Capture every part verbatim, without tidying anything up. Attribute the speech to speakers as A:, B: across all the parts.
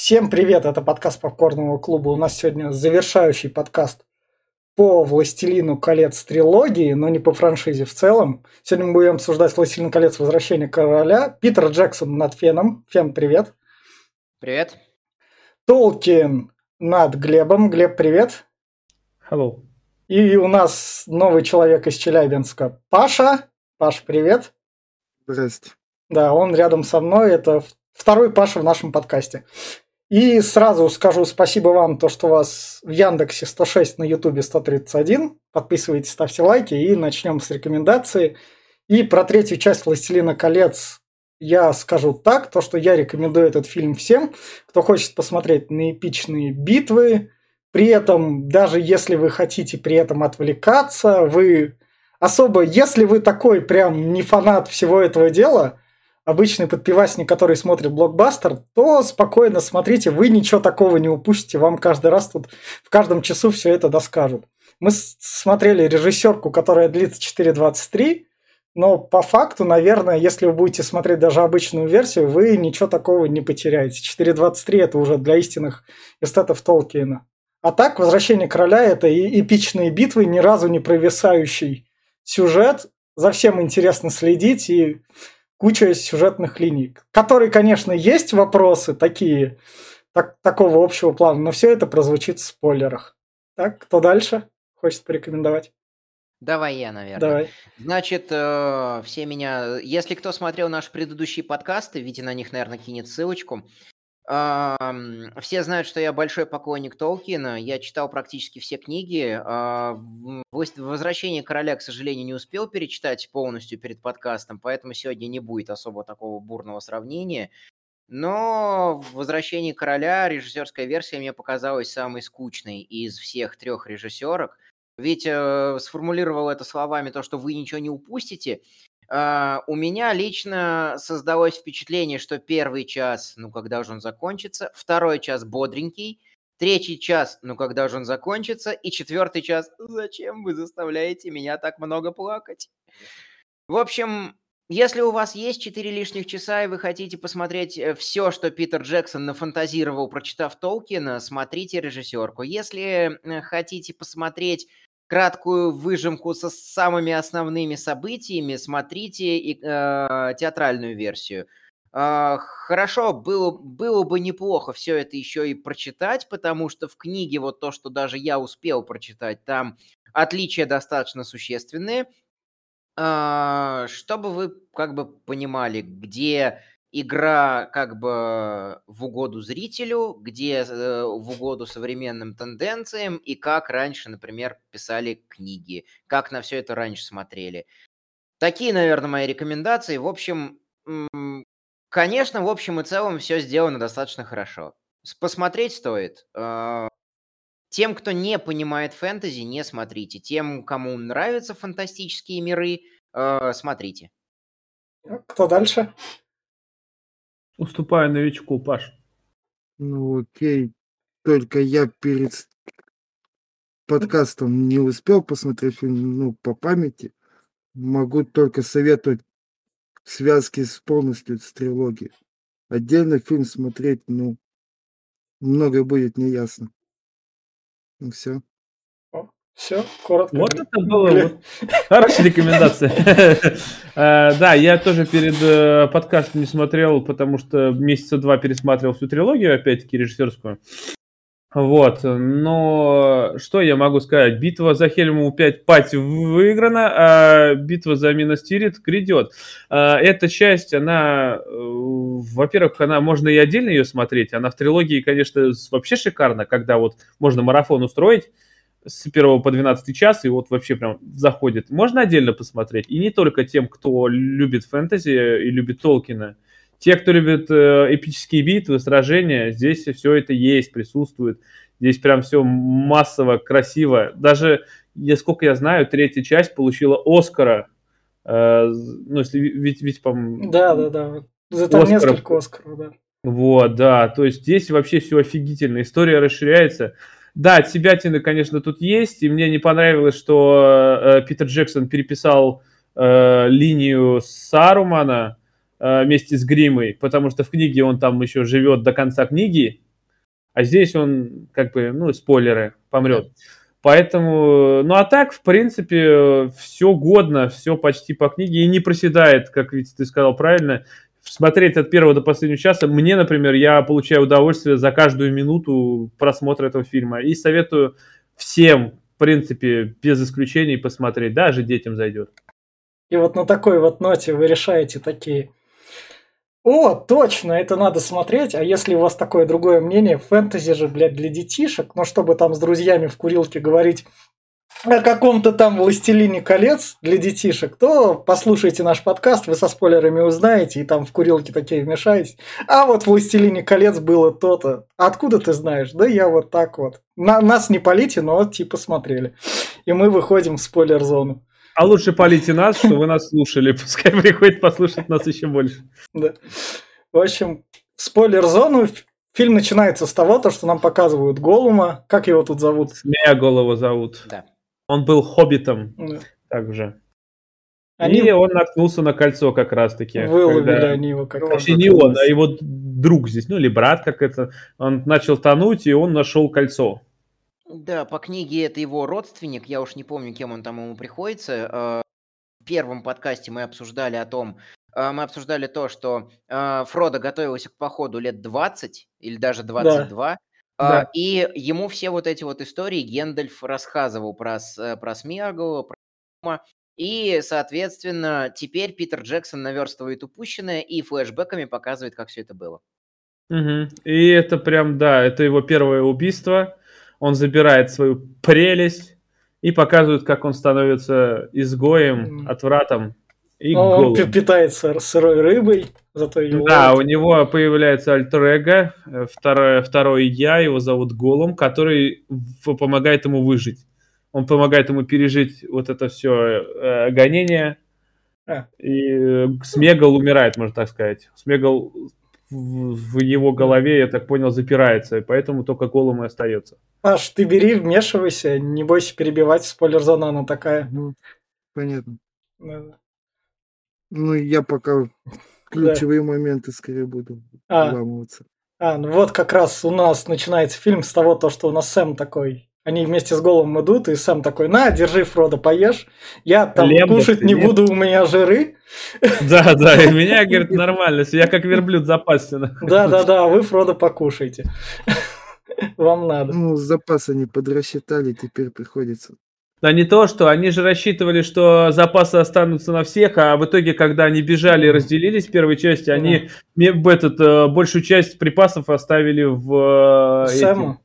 A: Всем привет, это подкаст Попкорного клуба. У нас сегодня завершающий подкаст по «Властелину колец» трилогии, но не по франшизе в целом. Сегодня мы будем обсуждать «Властелин колец. Возвращение короля». Питер Джексон над Феном. Фен, привет.
B: Привет.
A: Толкин над Глебом. Глеб, привет.
C: Hello.
A: И у нас новый человек из Челябинска. Паша. Паш, привет.
D: Здрасте.
A: Да, он рядом со мной. Это второй Паша в нашем подкасте. И сразу скажу спасибо вам, то, что у вас в Яндексе сто шесть, на Ютубе сто тридцать один. Подписывайтесь, ставьте лайки и начнем с рекомендации. И про третью часть «Властелина колец» я скажу так, то, что я рекомендую этот фильм всем, кто хочет посмотреть на эпичные битвы. При этом, даже если вы хотите при этом отвлекаться, вы особо, если вы такой прям не фанат всего этого дела, обычный подпивасник, который смотрит блокбастер, то спокойно смотрите, вы ничего такого не упустите, вам каждый раз тут в каждом часу все это доскажут. Мы смотрели режиссерку, которая длится четыре двадцать три, но по факту, наверное, если вы будете смотреть даже обычную версию, вы ничего такого не потеряете. четыре двадцать три это уже для истинных эстетов Толкиена. А так, «Возвращение короля» — это и эпичные битвы, ни разу не провисающий сюжет, за всем интересно следить и куча сюжетных линий, которые, конечно, есть вопросы такие, так, такого общего плана, но все это прозвучит в спойлерах. Так, кто дальше хочет порекомендовать?
B: Давай я, наверное.
A: Давай.
B: Значит, э, все меня... Если кто смотрел наши предыдущие подкасты, Витя на них, наверное, кинет ссылочку. Эм, Все знают, что я большой поклонник Толкиена. Я читал практически все книги. Э, в- «Власть- «Возвращение короля», к сожалению, не успел перечитать полностью перед подкастом, поэтому сегодня не будет особо такого бурного сравнения. Но «Возвращение короля», режиссерская версия, мне показалась самой скучной из всех трех режиссерок. Витя сформулировал это словами, то, что вы ничего не упустите. А, У меня лично создалось впечатление, что первый час, ну когда же он закончится, второй час бодренький, третий час, ну когда же он закончится, и четвертый час, зачем вы заставляете меня так много плакать? В общем, если у вас есть четыре лишних часа, и вы хотите посмотреть все, что Питер Джексон нафантазировал, прочитав Толкиена, смотрите режиссерку. Если э, хотите посмотреть краткую выжимку со самыми основными событиями, смотрите и, э, театральную версию. А, Хорошо, было, было бы неплохо все это еще и прочитать, потому что в книге вот то, что даже я успел прочитать, там отличия достаточно существенные. А, Чтобы вы как бы понимали, где игра как бы в угоду зрителю, где э, в угоду современным тенденциям и как раньше, например, писали книги, как на все это раньше смотрели. Такие, наверное, мои рекомендации. В общем, м, конечно, в общем и целом все сделано достаточно хорошо. С- Посмотреть стоит. А, Тем, кто не понимает фэнтези, не смотрите. Тем, кому нравятся фантастические миры, э, смотрите.
A: Кто дальше?
C: Уступаю новичку, Паш.
D: Ну окей, только я перед с- подкастом не успел посмотреть фильм, ну, по памяти. Могу только советовать связки с полностью с трилогией. Отдельно фильм смотреть, ну, многое будет неясно. Ну, все.
A: Все, коротко.
C: Вот
A: Глеб.
C: это было
A: Глеб.
C: вот хорошая рекомендация. Э, Да, я тоже перед э, подкастом не смотрел, потому что месяца два пересматривал всю трилогию, опять-таки, режиссерскую. Вот, но что я могу сказать? Битва за Хельму пять пать выиграна, а битва за Минас Тирит грядет. А, Эта часть, она, э, во-первых, она можно и отдельно ее смотреть, она в трилогии, конечно, с- вообще шикарна, когда вот можно марафон устроить с первого по двенадцатый час, и вот вообще прям заходит. Можно отдельно посмотреть, и не только тем, кто любит фэнтези и любит Толкина. Те, кто любит э, эпические битвы, сражения, здесь все это есть, присутствует. Здесь прям все массово, красиво. Даже, я, сколько я знаю, третья часть получила Оскара. Э, ну, если ведь, ведь по-моему,
A: Да, да, да. вот. За там
C: Оскара.
A: несколько Оскаров, да.
C: Вот, да, то есть здесь вообще все офигительно, история расширяется. Да, отсебятины, конечно, тут есть, и мне не понравилось, что э, Питер Джексон переписал э, линию Сарумана э, вместе с Гримой, потому что в книге он там еще живет до конца книги, А здесь он, как бы, ну, спойлеры, помрет. Поэтому, ну а так, в принципе, все годно, все почти по книге и не проседает, как ведь ты сказал правильно. Смотреть от первого до последнего часа, мне, например, я получаю удовольствие за каждую минуту просмотра этого фильма. И советую всем, в принципе, без исключений посмотреть, даже детям зайдет.
A: И вот на такой вот ноте вы решаете такие: о, точно, это надо смотреть, а если у вас такое другое мнение, фэнтези же, блядь, для детишек, ну, чтобы там с друзьями в курилке говорить о каком-то там «Властелине колец» для детишек, то послушайте наш подкаст, вы со спойлерами узнаете, и там в курилке такие вмешаетесь. А вот в «Властелине колец» было то-то. Откуда ты знаешь? Да я вот так вот. На, нас не полите, но вот типа смотрели. И мы выходим в спойлер-зону.
C: А лучше полите нас, что вы нас слушали. Пускай приходит послушать нас еще больше.
A: Да. В общем, в спойлер-зону фильм начинается с того, то, что нам показывают Голлума. Как его тут зовут?
C: Смеяголова зовут.
B: Да.
C: Он был хоббитом
A: Да.
C: также.
A: Они
C: И он наткнулся на кольцо как раз-таки.
A: выловили
C: когда-
A: они его как раз.
C: Точнее, не он, а его друг здесь, ну или брат, как это. Он начал тонуть, и он нашел кольцо.
B: Да, по книге это его родственник, я уж не помню, кем он там ему приходится. Э, В первом подкасте мы обсуждали о том, э, мы обсуждали то, что э, Фродо готовился к походу лет двадцать или даже двадцать два, э,
C: Да.
B: и ему все вот эти вот истории Гендальф рассказывал про, с- э, про Смеагола, про Голлума. И, соответственно, теперь Питер Джексон наверстывает упущенное и флешбэками показывает, как все это было.
C: Мгм. И это прям, да, это его первое убийство. Он забирает свою прелесть и показывает, как он становится изгоем,
A: Мгм.
C: отвратом и
A: Ну, он пи-
C: голым.
A: питается сырой рыбой, зато ее
C: Да, у
A: ловит.
C: него появляется альтер-эго, э, второе, второе я, его зовут Голум, который в- помогает ему выжить. Он помогает ему пережить вот это все гонение.
A: А.
C: И э, Смегал умирает, можно так сказать. Смегал в, в его голове, я так понял, запирается, и поэтому только Голум и остается.
A: Паш, ты бери, вмешивайся, не бойся перебивать, спойлер-зона она такая.
D: Мгм. Понятно.
A: Да.
D: Ну, я пока ключевые моменты скорее буду
A: А.
D: вламываться.
A: А, ну вот как раз у нас начинается фильм с того, то, что у нас Сэм такой. Они вместе с Голлумом идут, и Сэм такой: на, держи, Фродо, поешь. Я там
C: Лембо,
A: кушать не
C: нет?
A: буду, у меня жиры.
C: Да, да, и меня, говорит, нормально, я как верблюд запасен.
A: Да-да-да, а вы, Фродо, покушайте. Вам надо.
D: Ну, запасы не подрасчитали, теперь приходится.
C: Да не то, что они же рассчитывали, что запасы останутся на всех, а в итоге, когда они бежали и
A: Мгм.
C: разделились в первой части, они ме- в этот, э, большую часть припасов оставили в э, этим.
A: Сэму?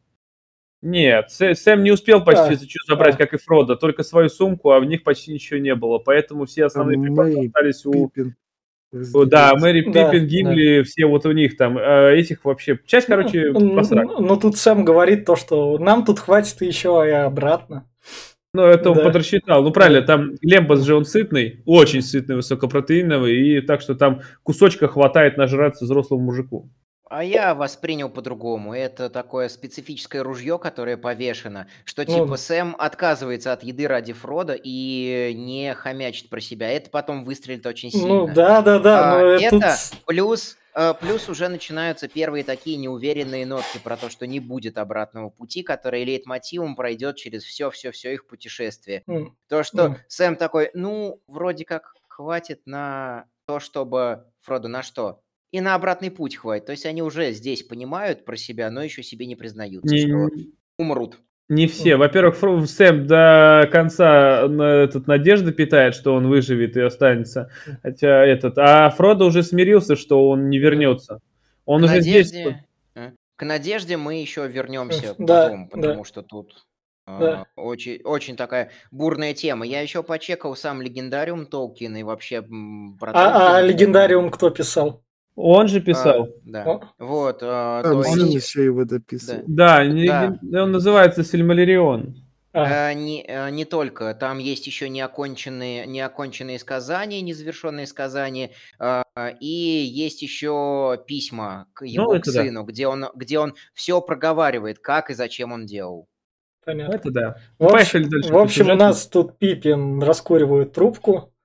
C: Нет, Сэ- Сэм не успел почти
A: А,
C: ничего забрать,
A: а.
C: как и Фродо, только свою сумку, а в них почти ничего не было, поэтому все
D: Там
C: основные припасы
D: Мэри,
C: остались у...
D: Пиппин.
C: у- Да,
D: разделились.
C: Мэри,
A: Да,
C: Пиппин, Гимли, все вот у них там, э, этих вообще... Часть, короче,
A: Ну,
C: посрали.
A: ну, ну, тут Сэм говорит то, что нам тут хватит еще и обратно.
C: Ну, это он
A: Да.
C: подрасчитал. Ну, правильно,
A: Да.
C: там Лембас же он сытный, очень сытный, высокопротеиновый, и так что там кусочка хватает нажраться взрослому мужику.
B: А я воспринял по-другому. Это такое специфическое ружье, которое повешено, что
A: Ну,
B: типа Сэм отказывается от еды ради Фрода и не хомячит про себя. Это потом выстрелит очень
A: ну
B: сильно.
A: да-да-да,
B: А,
A: но тут...
B: это плюс, э, плюс уже начинаются первые такие неуверенные нотки про то, что не будет обратного пути, который лейтмотивом пройдет через все-все-все их путешествие.
A: М,
B: То, что
A: м.
B: Сэм такой, ну, вроде как хватит на то, чтобы... Фродо, на что? И на обратный путь хватит. То есть они уже здесь понимают про себя, но еще себе не признаются, что
C: Не,
B: умрут.
C: не все. Во-первых, Фро- Сэм до конца на этот, надежды питает, что он выживет и останется. Хотя этот... А Фродо уже смирился, что он не вернется. Он
B: К
C: уже здесь...
B: надежде, э, к надежде мы еще вернемся
A: Да,
B: потом,
A: да,
B: потому что тут э,
A: да.
B: очень, очень такая бурная тема. Я еще почекал сам легендариум Толкина и вообще м, про
A: А, а
B: Толкина.
A: легендариум кто писал?
C: Он же
B: А,
C: писал.
B: да.
A: О.
B: Вот, э,
D: Там
B: то
D: сын
B: есть,
D: еще его дописывал.
C: Да, не-
B: да.
C: не- он называется Сильмариллион.
A: А,
B: Э, не, э, не только. Там есть еще неоконченные, неоконченные сказания, незавершенные сказания, э, и есть еще письма к его
C: Ну,
B: к
C: это да.
B: сыну, где он, где он все проговаривает, как и зачем он делал.
A: понятно.
C: Это да.
A: В
C: Ну,
A: общем,
C: поехали дальше
A: в
C: по
A: общем, у
C: сюжету.
A: нас тут Пипин раскуривает трубку.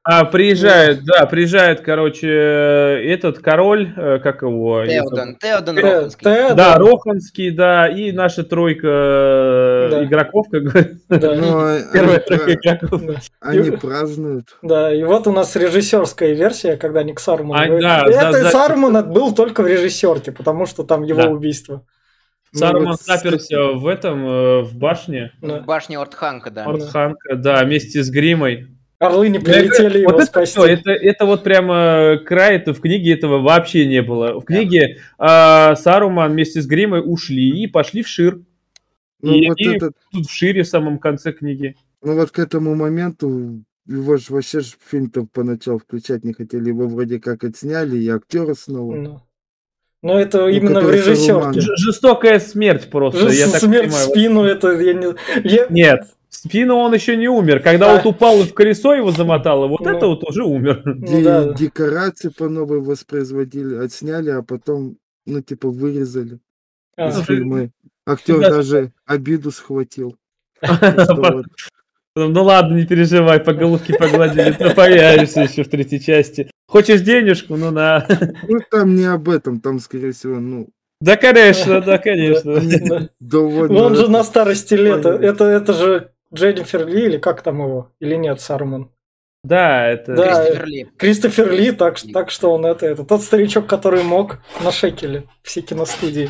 C: А, приезжает, да, приезжает, короче, этот король, э, как его? я
B: Теоден,
C: забыл.
B: Теоден
A: Э,
B: Роханский.
A: Теоден,
C: Да, Роханский, да, и наша тройка э,
A: Да.
C: игроков, как говорится.
A: да,
D: Ну, а-
C: Первая
D: они,
C: тройка
D: пра-
C: игроков.
A: да.
D: они
A: И-
D: празднуют.
A: Да, и вот у нас режиссерская версия, когда Ник Саруман.
C: А,
A: вы-
C: да,
A: Это
C: за- за-
A: Саруман был только в режиссерке, потому что там его
C: Да.
A: убийство.
D: Ну,
C: Саруман
D: вот с
C: заперся в этом, э, в башне.
A: Да.
B: В башне Ортханка, да.
A: Ор-
C: Ортханка, да, вместе с Гримой.
A: Орлы не
C: Ну, это-
A: прилетели его
C: вот это,
A: спасти.
C: всё, это, это вот прямо край, это в книге этого вообще не было. В книге а, Саруман вместе с Гримой ушли и пошли в Шир.
D: Ну,
C: И
D: вот
C: они
D: этот,
C: тут в Шире в самом конце книги.
D: ну вот к этому моменту его же вообще ж фильм-то поначалу включать не хотели. Его вроде как отсняли, и актера снова.
A: Ну. Но это
D: Ну,
A: именно в
D: который
A: режиссерке.
D: Саруман.
C: Ж- жестокая смерть просто,
A: Ж-
C: я так
A: Смерть в
C: понимаю.
A: спину, это я не... я-
C: Нет, в спину он еще не умер. Когда
A: А.
C: вот упал и в колесо его замотало, вот
A: Ну.
C: это вот уже умер.
A: Ну
D: Де-
A: да.
D: Декорации по новой воспроизводили, отсняли, а потом, ну, типа, вырезали
A: А,
D: из
C: Слушай,
D: фильма. Актер
C: всегда-
D: даже обиду схватил. Что вот.
C: Ну ладно, не переживай, по головке погладили, ты появишься еще в третьей части. Хочешь денежку? Ну на.
D: Ну, там не об этом, там, скорее всего, ну,
C: Да, конечно, да, конечно.
A: да.
D: довольно...
A: Он же
D: это-
A: на старости лет.
D: Понятно.
A: Это, это же Дженнифер Ли, или как там его? Или нет, Саруман?
C: Да, это...
A: Да.
B: Кристофер Ли.
A: Кристофер Ли, так, ш- так что он это, это тот старичок, который мог на шекеле все киностудии.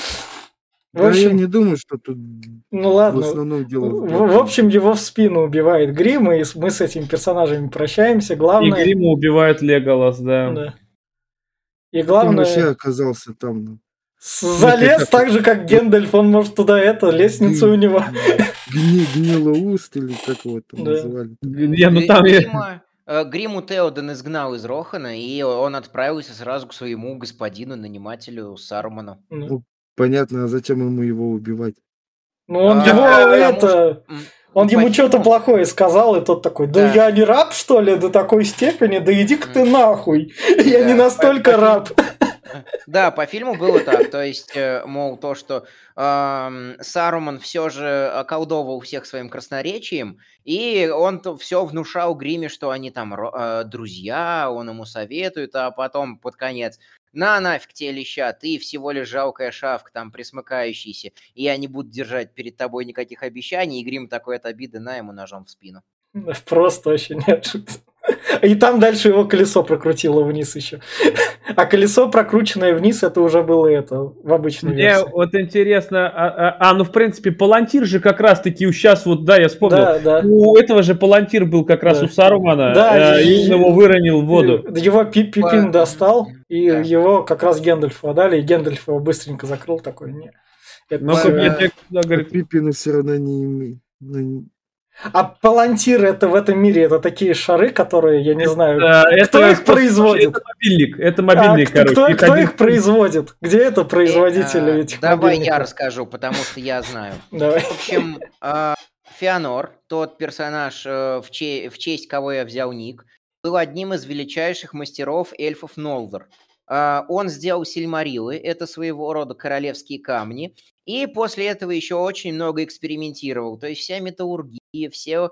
A: В
D: Да, я
A: общем,
D: не думаю, что тут
A: ну
D: в
A: ладно.
D: основном дело в
A: В,
D: этом.
A: в общем, его в спину убивает Грим, и с- мы с этими персонажами прощаемся.
C: И
A: Главное...
C: Грима убивает Леголас, да.
A: Да. И
D: Он
A: главное...
D: вообще оказался там. ну,
A: с- Залез так же, как Гендальф, он может туда это, лестницу у него.
D: Гни, гнилоуст или как его там
A: Да.
D: называли.
C: Не, ну там... я-
B: Грима, э, Гриму Теоден изгнал из Рохана, и он отправился сразу к своему господину, нанимателю Саруману.
A: Ну,
D: Понятно, а зачем ему его убивать?
A: ну, он
B: А,
A: его
B: потому
A: это...
B: М,
A: Он
B: по
A: ему что-то
B: фильму-
A: плохое сказал, и тот такой, да,
B: Да.
A: я не раб, что ли, до такой степени? Да иди-ка ты нахуй. Я
B: Да,
A: не настолько
B: по- по
A: раб.
B: Да, по фильму было так. То есть, э, мол, то, что ам, Саруман все же околдовывал всех своим красноречием, и он все внушал Гриме, что они там ро- э, друзья, он ему советует, а потом под конец: на нафиг тебе леща, ты всего лишь жалкая шавка там присмыкающийся, и я не буду держать перед тобой никаких обещаний, и Грим такой от обиды на ему ножом в спину.
A: Да, просто вообще неожиданно. И там дальше его колесо прокрутило вниз еще. А колесо, прокрученное вниз, это уже было это, в обычной
C: Мне
A: версии.
C: вот интересно, а, а- а, ну в принципе Палантир же как раз-таки сейчас вот, да, я вспомнил,
A: Да, да.
C: у этого же Палантир был как раз
A: Да.
C: у Сарумана,
A: Да,
C: э,
A: и-
C: и он его выронил в воду.
A: Его Пи- Пипин
B: По-
A: достал, и
B: Да.
A: его как раз Гендальфу отдали, и Гендальф его быстренько закрыл, такой, не. это
C: Ну,
A: всё,
C: как
A: э,
C: я- да, говорит,
D: Пипина все равно не имеет. Ну,
A: А палантиры это в этом мире, это такие шары, которые, я не знаю,
C: э,
A: кто
C: это-
A: их производит?
C: Это мобильник, это
A: А,
C: мобильник,
A: кто,
C: короче.
A: кто-
C: Их
A: кто
C: один-
A: их производит? Где это производители
B: Э,
A: этих
B: Давай я
A: мобильников?
B: расскажу, потому что я знаю.
A: Давай.
B: В общем, а, Феонор, тот персонаж, э, в, че- в честь кого я взял ник, был одним из величайших мастеров эльфов Нолдор. А, Он сделал сильмарилы, это своего рода королевские камни, и после этого еще очень много экспериментировал. То есть вся металлургия, все,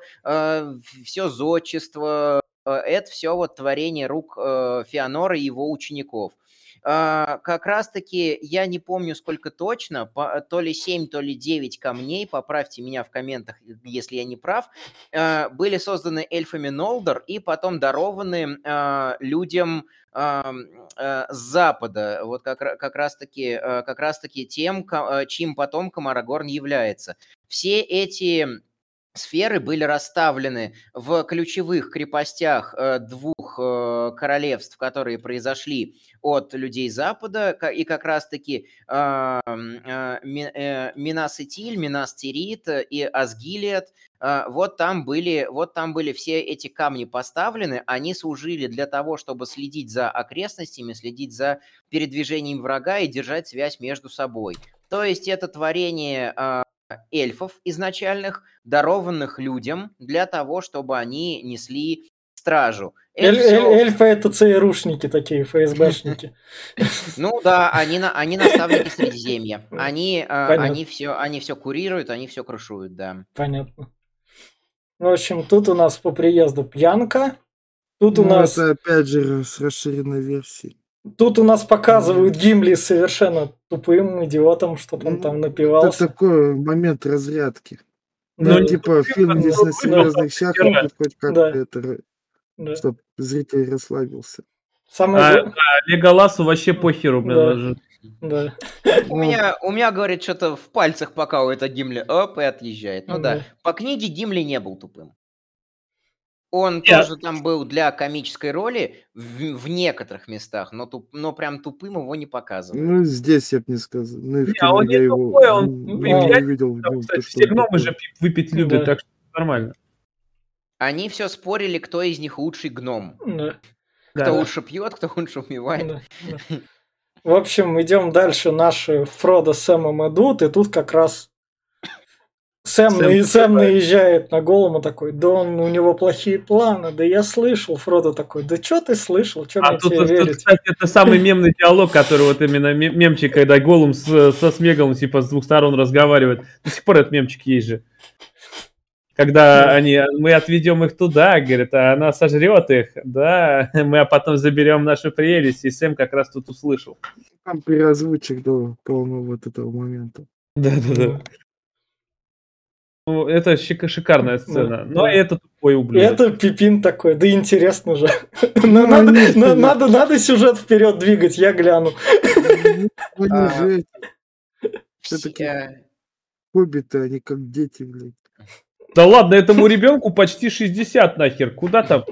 B: все зодчество, э, это все вот творение рук э, Феонора и его учеников. А, Как раз-таки, я не помню сколько точно, по- то ли семь, то ли девять камней, поправьте меня в комментах, если я не прав, а, были созданы эльфами Нолдор и потом дарованы а, людям а, а, с запада, вот как, ра- как раз-таки, а, как раз-таки тем, ко- а, чьим потомком Арагорн является. Все эти сферы были расставлены в ключевых крепостях э, двух э, королевств, которые произошли от людей Запада, ка- и как раз-таки а, м, а, Ми- э, Минас Итиль, Минас Тирит э, и Асгилиад. А, Вот там были, вот там были все эти камни поставлены, они служили для того, чтобы следить за окрестностями, следить за передвижением врага и держать связь между собой. То есть это творение а, эльфов изначальных, дарованных людям для того, чтобы они несли стражу. Это
A: Эль-
B: всё-
A: эль- эльфы это ЦРУшники такие, ФСБшники.
B: Ну да, они, на, они наставники Средиземья. Они, а,
A: Понятно.
B: они, все, они все курируют, они все крышуют, да.
A: Понятно. В общем, тут у нас по приезду пьянка. Тут у
D: Ну,
A: нас,
D: это опять же с расширенной версией.
A: тут у нас показывают Гимли совершенно тупым идиотом, что-то он
D: Ну,
A: там
D: это
A: напивался.
D: такой момент разрядки.
A: Да,
C: Ну,
D: Типа фильм
C: ну,
D: весь на
C: ну,
D: серьезных щах,
C: героя.
D: тут хоть как-то
A: да,
D: это,
A: да.
D: чтобы зритель расслабился.
A: Самое
C: А,
A: гла-
C: да, Леголасу вообще похеру, блин,
A: Да.
C: он же-
A: да.
B: У
D: Ну,
B: меня, у меня, говорит, что-то в пальцах покалывает от Гимли, оп, и отъезжает. Ну да,
A: Да.
B: по книге Гимли не был тупым. Он
C: Я-
B: тоже там был для комической роли в, в некоторых местах, но, туп, но прям тупым его не показывают.
D: ну, здесь я бы не сказал. Ну, и в
C: Не, а он
D: кино
C: не
D: я его
C: тупой, он
D: м,
A: Ну,
D: не
C: выпить,
D: видел в
C: там,
D: нем,
C: кстати,
D: то, что
C: все
D: он
C: гномы
D: тупой.
C: же пи- выпить любят,
A: Да.
C: так что нормально.
B: Они все спорили, кто из них лучший гном.
A: Да.
B: Кто
C: Да.
B: лучше пьет, кто лучше убивает.
A: Да, да. В общем, идем дальше. Наши Фродо с Сэмом идут, и тут как раз Сэм,
C: Сэм
A: на- Сэм наезжает на Голума такой, да он, у него плохие планы, да я слышал. Фродо такой, да что ты слышал, что
C: А
A: мне
C: тут,
A: тебе
C: тут,
A: верить?
C: кстати, это самый мемный диалог, который вот именно ме- мемчик, когда Голум с- со Смегалом типа с двух сторон разговаривает. До сих пор этот мемчик есть же. Когда
A: Да.
C: они, мы отведем их туда, говорит, а она сожрет их, да, мы а потом заберем нашу прелесть, и Сэм как раз тут услышал.
D: Там переозвучек до полного вот этого момента.
C: Да-да-да. Ну, это шик- шикарная сцена.
A: Да,
C: Но
A: да.
C: это тупой
A: И
C: ублюдок.
A: это Пипин такой, да интересно же.
D: Ну,
A: Надо,
D: они же-
A: на- надо, надо сюжет вперед двигать, я гляну.
D: Ну, они
B: А,
D: же эти
B: Все-
D: всё-таки
B: э,
D: хоббиты, они как дети, блядь.
C: Да ладно, этому ребенку почти шестьдесят нахер. Куда там?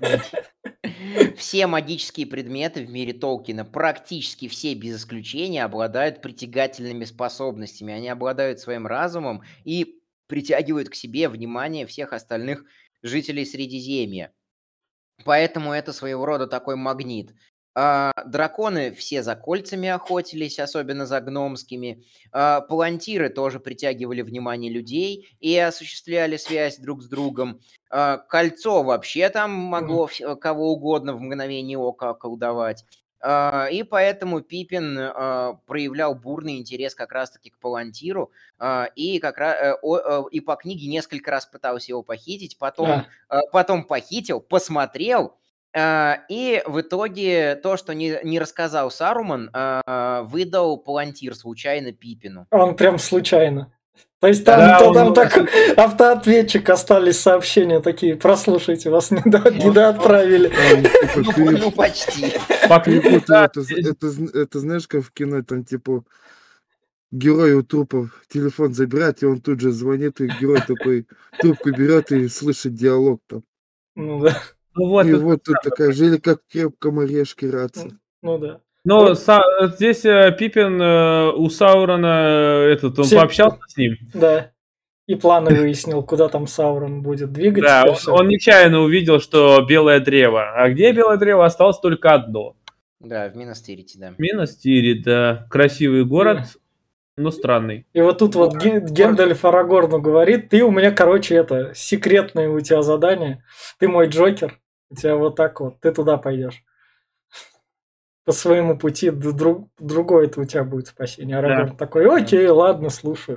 B: Все магические предметы в мире Толкина, практически все без исключения, обладают притягательными способностями. Они обладают своим разумом и притягивают к себе внимание всех остальных жителей Средиземья. Поэтому это своего рода такой магнит. А, драконы все за кольцами охотились, особенно за гномскими. А, палантиры тоже притягивали внимание людей и осуществляли связь друг с другом. А, кольцо вообще там могло вс- кого угодно в мгновение ока околдовать. А, и поэтому Пипин а, проявлял бурный интерес как раз-таки к палантиру, а, и, как раз, э, о- э, и по книге несколько раз пытался его похитить, потом
A: А,
B: а, потом похитил, посмотрел, а, и в итоге то, что не, не рассказал Саруман, а, выдал Палантир случайно Пипину.
A: он прям случайно. То есть там,
C: Да,
A: то,
C: он-
A: там такой автоответчик, остались сообщения такие, прослушайте, вас не, до, не доотправили.
D: Там, типа,
B: Ну,
D: пере-
B: ну, почти.
C: По книге,
D: перепутал,
C: да,
D: это, это, зн- это знаешь, как в кино, там, типа, герой у трупа телефон забирает, и он тут же звонит, и герой такой трубку берет и слышит диалог там.
A: Ну да,
C: ну вот,
D: И
C: это-
D: вот тут такая же, или как в крепком орешке рация.
A: ну да.
C: но
A: Вот.
C: Са- здесь э, Пипин э, у Саурона, э, этот, он
A: Все-
C: пообщался с ним.
A: Да. И планы выяснил, куда там Саурон будет двигать.
C: Да,
A: теперь
C: он,
A: всё.
C: он нечаянно увидел, что белое древо. А где белое древо? Осталось только одно.
B: Да, в Минастирите, да.
C: Минастири, да. Красивый город, но странный.
A: И вот тут вот Ге- Гендальф Арагорну говорит, ты у меня, короче, это, секретное у тебя задание, ты мой Джокер, у тебя вот так вот, ты туда пойдешь. По своему пути, д- друг, другое это у тебя будет спасение. Арагорн такой, окей, ладно, слушаю.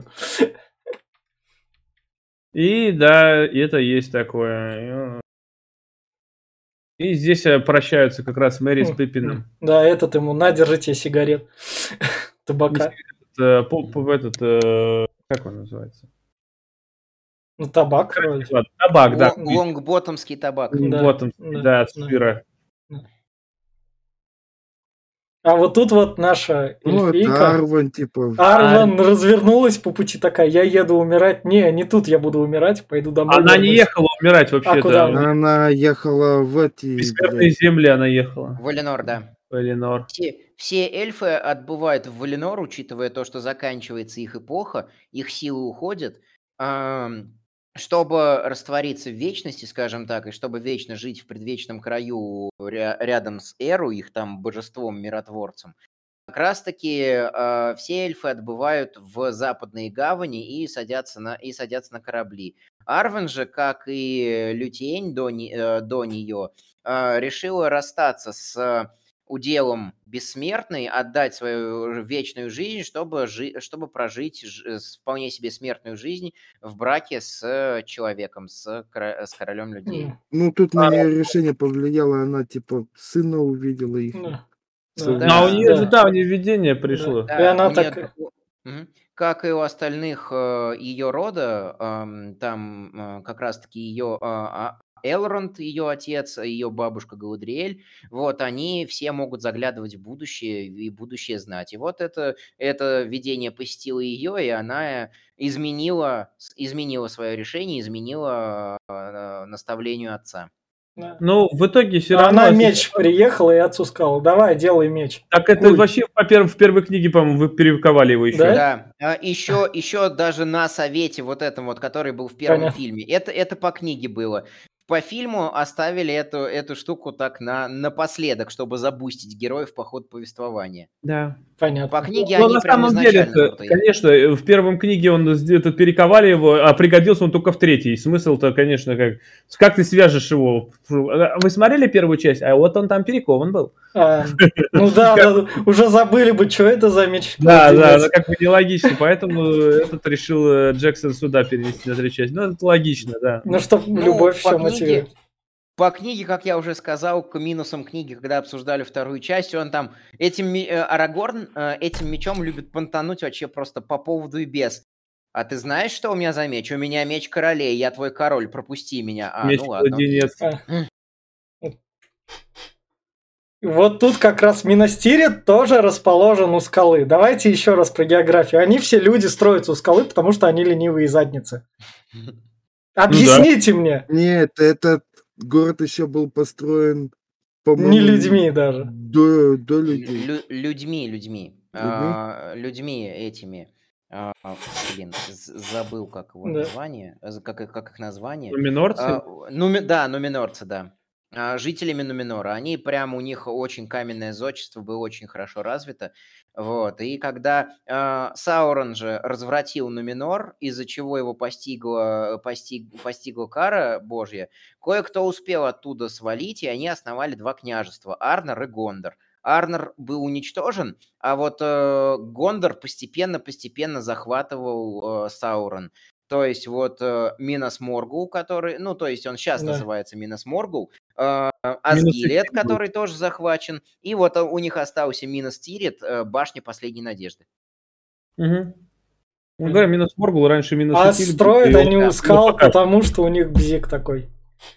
C: И да, это есть такое. И здесь э, прощаются как раз Мэри с
A: М,
C: Пиппином.
A: Да, этот ему, на, держи тебе сигарет, табака,
C: Э, по- по- этот, э, как он называется?
A: ну табак вроде.
C: Ладно, табак, да.
B: Лон- Лонгботтомский табак.
A: Да,
C: Вот он,
A: да,
C: да, от
A: да.
C: сыра.
A: А вот тут вот наша
D: Ну, это
A: эльфийка,
D: Арван, типа,
A: Арван развернулась по пути такая, я еду умирать. Не, не тут я буду умирать, пойду домой.
C: Она не
A: вернусь.
C: ехала умирать вообще-то.
A: куда
C: В
A: она?
D: она ехала в эти,
C: бессмертные
D: блядь,
C: земли она ехала.
B: Валенор, да.
C: Эленор.
B: Все, все эльфы отбывают в Валенор, учитывая то, что заканчивается их эпоха, их силы уходят, ам, чтобы раствориться в вечности, скажем так, и чтобы вечно жить в предвечном краю ря- рядом с Эру, их там божеством-миротворцем. Как раз-таки э, все эльфы отбывают в западные гавани и садятся на, и садятся на корабли. Арвен же, как и Лютиень до, не- э, до нее, э, решила расстаться с уделом бессмертный отдать свою вечную жизнь, чтобы, жи- чтобы прожить ж- с- вполне себе смертную жизнь в браке с человеком, с, кора- с королем людей.
A: М,
D: Ну, тут на
C: А,
D: нее решение повлияло, она типа сына увидела их.
A: Да, да,
D: Совместно.
C: Ну, а у
B: Да,
C: нее же,
A: да,
C: да, у нее видение
A: да.
C: пришло.
A: И
B: да,
A: она
B: у нее,
A: так...
B: как и у остальных ее рода, ам, там а, как раз-таки ее Элронд, ее отец, ее бабушка Галадриэль, вот они все могут заглядывать в будущее и будущее знать. И вот это, это видение посетило ее, и она изменила, с- изменила свое решение, изменила а, наставлению отца.
A: Да.
C: Ну, в итоге все
A: А
C: равно...
A: она
C: если-
A: меч приехала и отцу сказала, давай, делай меч.
C: Так это
A: Куй.
C: вообще, во-первых, в первой книге, по-моему, вы перековали его еще.
A: Да?
B: Да, а еще, еще даже на совете вот этом вот, который был в первом
A: Понятно.
B: фильме, это, это по книге было. По фильму оставили эту, эту штуку так на, напоследок, чтобы забустить героев по ходу повествования.
C: Да.
B: По
A: Понятно.
B: книге
C: Ну,
B: они
C: на
B: прям
C: самом деле,
B: изначально
C: это,
B: крутые.
C: конечно, э, в первом книге он с- это, перековали его, а пригодился он только в третьей. Смысл-то, конечно, как... Как ты свяжешь его? Вы смотрели первую часть? А вот он там перекован был.
A: А, ну да, да, уже забыли бы, что это за меч.
C: Да, да,
A: кладенец.
C: ну как бы нелогично, поэтому этот решил э, Джексон сюда перенести на третью часть. Ну, это логично, да.
A: Ну, чтоб
B: Ну,
A: любовь
B: по
A: все
B: книге,
A: мотивирует.
B: по книге, как я уже сказал, к минусам книги, когда обсуждали вторую часть, он там этим ми- э, Арагорн э, этим мечом любит понтануть вообще просто по поводу и без. А ты знаешь, что у меня за меч? У меня меч королей, я твой король, пропусти меня. А,
C: Меч
B: ну ладно, окей.
C: кладенец.
A: А. Вот тут как раз Минас Тирит тоже расположен у скалы. Давайте еще раз про географию. Они все люди строятся у скалы, потому что они ленивые задницы. Объясните мне.
D: Нет, этот город еще был построен,
A: Не
D: по-моему,
A: людьми даже.
D: до, до людей.
B: Лю- людьми, людьми.
D: Людьми?
B: А, людьми этими. А, блин, з- забыл, как его
A: Да.
B: название. з- Как, их- как их название.
C: Нуминорцы?
B: А, нуми- да, нуминорцы, да. А, жителями Нуминора. Они прям, у них очень каменное зодчество было очень хорошо развито. Вот. И когда а, Саурон же развратил Нуминор, из-за чего его постигла, постиг, постигла кара Божья, кое-кто успел оттуда свалить, и они основали два княжества – Арнор и Гондор. Арнор был уничтожен, а вот э, Гондор постепенно-постепенно захватывал э, Саурон. То есть вот э, Минос Моргул, который, ну, то есть он сейчас
A: Да.
B: называется Минос Моргул, э, Асгилет,
C: Итирит
B: который тоже захвачен, и вот э, у них остался Минос Тирит, э, башня Последней Надежды.
C: Угу. Ну, говорю, минус Моргул, раньше минус
A: А
C: Итиль был,
A: строят
C: и он-
A: они у
C: ну,
A: скал,
C: пока.
A: потому что у них бзик такой.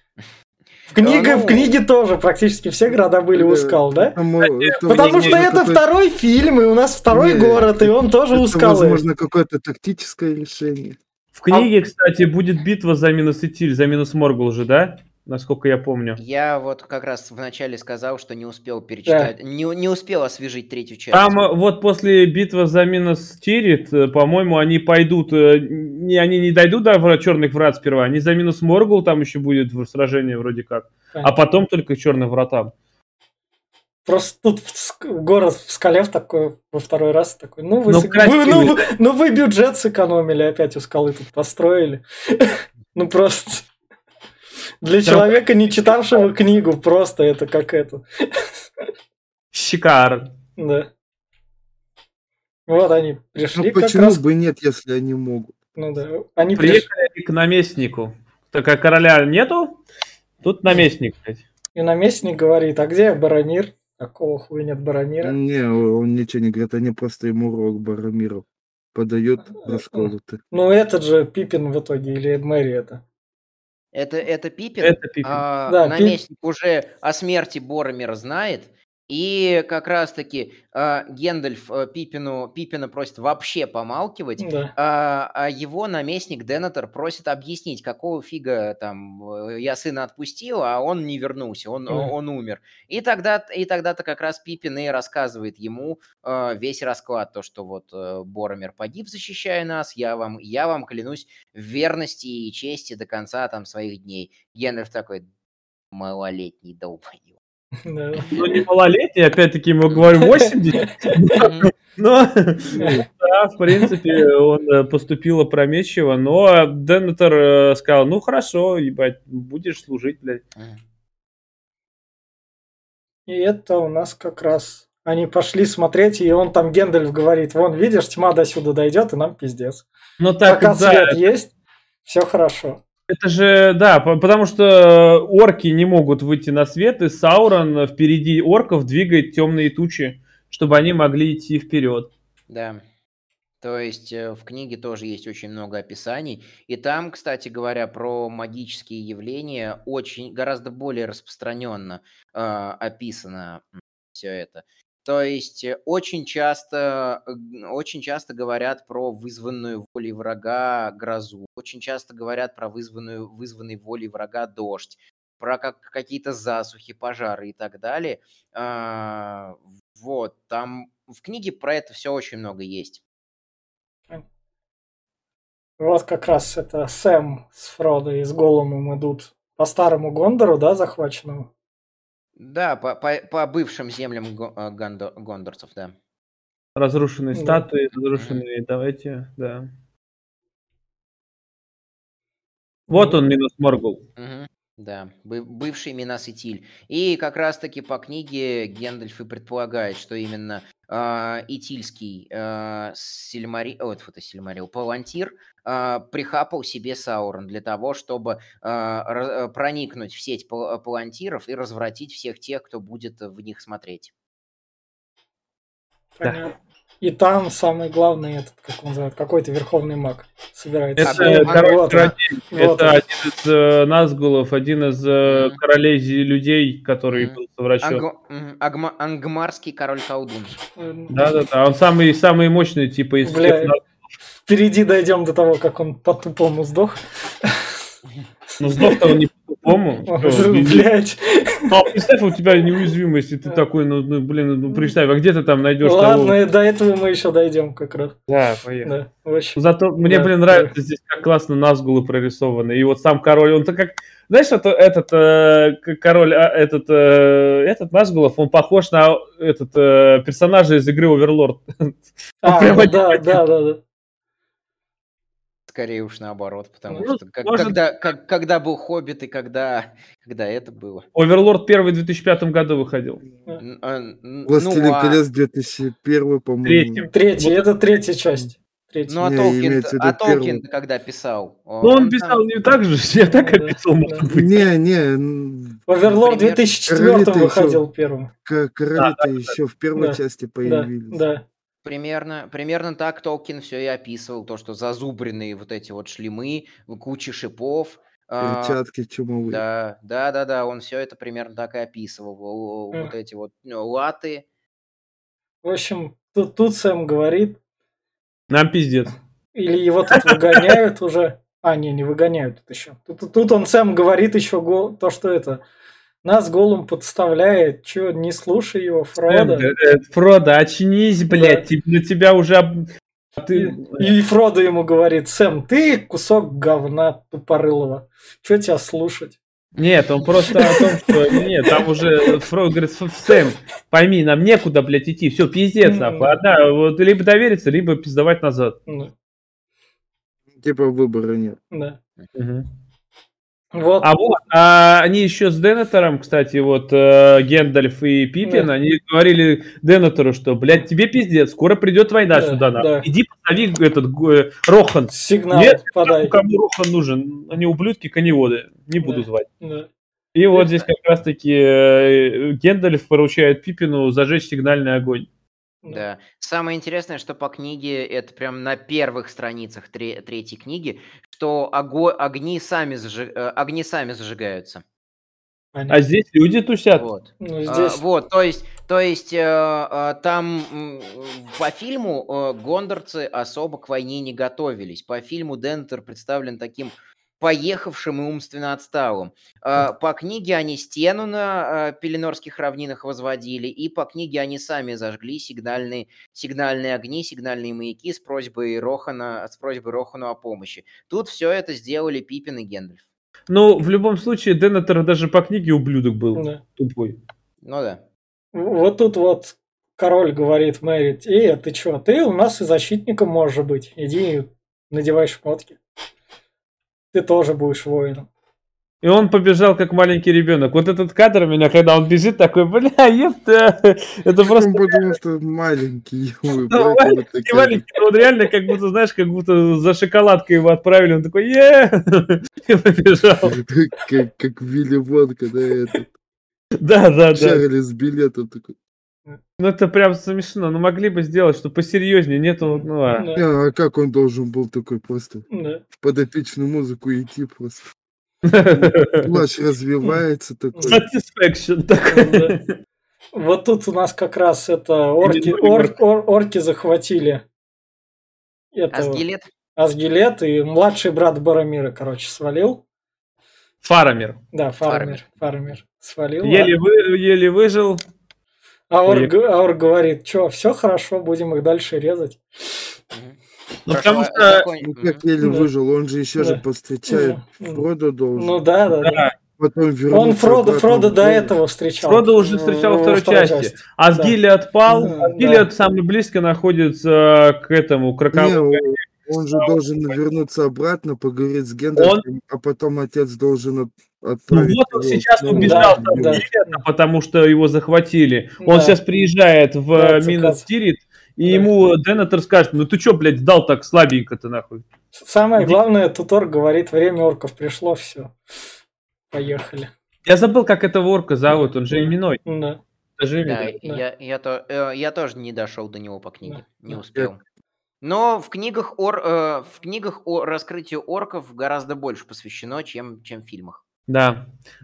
A: В книге,
B: ну-
A: в книге тоже практически все города были у
D: Да,
A: скал, да?
D: Потому, это,
A: Потому
D: возможно,
A: что это
D: какой-
A: второй фильм, и у нас второй
D: Не,
A: город, и он тоже у
D: это,
A: скалы.
D: возможно, какое-то тактическое решение.
C: В книге, кстати, будет битва за минус Итиль, за минус Моргул же, да? Насколько я помню.
B: Я вот как раз вначале сказал, что не успел перечитать, не, не успел освежить третью часть.
C: Там э, вот после битвы за минус Тирит, э, по-моему, они пойдут, э, не, они не дойдут до вра- черных врат сперва, они за минус Моргул там еще будет в- сражение вроде как, а
A: Понятно.
C: потом только к черным вратам.
A: Просто тут в ск- город в скале в такой во второй раз такой. Ну вы,
C: Ну,
A: с- вы-
C: красивый.
A: ну, вы- ну вы бюджет сэкономили, опять у скалы тут построили. Ну просто для человека, не читавшего книгу, просто это как это.
C: Шикар.
A: Да. Вот они
D: Ну
A: пришли как
D: почему
A: раз.
D: бы нет, если они могут?
A: Ну да. Они пришли.
C: Приехали к наместнику. Так как короля нету, тут наместник. блядь.
A: И наместник говорит, а где Баронир? Какого хуя нет Баронира?
D: Не, он ничего не говорит, они просто ему урок Баромиров подают расколотый.
A: Ну этот же Пипин в итоге, или Мэри это.
B: Это, это Пипин.
C: Это Пипин.
B: А,
A: Да,
B: наместник уже о смерти Боромира знает. И как раз-таки а, Гендальф а, Пипину, Пипина просит вообще помалкивать,
A: Да.
B: а, а его наместник Денетер просит объяснить, какого фига там э, я сына отпустил, а он не вернулся, он,
A: Да.
B: он умер. И тогда, и тогда-то как раз Пипин и рассказывает ему э, весь расклад, то, что вот э, Боромир погиб, защищая нас, я вам, я вам клянусь в верности и чести до конца там своих дней. Гендальф такой, малолетний долбоёб.
A: Да.
C: Ну, не малолетний, опять-таки, ему говорю, восемьдесят. Но, да, в принципе, он э, поступил опрометчиво, но Денетер э, сказал, ну, хорошо, ебать, будешь служить, блядь.
A: И это у нас как раз... Они пошли смотреть, и он там, Гендальф, говорит, вон, видишь, тьма до сюда дойдет, и нам пиздец.
C: Ну так,
A: Пока
C: да,
A: свет есть, все хорошо.
C: это же, да, по- потому что орки не могут выйти на свет, и Саурон впереди орков двигает темные тучи, чтобы они могли идти вперед.
B: Да. То есть э, в книге тоже есть очень много описаний. И там, кстати говоря, про магические явления очень гораздо более распространенно э, описано все это. То есть э, очень часто, э, г- очень часто говорят про вызванную волей врага грозу. Очень часто говорят про вызванную, вызванный волей врага дождь. Про как, какие-то засухи, пожары и так далее. А, вот, там в книге про это все очень много есть.
A: Вот как раз это Сэм с Фродо и с Голлумом идут по старому Гондору, да, захваченному?
B: Да, по, по, по бывшим землям го- э, гондо- гондорцев, да.
C: Разрушенные
A: Да.
C: статуи,
B: Мгм.
C: разрушенные, давайте, да. Вот он, минус Моргул.
B: Мгм. Да, бы- бывший Минас Итиль. И как раз-таки по книге Гендальф и предполагает, что именно а, Итильский а, Сильмари... О, вот это Сильмарил, Палантир а, прихапал себе Саурон для того, чтобы а, ра- э, проникнуть в сеть пал- палантиров и развратить всех тех, кто будет в них смотреть.
A: Понятно. И там самый главный этот, как он называет, какой-то верховный маг собирается.
C: Это
B: Огонь,
C: король
A: вот он.
C: чародей.
A: Вот
C: Это
A: он.
C: один из э, Назгулов, один из э,
B: Мгм.
C: королей зи- людей, который
B: Мгм.
C: был совращен.
B: Анг- мгм. Агма- Ангмарский король-колдун.
A: М,
C: Да-да-да, он самый, самый мощный, типа, из всех
A: Бля,
C: Назгулов.
A: впереди дойдем до того, как он по-тупому сдох.
C: Ну, сдох-то он не по-тупому. Что, ви-
A: Блять.
C: Ну, а представь, у тебя неуязвимость, и ты такой, ну, ну, блин, ну, представь, а где ты там найдешь
A: Ладно,
C: того?
A: и до этого мы еще дойдем как раз.
C: Да, поехали.
A: Да, в общем.
C: Зато мне,
A: Да,
C: блин,
A: да.
C: нравится здесь, как классно Назгулы прорисованы. И вот сам король, он-то как... Знаешь, это, этот э, к- король, а, этот, э, этот Назгулов, он похож на этот э, персонажа из игры Оверлорд.
A: А,
C: прям
A: ну
C: один в
A: да,
C: один.
A: да, да, да.
B: Скорее уж наоборот, потому
C: Ну,
B: что как-
C: может-
B: когда, как- когда был Хоббит и когда, когда это было.
C: Оверлорд первый в две тысячи пятом году выходил.
B: Н- а, н-
D: «Властелин
B: Ну, а,
D: колец» две тысячи первый, по-моему.
C: Третьим.
A: Третий,
C: Вот
A: это третья часть. Третий.
B: ну а
D: Не,
B: Толкин,
D: имеется в виду
B: а Толкин
D: первый.
B: когда писал? О,
C: Ну, он
B: он
C: писал
B: там
C: не так же, я так
A: Ну, да,
C: описал,
A: да.
C: может быть.
D: Не, не, м,
A: Оверлорд в
B: Например,
A: две тысячи четвёртом
D: Короли-то
A: выходил
D: еще,
A: первым.
D: к- короли-то еще в первой
A: Да,
D: части
A: Да,
D: появились.
A: да.
B: примерно, примерно так Толкин все и описывал, то, что зазубренные вот эти вот шлемы, куча шипов. а,
D: Перчатки чумовые.
B: Да, да, да, да, он все это примерно так и описывал. О,
A: М.
B: Вот эти вот ну, латы.
A: В общем, тут, тут Сэм говорит,
C: Нам пиздец.
A: или его тут выгоняют уже. А, не, не выгоняют тут еще. Тут, тут он Сэм говорит еще го- то, что это. Нас Голум подставляет. Че, не слушай его, Фродо.
C: Эм, э, Фродо, очнись, блядь,
A: Да.
C: тип- на тебя уже... об- а ты...
A: И, и Фродо ему говорит, Сэм, ты кусок говна тупорылого. Че тебя слушать?
C: Нет, он просто о том, что... Нет, там уже Фродо говорит, «Ф- Сэм, пойми, нам некуда, блядь, идти, все, пиздец,
A: М.
C: нахуй. Одна, вот, либо довериться, либо пиздовать назад.
A: Ну,
D: Типа выбора нет.
A: да.
C: Мгм.
A: Вот.
C: А вот, а они еще с Денетором, кстати, вот э, Гендальф и Пиппин,
A: Да.
C: они говорили Денетору, что, блядь, тебе пиздец, скоро придет война
A: Да,
C: сюда, нахуй.
A: да.
C: Иди позови этот э, Рохан.
A: Сигнал
C: Нет,
A: подай.
C: кому Рохан нужен? Они ублюдки, коневоды. Не буду
A: Да.
C: звать.
A: Да.
C: И вот
A: Это-
C: здесь как раз-таки э, Гендальф поручает Пиппину зажечь сигнальный огонь.
A: Да.
B: Да. Самое интересное, что по книге, это прям на первых страницах тре- третьей книги, что ого- огни, сами зажи- э, огни сами зажигаются.
C: А
A: Понятно.
C: здесь люди тусят.
B: Вот.
A: Ну,
B: А,
A: здесь...
B: вот, то есть, то есть э, э, там м, по фильму э, гондорцы особо к войне не готовились. По фильму Дентер представлен таким поехавшим и умственно отсталым. А, по книге они стену на э, Пеленорских равнинах возводили, и по книге они сами зажгли сигнальные, сигнальные огни, сигнальные маяки с просьбой Рохана, с просьбой Рохану о помощи. Тут все это сделали Пиппин и Гендальф.
C: Ну, в любом случае, Денетер даже по книге ублюдок был.
A: Да.
C: Тупой.
B: Ну да.
A: В- Вот тут вот король говорит Мэри, эй, а ты чё, ты у нас и защитником можешь быть. Иди надевай шмотки. Ты тоже будешь воином.
C: И он побежал, как маленький ребенок. Вот этот кадр у меня, когда он бежит, такой, бля, епта. Это просто...
D: Он потому что маленький, ой,
C: Ну,
D: поэтому
C: маленький,
D: это
C: не
D: кадр.
C: маленький, но он реально как будто, знаешь, как будто за шоколадкой его отправили. Он такой, е и побежал.
D: Как, как Вилли Вонка, да, этот.
C: Да, да, да.
D: Чарли с билетом такой.
C: Ну, это прям смешно. Ну, могли бы сделать, что посерьезнее. Нету, ну, а.
A: Да,
D: А, а как он должен был такой просто
A: да.
D: под эпичную музыку идти просто? Плащ развивается такой.
C: Satisfaction такой.
A: Да. Вот тут у нас как раз это орки,
C: Или
A: ор- ор- орки захватили этого
B: Асгилет?
A: Асгилет, и младший брат Барамира, короче, свалил.
C: Фарамир.
A: Да, фармер, фармер свалил.
C: Еле, вы, еле выжил.
A: А Орк,
C: Ой.
A: г- а Орк говорит, что, все хорошо, будем их дальше резать.
B: Мгм.
C: Ну,
B: Хорошо,
C: потому
B: а
C: что...
B: закон-
D: Ну
B: Мгм.
D: как еле
A: Да.
D: выжил, он же еще же
A: Да.
D: повстречает
A: Да.
D: Фродо должен.
A: Ну да, да, да.
C: Да,
D: Потом
A: Он
D: вернуться
A: Фродо,
D: обратно
A: Фродо
D: в
A: до
D: город.
A: этого встречал.
C: Фродо уже
A: в-
C: встречал во
A: во
C: второй
A: второй
C: части.
A: части.
C: А
A: Да.
C: Асгилет пал.
A: Да.
C: Асгилет самый близко находится к этому, к
D: Не,
C: роковому.
D: он, он же должен вернуться обратно, поговорить с Гендальфом, а потом отец должен от-
C: Ну
D: отправить
C: вот он
D: его
C: сейчас
D: снова
C: убежал
A: Да,
C: от
D: в
A: да.
D: Гиlead.
C: Асгилета, потому что его захватили. Он
A: Да.
C: сейчас приезжает в
A: Да,
C: э, Минас
A: цикад.
C: Тирит, и
A: Да.
C: ему Денетер скажет, ну ты чё, блядь, сдал так слабенько-то нахуй?
A: Самое
C: Иди.
A: главное, тут Орк говорит, время орков пришло, все. Поехали.
C: Я забыл, как этого орка зовут, он же
A: Да.
C: именной.
A: Да.
C: Даже
B: Да,
C: имя.
A: Да.
B: я, я, то, э, я тоже не дошел до него по книге,
A: Да,
B: не
A: да.
B: успел. Но в книгах, ор, э, в книгах о раскрытии орков гораздо больше посвящено, чем, чем в фильмах.
C: Да.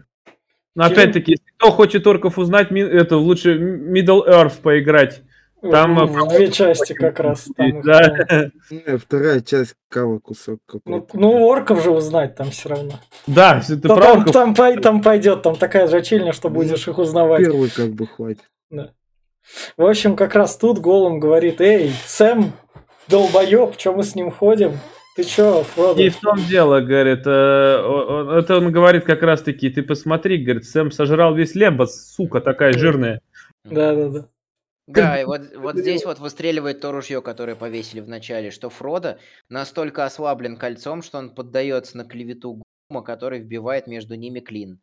C: Но
A: Фильм-
C: опять-таки, если кто хочет орков узнать, ми- это лучше Middle Earth поиграть. Там, э,
A: в две части как раз. Там их,
C: Да.
A: да.
D: Не, вторая часть кава кусок
A: Ну,
D: какой-то.
A: ну, орков же узнать там все равно.
C: Да, если ты
A: То
C: про
A: там,
C: орков...
A: там, пой- там пойдет, там такая дрочильня, что
D: Ну,
A: будешь их узнавать.
D: Первый как бы хватит.
A: Да. В общем, как раз тут Голум говорит, эй, Сэм, долбоеб, что мы с ним ходим? Ты чё, Фродо?
C: И в том дело, говорит, э, он- это он говорит как раз-таки, ты посмотри, говорит, Сэм сожрал весь Лембас, сука такая
A: Да.
C: жирная.
A: Да-да-да.
B: Да, и вот, вот здесь вот выстреливает то ружье, которое повесили в начале, что Фродо настолько ослаблен кольцом, что он поддается на клевету Гума, который вбивает между ними клин.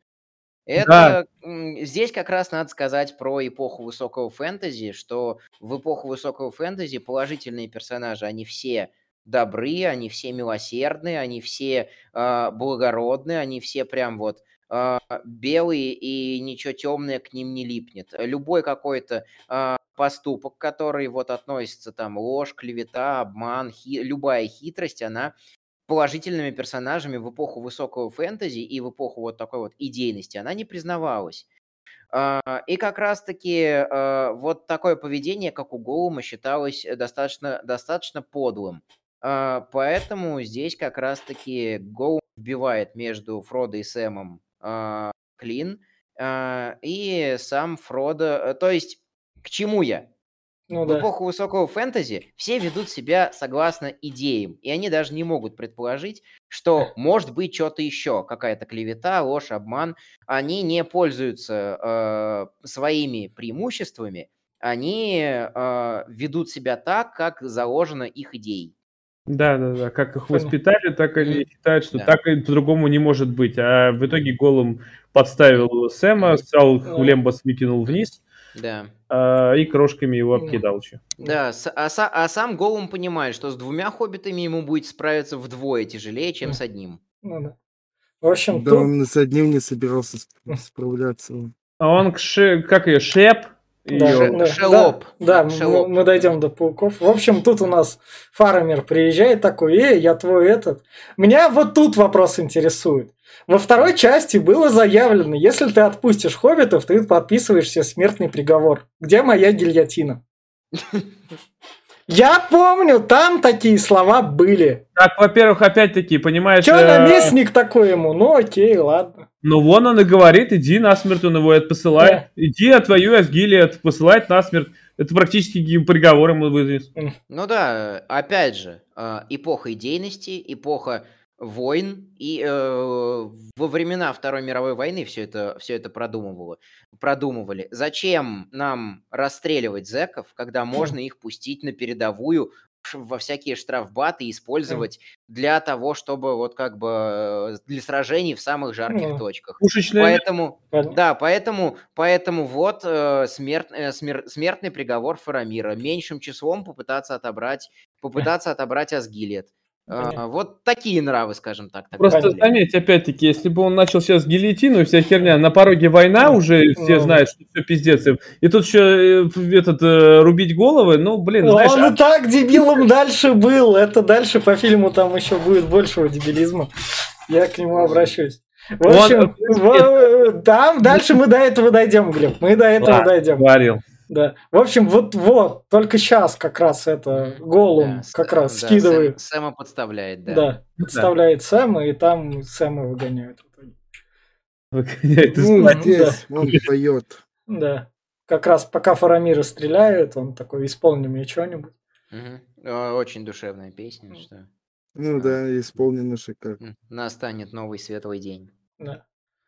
B: Это м, здесь как раз надо сказать про эпоху высокого фэнтези, что в эпоху высокого фэнтези положительные персонажи, они все добры, они все милосердны, они все а, благородны, они все прям вот а, белые, и ничего темное к ним не липнет. Любой какой-то а, поступок, который вот относится там ложь, клевета, обман, хи- любая хитрость, она положительными персонажами в эпоху высокого фэнтези и в эпоху вот такой вот идейности она не признавалась. А, И как раз-таки а, вот такое поведение, как у Голума, считалось э, достаточно, достаточно подлым. А, Поэтому здесь как раз-таки Голум вбивает между Фродо и Сэмом а, клин, а, и сам Фродо... э, То есть, к чему я?
A: Ну
B: В
A: да.
B: эпоху высокого фэнтези все ведут себя согласно идеям, и они даже не могут предположить, что может быть что-то еще, какая-то клевета, ложь, обман. Они не пользуются э, своими преимуществами, они э, ведут себя так, как заложено их идеей.
C: Да, да, да, как их
A: Понял.
C: воспитали, так они
B: Мгм.
C: считают, что
B: Да.
C: так и по-другому не может быть. А в итоге Голум подставил Сэма,
B: Мгм.
C: взял
A: Да.
C: Лембас, выкинул вниз,
B: Да.
C: а, и крошками его
A: Да.
C: обкидал еще.
B: Да, с- а, са- а сам Голум понимает, что с двумя хоббитами ему будет справиться вдвое тяжелее, чем
A: Да.
B: с одним.
A: Ну да. В общем,
D: Да
A: тут...
D: он с одним не собирался сп- справляться.
C: А он, к ше- как ее, Шеп?
A: Да,
C: Её-
B: Ше-
A: да,
B: шелоп.
A: Да, да,
B: Шелоп.
A: мы, мы дойдем до пауков. В общем, тут у нас фармер приезжает такой, эй, я твой этот. Меня вот тут вопрос интересует. Во второй части было заявлено, если ты отпустишь хоббитов, ты подписываешь себе смертный приговор. Где моя гильотина? Я помню, там такие слова были.
C: Так, во-первых, опять-таки, понимаешь...
A: Че
C: э,
A: наместник такой ему? Ну окей, ладно.
C: Ну, вон он и говорит, иди насмерть, он его посылает. Иди отвоюй Асгилет, посылает насмерть. Это практически приговор ему вынес.
B: Ну да, опять же, а, эпоха идейности, эпоха войн, и э, во времена Второй мировой войны все это, все это продумывало, продумывали. Зачем нам расстреливать зэков, когда можно их пустить на передовую во всякие штрафбаты использовать для того, чтобы вот как бы для сражений в самых жарких
A: Ну,
B: точках.
C: Пушечное
B: Поэтому,
A: понятно.
B: да, поэтому, поэтому вот э, смерт, э, смер- смертный приговор Фарамира. Меньшим числом попытаться отобрать, попытаться отобрать Асгилет. А,
A: Понятно.
B: вот такие нравы, скажем так, тогда
C: Просто
B: были.
C: заметь, опять-таки, если бы он начал сейчас гильотину и вся херня, на пороге война уже, все
A: Ну.
C: знают, что все пиздец им, и тут еще э, этот, э, рубить головы, ну, блин, знаешь,
A: Он
C: а-
A: и так дебилом дальше был. Это дальше по фильму там еще будет большего дебилизма. Я к нему обращусь. В
C: Он,
A: общем,
C: в принципе,
A: в- там дальше мы до этого дойдем, Глеб. Мы до этого
C: ладно,
A: дойдем.
C: говорил.
A: Да. В общем, вот вот только сейчас как раз это
B: Мгм.
A: Голум
B: Да, с-
A: как
B: э,
A: раз
B: да,
A: скидывает.
B: Сэм- Сэма подставляет, да.
A: Да,
C: Ну да.
A: подставляет Сэма, и там Сэма выгоняют. в итоге.
C: Выгоняет из
D: Ну,
A: Ну,
D: здесь он поет.
A: Да. Как раз пока Фарамира стреляют, он такой: исполни мне что-нибудь.
B: Мгм. Э, Очень душевная песня, что
D: Ну
B: а,
D: да, исполнено шикарно.
B: м, настанет новый светлый день.
A: Да.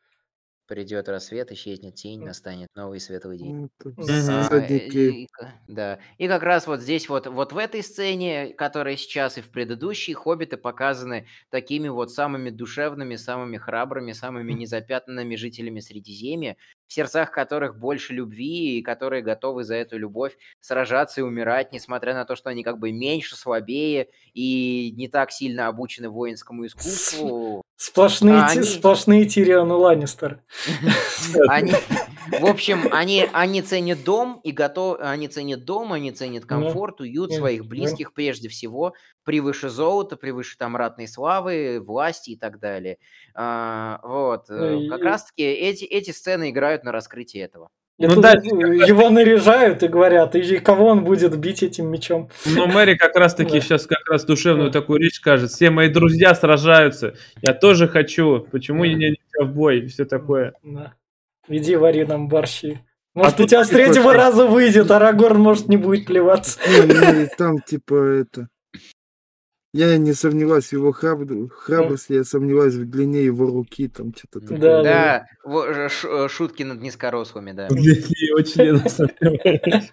B: Придет рассвет, исчезнет тень, настанет новый светлый день.
D: Ну, тут
A: Да.
C: Мгм.
B: А,
D: всадники.
B: и к- да. И как раз вот здесь вот, вот в этой сцене, которая сейчас и в предыдущей, хоббиты показаны такими вот самыми душевными, самыми храбрыми, самыми незапятнанными жителями Средиземья, в сердцах которых больше любви и которые готовы за эту любовь сражаться и умирать, несмотря на то, что они как бы меньше, слабее и не так сильно обучены воинскому искусству.
A: Сплошные,
B: А
A: ти-
B: они,
A: сплошные Тирион и Ланнистер.
B: они, в общем, они, они ценят дом и готов, они ценят дом, они ценят
A: Ну,
B: комфорт, уют
A: ну,
B: своих
A: ну.
B: близких прежде всего, превыше золота, превыше там ратной славы, власти и так далее. А, вот,
A: Ну,
B: э,
A: и-
B: как раз-таки эти, эти сцены играют на раскрытии этого.
A: И
C: Ну
A: тут
C: да,
A: его наряжают и говорят: и кого он будет бить этим мечом?
C: но Мэри как раз-таки
A: Да.
C: сейчас как раз душевную
A: Да.
C: такую речь скажет. Все мои друзья сражаются, я тоже хочу. Почему
A: Да.
C: я не в бой и все такое.
A: Да. Иди вари нам борщи. Может,
C: А
A: у тебя
C: тут
A: с третьего
D: типа-
A: раза выйдет, Арагорн, может, не будет плеваться.
D: Не, ну и там типа это. Я не сомневаюсь в его храбр- храбрости, я сомневаюсь в длине его руки, там что-то такое.
A: Да, да.
B: Да, во- э, ш- э, шутки над низкорослыми, да.
C: Для нее члена сомневаюсь.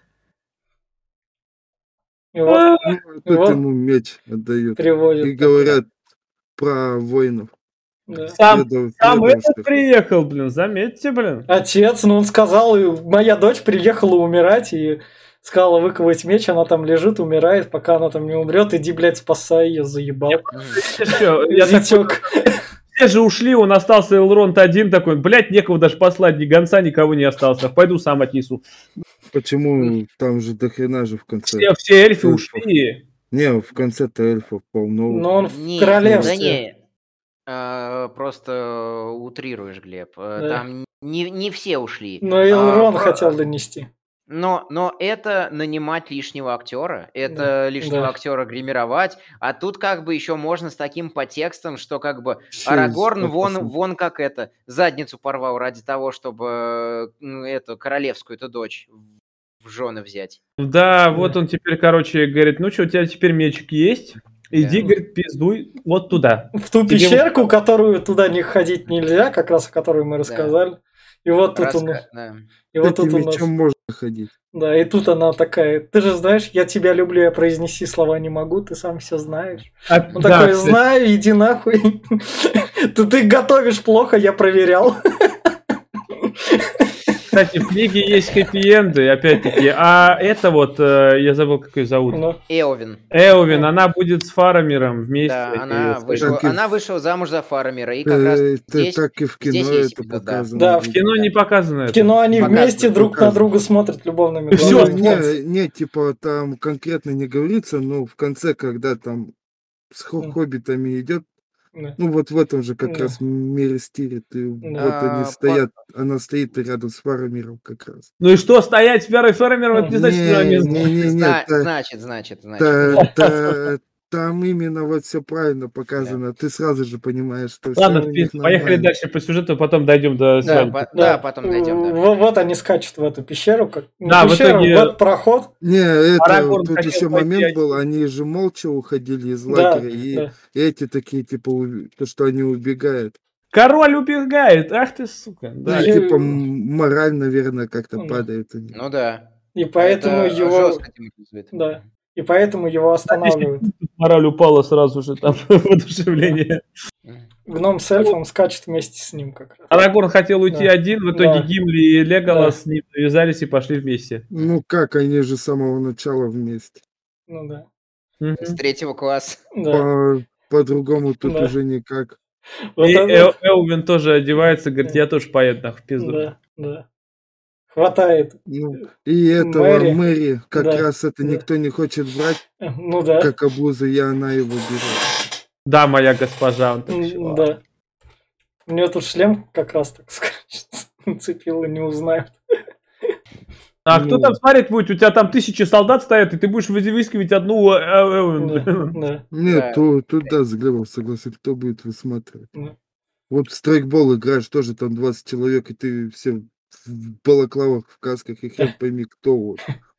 A: И вот
C: А,
D: Ну, а тут
A: вот
D: ему меч отдают.
A: приводит.
D: И
A: такой.
D: говорят про воинов.
A: Да.
C: Сам,
D: Следов-
C: сам этот
D: следовавших.
C: приехал, блин, заметьте, блин.
A: Отец, ну он сказал, и моя дочь приехала умирать, и сказала выковать меч, она там лежит, умирает, пока она там не умрет, иди, блядь, спасай ее, заебал.
B: Мгм.
C: Видишь, чё, я такой,
A: Зятёк.
C: все же ушли, он остался Элронд один такой, блядь, некого даже послать, ни гонца, никого не осталось. Пойду сам отнесу.
D: Почему там же до хрена же в конце?
C: Все, все эльфы
D: Эльфов.
C: ушли.
D: Не, в конце-то эльфов полно.
A: Но он в
B: Не,
A: королевстве.
B: да не, а, просто утрируешь, Глеб. Э,
A: Да.
B: Там не, не все ушли.
A: Но
B: А,
A: Элрон
B: про-
A: хотел донести.
B: Но, но это нанимать лишнего актера, это
A: Да,
B: лишнего
A: да.
B: актера гримировать, а тут как бы еще можно с таким подтекстом, что как бы
D: Вообще
B: Арагорн
D: с
B: вон,
D: пафосом.
B: вон как это, задницу порвал ради того, чтобы м, эту королевскую эту дочь в жены взять.
C: Да,
A: Да.
C: вот он теперь, короче, говорит, ну что, у тебя теперь мечик есть? Иди,
A: Да.
C: говорит, пиздуй вот туда.
A: В ту
C: Тебе
A: пещерку, которую туда не ходить нельзя, как раз о которой мы
B: Да.
A: рассказали. И вот тут он,
B: Раска- да.
A: и вот
D: Кстати,
A: тут у нас,
D: мечом можно ходить.
A: да, и тут она такая: ты же знаешь, я тебя люблю, я произнести слова не могу, ты сам все знаешь.
C: А,
A: Он
C: да,
A: такой:
C: кстати,
A: знаю, иди нахуй. Ты, ты готовишь плохо, я проверял.
C: кстати, в книге есть хэппи-энды, опять-таки. А это вот, э, я забыл, как ее зовут.
A: Ну,
B: Эовин.
C: Эовин, она будет с Фарамиром вместе.
B: Да,
C: и
B: она
C: с-
B: вышла,
D: Так и
B: она
D: в-
B: вышла замуж за Фарамира, и как раз
D: Э, это
B: здесь,
D: так и в
B: здесь
D: кино
B: есть
D: это
B: эпизод, да.
D: показано.
A: Да,
C: В
D: будет.
C: кино не показано
A: в
C: это.
A: кино они
B: Показывают,
A: вместе друг на
D: показывают.
A: друга смотрят любовными
C: Всё,
D: Ну,
A: глазами.
D: не, не, типа там конкретно не говорится, но в конце, когда там с хо-
A: М.
D: хоббитами идет,
A: Да.
D: ну вот в этом же как
A: Да.
D: раз мире стирит, и
A: Да.
D: вот они
B: А,
D: стоят, она стоит рядом с Фарамиром как раз.
C: Ну и что, стоять с Верой Фарамиром, это не значит, что она
D: Не,
C: не-
D: не, не, не,
B: Зна-
D: та-
B: значит, значит, значит.
D: та- та- там именно вот все правильно показано. Ты сразу же понимаешь, что все
C: Ладно,
D: у
C: в
D: них
C: принципе, поехали
D: нормально.
C: дальше по сюжету, потом дойдем до
B: Да,
C: свадьбы.
B: по- да, потом дойдем, да.
A: В- Вот они скачут в эту пещеру, как не
C: Да, в
A: пещеру,
C: итоге-
A: в этот проход.
D: Не, это
C: Арагорн
D: тут
C: хотел
D: еще
C: пойти
D: момент
C: один.
D: был, они же молча уходили из
A: Да,
D: лагеря, и
A: да.
D: эти такие, типа, уби- то, что они убегают.
C: Король убегает, ах ты, сука.
D: Ну,
C: Да.
A: Я-
D: типа, м- мораль, наверное, как-то
A: Ну,
D: падает. у них.
B: Ну да.
A: И поэтому
B: Это
A: его...
B: жестко деморализует.
A: Да. и поэтому его останавливают.
C: Мораль упала сразу же, там, воодушевление.
A: Гном с эльфом скачет вместе с ним как раз.
C: Арагорн хотел уйти
A: Да.
C: один, в итоге
A: Да.
C: Гимли и Леголас
A: Да.
C: с ним навязались и пошли вместе.
D: Ну как, они же с самого начала вместе.
A: Ну да.
C: Мгм.
B: С третьего класса.
A: Да.
D: По- По-другому тут
A: Да.
D: уже никак.
A: Вот
C: И
A: это-
C: Эл- Элвин тоже одевается, говорит,
A: Да.
C: я тоже поеду нахуй в пизду.
A: Да, да. Хватает.
D: Ну, и этого
A: Мэри.
D: Мэри, как
A: Да.
D: раз это
A: Да.
D: никто не хочет брать,
A: Ну да.
D: как обузу, и она его берет.
C: Да, моя госпожа, он так
A: М,
C: еще.
A: Да. У него тут шлем как раз так скачется. Нацепил и не узнают.
C: А
D: Ну.
C: кто там смотреть будет? У тебя там тысячи солдат стоят, и ты будешь вы- выискивать одну э, Элвин,
A: Да,
C: блин.
A: да.
D: Нет,
B: Да.
D: то, туда взглянул, согласен, кто будет высматривать.
A: Да.
D: Вот в страйкбол играешь, тоже там двадцать человек, и ты все в балаклавах, в касках, и хрен пойми, кто вот.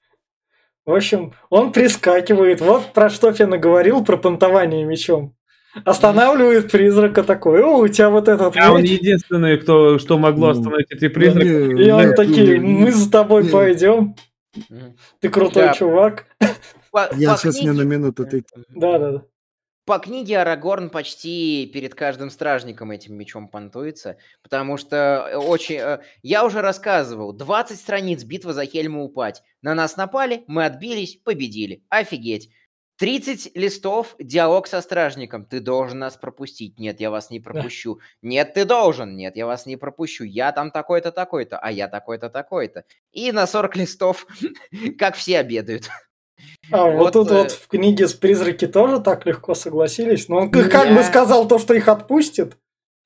A: В общем, он прискакивает. Вот про что Фена говорил, про понтование мечом. Останавливает призрака такой. О, у тебя вот этот
C: А он
A: меч.
C: единственный, кто, что могло
D: Ну,
C: остановить эти призраки.
D: Не,
A: И он
D: нет,
A: такие,
D: ну,
A: мы за тобой
D: не.
A: пойдем.
B: Мгм.
A: Ты крутой
B: Да.
A: чувак.
B: По,
D: Я
B: по
D: сейчас не
B: книге-
D: на минуту ты.
A: Да, да, да.
B: По книге Арагорн почти перед каждым стражником этим мечом понтуется, потому что э, очень... э, Я уже рассказывал, двадцать страниц битва за Хельму упать. На нас напали, мы отбились, победили. Офигеть. тридцать листов, диалог со стражником. Ты должен нас пропустить. Нет, я вас не пропущу. Нет, ты должен. Нет, я вас не пропущу. Я там такой-то, такой-то, а я такой-то, такой-то. И на сорок листов, как все обедают.
A: А вот,
B: Вот,
A: тут
B: э,
A: вот в книге с призраки тоже так легко согласились. Но он
B: Я-
A: как бы сказал то, что их отпустит.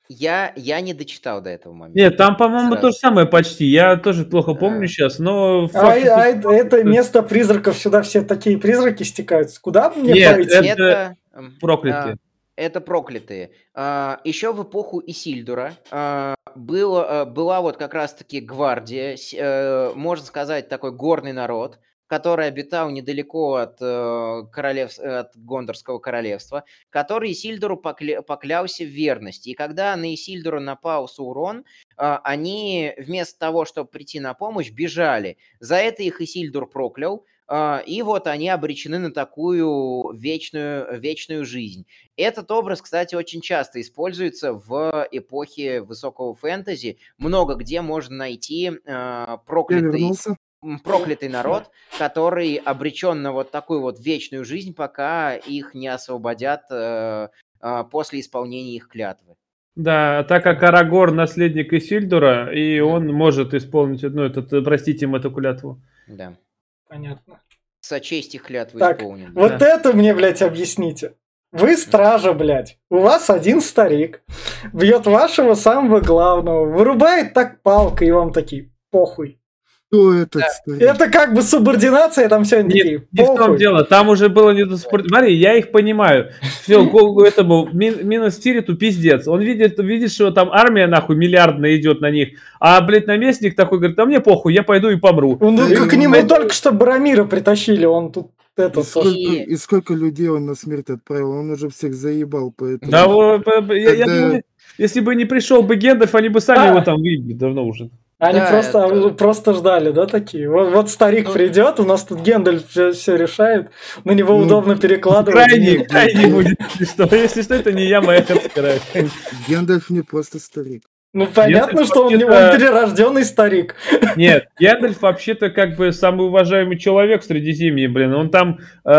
B: Я, я не дочитал до этого момента.
C: Нет, там, по-моему,
B: Сразу.
C: то же самое почти. Я тоже плохо
B: А.
C: помню сейчас, но...
A: А,
C: факт, что-
A: а это, это место призраков, сюда все такие призраки стекаются. Куда мне
C: Нет,
A: пойти?
C: это-
B: Это, м,
C: проклятые.
B: а, это проклятые. А, еще в эпоху Исильдура а, было, а, была вот как раз-таки гвардия, с- э, можно сказать, такой горный народ, который обитал недалеко от, э, королев- э, от Гондорского королевства, который Исильдуру покля- поклялся в верности. И когда на Исильдура напал Саурон, а, они вместо того, чтобы прийти на помощь, бежали. За это их Исильдур проклял, а, и вот они обречены на такую вечную, вечную жизнь. Этот образ, кстати, очень часто используется в эпохе высокого фэнтези. Много где можно найти а,
D: Я
B: проклятый,
D: вернулся.
B: м, проклятый народ, который обречен на вот такую вот вечную жизнь, пока их не освободят э, а, после исполнения их клятвы.
C: Да, так как Арагорн наследник Исильдура, и
B: Мгм.
C: он может исполнить, ну, этот, э, простите им эту клятву.
B: Да.
A: Понятно.
B: Сочесть их клятву
A: Так,
B: исполнен.
A: вот
C: Да.
A: это мне, блядь, объясните. Вы стража, блядь. У вас один старик бьет вашего самого главного, вырубает так палкой, и вам такие, похуй.
D: Кто этот старик?
A: Это как бы субординация, там все они
C: Не,
A: такие,
C: не в том
A: похуй.
C: дело, там уже было не до спорта. Смотри, я их понимаю. Все, этому Мин- Минос Тириту пиздец. Он видит, видит, что там армия нахуй миллиардная идет на них, а, блядь, наместник такой говорит, а мне похуй, я пойду и помру.
A: Ну,
D: Да,
A: к
D: и-
A: нему только что Барамира притащили, он тут это...
D: И сколько,
B: И-
D: и сколько людей он на смерть отправил? Он уже всех заебал, поэтому...
C: Да, вот, я, я
D: Когда-
C: думаю, если бы не пришел бы Гендальф, они бы сами
A: А.
C: его там выбили давно уже.
A: Они
B: Да,
A: просто,
B: это-
A: просто ждали, да, такие? Вот, вот старик
B: Ну-
A: придет, у нас тут Гендальф все, решает, на него
D: Ну,
A: удобно перекладывать.
C: Крайний,
D: нет,
C: крайний
D: нет.
C: будет, если что. Если что, это не я, моя вторая.
D: Гендальф не просто старик.
A: Ну, понятно,
C: Гендальф
A: что он, не- он
C: вообще-то-
A: перерожденный старик.
C: Нет, Гендальф вообще-то как бы самый уважаемый человек в Средиземье, блин. Он там, э,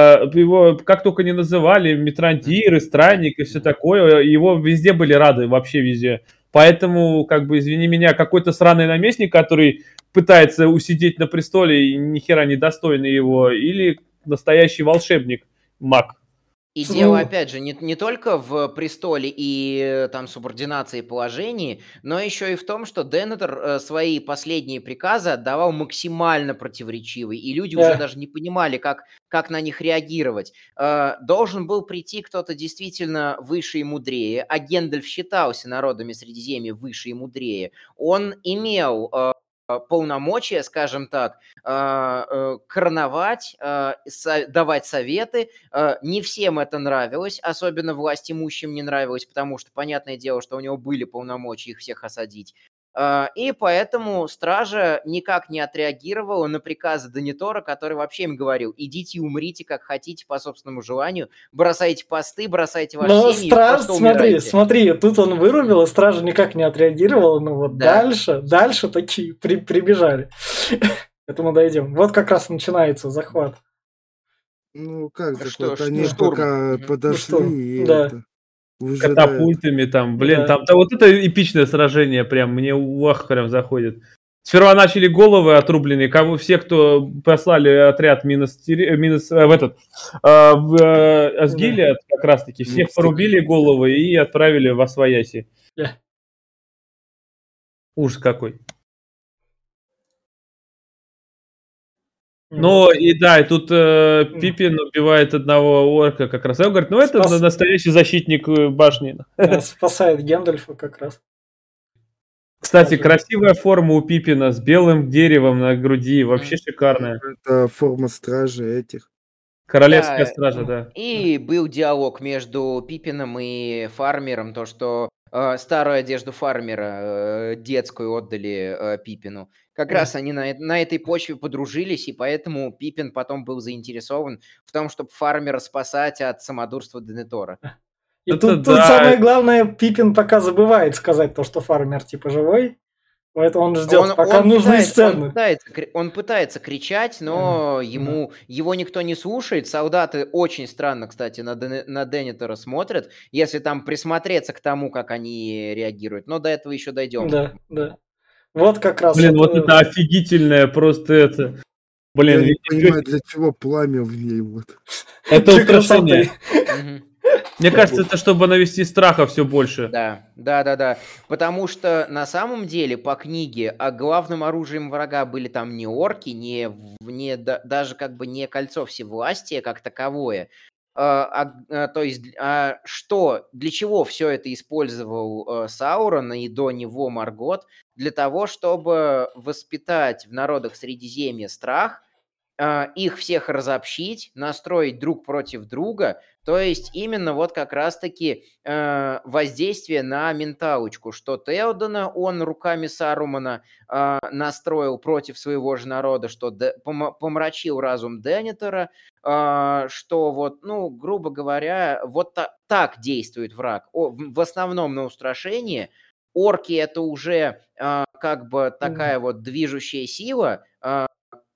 C: его как только не называли, метрантир, странник и все такое, его везде были рады, вообще везде. Поэтому, как бы, извини меня, какой-то сраный наместник, который пытается усидеть на престоле и ни хера не достойный его, или настоящий волшебник, маг.
B: И
A: Ну-
B: дело, опять же, не, не только в престоле и э, там субординации и положении, но еще и в том, что Денетер э, свои последние приказы отдавал максимально противоречивые, и люди
A: Да.
B: уже даже не понимали, как, как на них реагировать. Э, должен был прийти кто-то действительно выше и мудрее, а Гендальф считался народами Средиземья выше и мудрее. Он имел э, полномочия, скажем так, э, э, короновать, э, со- давать советы. Э, Не всем это нравилось, особенно власть имущим не нравилось, потому что, понятное дело, что у него были полномочия их всех осадить. А, И поэтому стража никак не отреагировала на приказы Денитора, который вообще им говорил: идите и умрите как хотите по собственному желанию, бросайте посты, бросайте ваши
A: Но
B: семьи и
A: страж,
B: просто
A: смотри,
B: умирайте.
A: смотри, тут он вырубил, и стража никак не отреагировала, ну вот
B: Да.
A: дальше, дальше такие при- прибежали. Это мы дойдем. Вот как раз начинается захват.
D: Ну, как
B: Что,
D: захват?
B: ш-
D: Они
B: штурм.
D: пока
B: Мгм.
A: Ну что,
D: подошли и
A: да,
D: это выжидают.
C: Катапультами там, блин,
A: да.
C: там, там вот это эпичное сражение прям, мне уах прям заходит. Сперва начали головы отрубленные, кого, все, кто послали отряд минус, минус э, в этот, э, в э, Асгиле, как раз таки, всех
D: Минус
C: порубили головы и отправили в Освояси.
A: Да.
C: Ужас какой.
A: Ну
C: Ну,
A: вот.
C: и да, и тут э, Пипин убивает одного орка как раз. И он говорит, ну это
A: Спас-
C: настоящий защитник э, башни.
A: Да, спасает Гендальфа как раз.
C: Кстати,
A: Скажи.
C: красивая форма у Пипина с белым деревом на груди, вообще шикарная.
D: Это форма стражи этих.
C: Королевская
B: Да,
C: стража, да.
B: И был диалог между Пипином и фармером, то, что э, старую одежду фармера, э, детскую, отдали э, Пипину. Как
A: Да.
B: раз они на, э- на этой почве подружились, и поэтому Пипин потом был заинтересован в том, чтобы фармера спасать от самодурства Денетора.
A: И
C: Это
A: тут, тут
C: да.
A: самое главное, Пипин пока забывает сказать то, что фармер типа живой, поэтому он ждет,
B: Он,
A: пока
B: он
A: нужные
B: пытается, он,
A: сцены.
B: пытается, кри- он пытается кричать, но ему, его никто не слушает. Солдаты очень странно, кстати, на, Дене- на Денетора смотрят, если там присмотреться к тому, как они реагируют. Но до этого еще дойдем.
A: Да, да. Вот как раз
C: Блин,
A: это-
C: вот это офигительное просто это. Блин,
D: Я не
C: видите,
D: понимаю, для чего пламя в ней. Вот.
C: это
A: для
C: устрашение.
A: красоты.
B: Мгм.
C: Мне кажется, это чтобы навести страха все больше.
B: Да, да, да, да. Потому что на самом деле по книге а главным оружием врага были там не орки, не, в- не да- даже как бы не кольцо всевластия как таковое. А, а, а, то есть, д- а что, для чего все это использовал э, Саурон и до него Маргот? Для того, чтобы воспитать в народах Средиземья страх, а, их всех разобщить, настроить друг против друга, то есть именно вот как раз-таки э, воздействие на менталочку, что Теодена он руками Сарумана а, настроил против своего же народа, что Де- помо- помрачил разум Денетера, а, что вот, ну, грубо говоря, вот та- так действует враг. О, в в основном на устрашение. Орки это уже а, как бы такая вот движущая сила, а,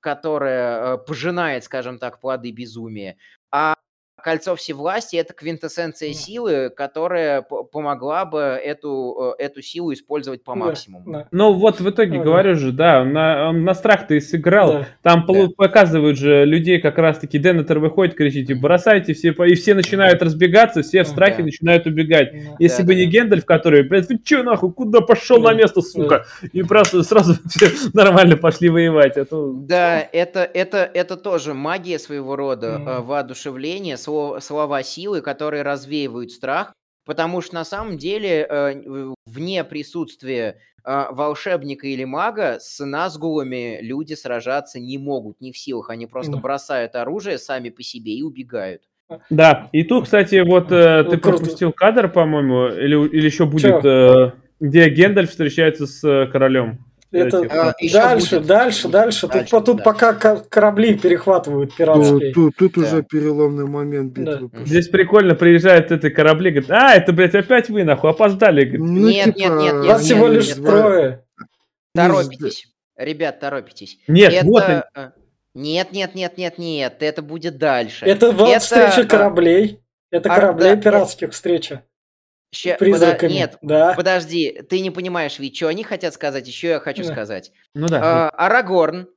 B: которая э, пожинает, скажем так, плоды безумия. А кольцо всевластия — это квинтэссенция
A: Да.
B: силы, которая п- помогла бы эту, э, эту силу использовать по
A: Да,
B: максимуму.
A: да,
C: Ну вот в итоге
A: Ага.
C: говорю же, да, на, он на страх-то и сыграл.
A: да.
C: Там полу-
B: Да.
C: показывают же людей, как раз-таки Денетер выходит, кричите, бросайте все, по- и все начинают разбегаться, все в страхе
B: Да.
C: начинают убегать.
A: Да.
C: Если
B: Да,
C: бы
B: да,
C: не
B: да.
C: Гендальф, который, блядь, вы че нахуй, куда пошел
A: Да,
C: на место, сука? И просто сразу все нормально пошли воевать. А то-
B: Да, это, это, это тоже магия своего рода,
A: Мгм.
B: э, воодушевление, сло- слова силы, которые развеивают страх, потому что на самом деле э, в- вне присутствия э, волшебника или мага с назгулами люди сражаться не могут, не в силах, они просто
A: Да.
B: бросают оружие сами по себе и убегают.
C: Да, и тут, кстати, вот э,
A: Ну,
C: ты
A: круто.
C: пропустил кадр, по-моему, или, или еще будет,
A: Чё?
C: э, где Гендальф встречается с э, королем.
A: Это
C: Этих,
B: А,
C: э,
B: ещё
A: дальше,
B: будет,
A: дальше,
B: будет,
A: дальше. Тут,
B: дальше,
A: по- тут
B: да.
A: пока ко- корабли перехватывают
D: Тут,
A: пиратские.
D: тут, тут
B: Да.
D: уже переломный момент битвы.
A: Да.
D: пошел.
C: Здесь прикольно, приезжают эти корабли, говорят, а, это, блядь, опять вы, нахуй, опоздали. Говорит,
D: Ну,
B: Нет,
D: типа,
B: нет, нет, нет,
A: Вас
D: они
A: всего
B: нет,
A: лишь
B: нет.
D: два-
A: трое.
D: не жд-
B: Торопитесь, ребят, торопитесь.
C: Нет, вот они.
B: Это... э, Нет, нет, нет, нет, нет, это будет дальше.
A: Это вот
B: Это,
A: встреча
B: э,
A: кораблей. Это
B: ар-
A: кораблей
B: да, э,
A: пиратских встреча.
B: ща-
A: С призраками.
B: подо- Нет,
A: Да.
B: подожди, ты не понимаешь, ведь что они хотят сказать, еще я хочу
A: Да.
B: сказать.
C: Ну да.
B: А, Арагорн,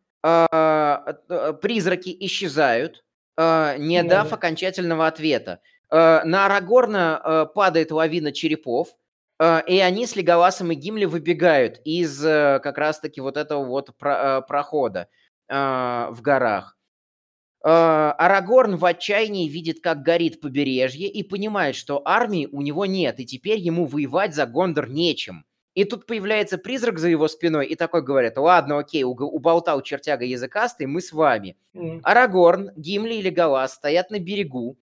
B: а, э, призраки исчезают, а, не
A: Ну
B: дав
A: да.
B: окончательного ответа. А, На Арагорна а, падает лавина черепов, а, и они с Леголасом и Гимли выбегают из э, как раз-таки вот этого вот про- э, прохода а, в горах. А, Арагорн в отчаянии видит, как горит побережье, и понимает, что армии у него нет, и теперь ему воевать за Гондор нечем. И тут появляется призрак за его спиной, и такой говорит: ладно, окей, уг- уболтал чертяга языкастый, мы с вами.
A: М.
B: Арагорн, Гимли и Леголас стоят на берегу,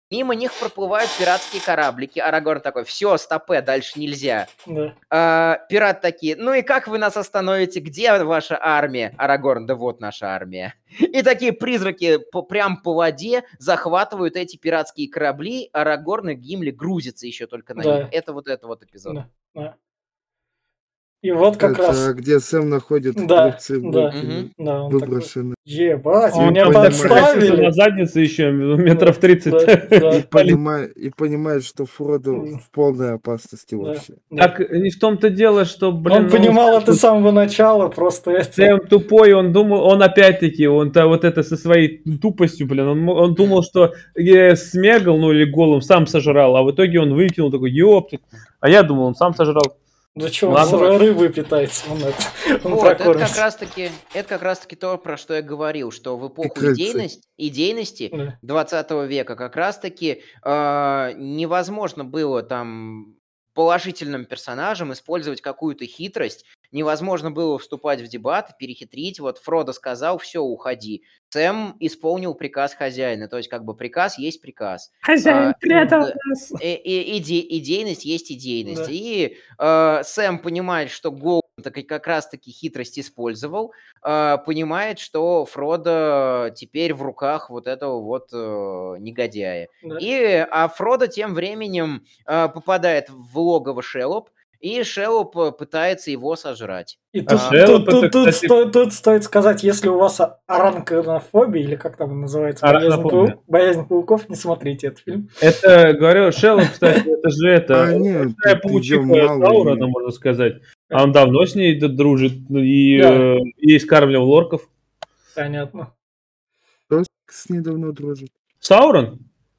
B: Мимо них проплывают пиратские кораблики. Арагорн такой, все, стопэ, дальше нельзя.
A: Да.
B: А, пираты такие, ну и как вы нас остановите? Где ваша армия? Арагорн, да вот наша армия. И такие призраки по, прям по воде захватывают эти пиратские корабли. Арагорн и Гимли грузятся еще только на
A: Да.
B: них. Это вот это вот эпизод.
A: Да, да. И вот как
D: Это
A: раз...
D: где Сэм находит
A: Да,
D: трубцы
A: да.
D: выкину-
A: Да, он такой,
D: выброшены.
A: ебать,
C: Он
A: меня
C: там
D: понимает.
A: подставили.
C: на заднице еще метров
A: Да,
C: тридцать.
A: да.
D: И понимает, и понимает, что Фродо
A: М.
D: в полной опасности
A: Да,
D: вообще.
A: да.
C: Так не в том-то дело, что, блин,
A: Он
C: ну,
A: понимал это
C: Сэм
A: с самого начала, просто это...
C: Сэм тупой, он думал, он опять-таки, он-то вот это со своей тупостью, блин, он, мо- он думал, что э, Смегл, ну или Голум сам сожрал, а в итоге он выкинул такой, ёптик. А я думал, он сам сожрал.
A: Да что, он
C: Ладно.
A: с рыбы питается, он, это, он
B: Вот, это как
A: прокормится.
B: раз-таки, это как раз-таки то, про что я говорил, что в эпоху
D: кольца.
B: идейность, идейности
A: Да.
B: двадцатого века как раз-таки э, невозможно было там положительным персонажам использовать какую-то хитрость, невозможно было вступать в дебаты, перехитрить. Вот Фродо сказал, все, уходи. Сэм исполнил приказ хозяина, то есть как бы приказ есть приказ.
C: Хозяин
B: А,
C: предал
B: да.
C: нас.
B: И- и- иде- идейность есть идейность.
A: Да.
B: И э, Сэм понимает, что Голум так и как раз-таки хитрость использовал, э, понимает, что Фродо теперь в руках вот этого вот э, негодяя.
A: Да.
B: И, а Фродо тем временем э, попадает в логово Шеллоп, и Шеллоп э, пытается его сожрать.
A: И
C: А
A: тут,
C: Шеллоп
A: тут,
C: это,
A: тут, тут
C: кстати-
A: сто- тут стоит сказать, если у вас а- арахнофобия, или как там называется, боязнь,
C: Арахнофобия.
A: пау- боязнь пауков, не смотрите этот фильм.
C: Это, говорю, Шеллоп, кстати, это же это,
D: А нет,
C: большая
D: тут
C: паучиха
D: её мало
C: Саурона,
D: и-
C: можно сказать. А он давно с ней д- дружит и,
A: Да.
C: э, и скармливал орков.
A: Понятно.
D: Кто с ней давно дружит?
C: Саурон?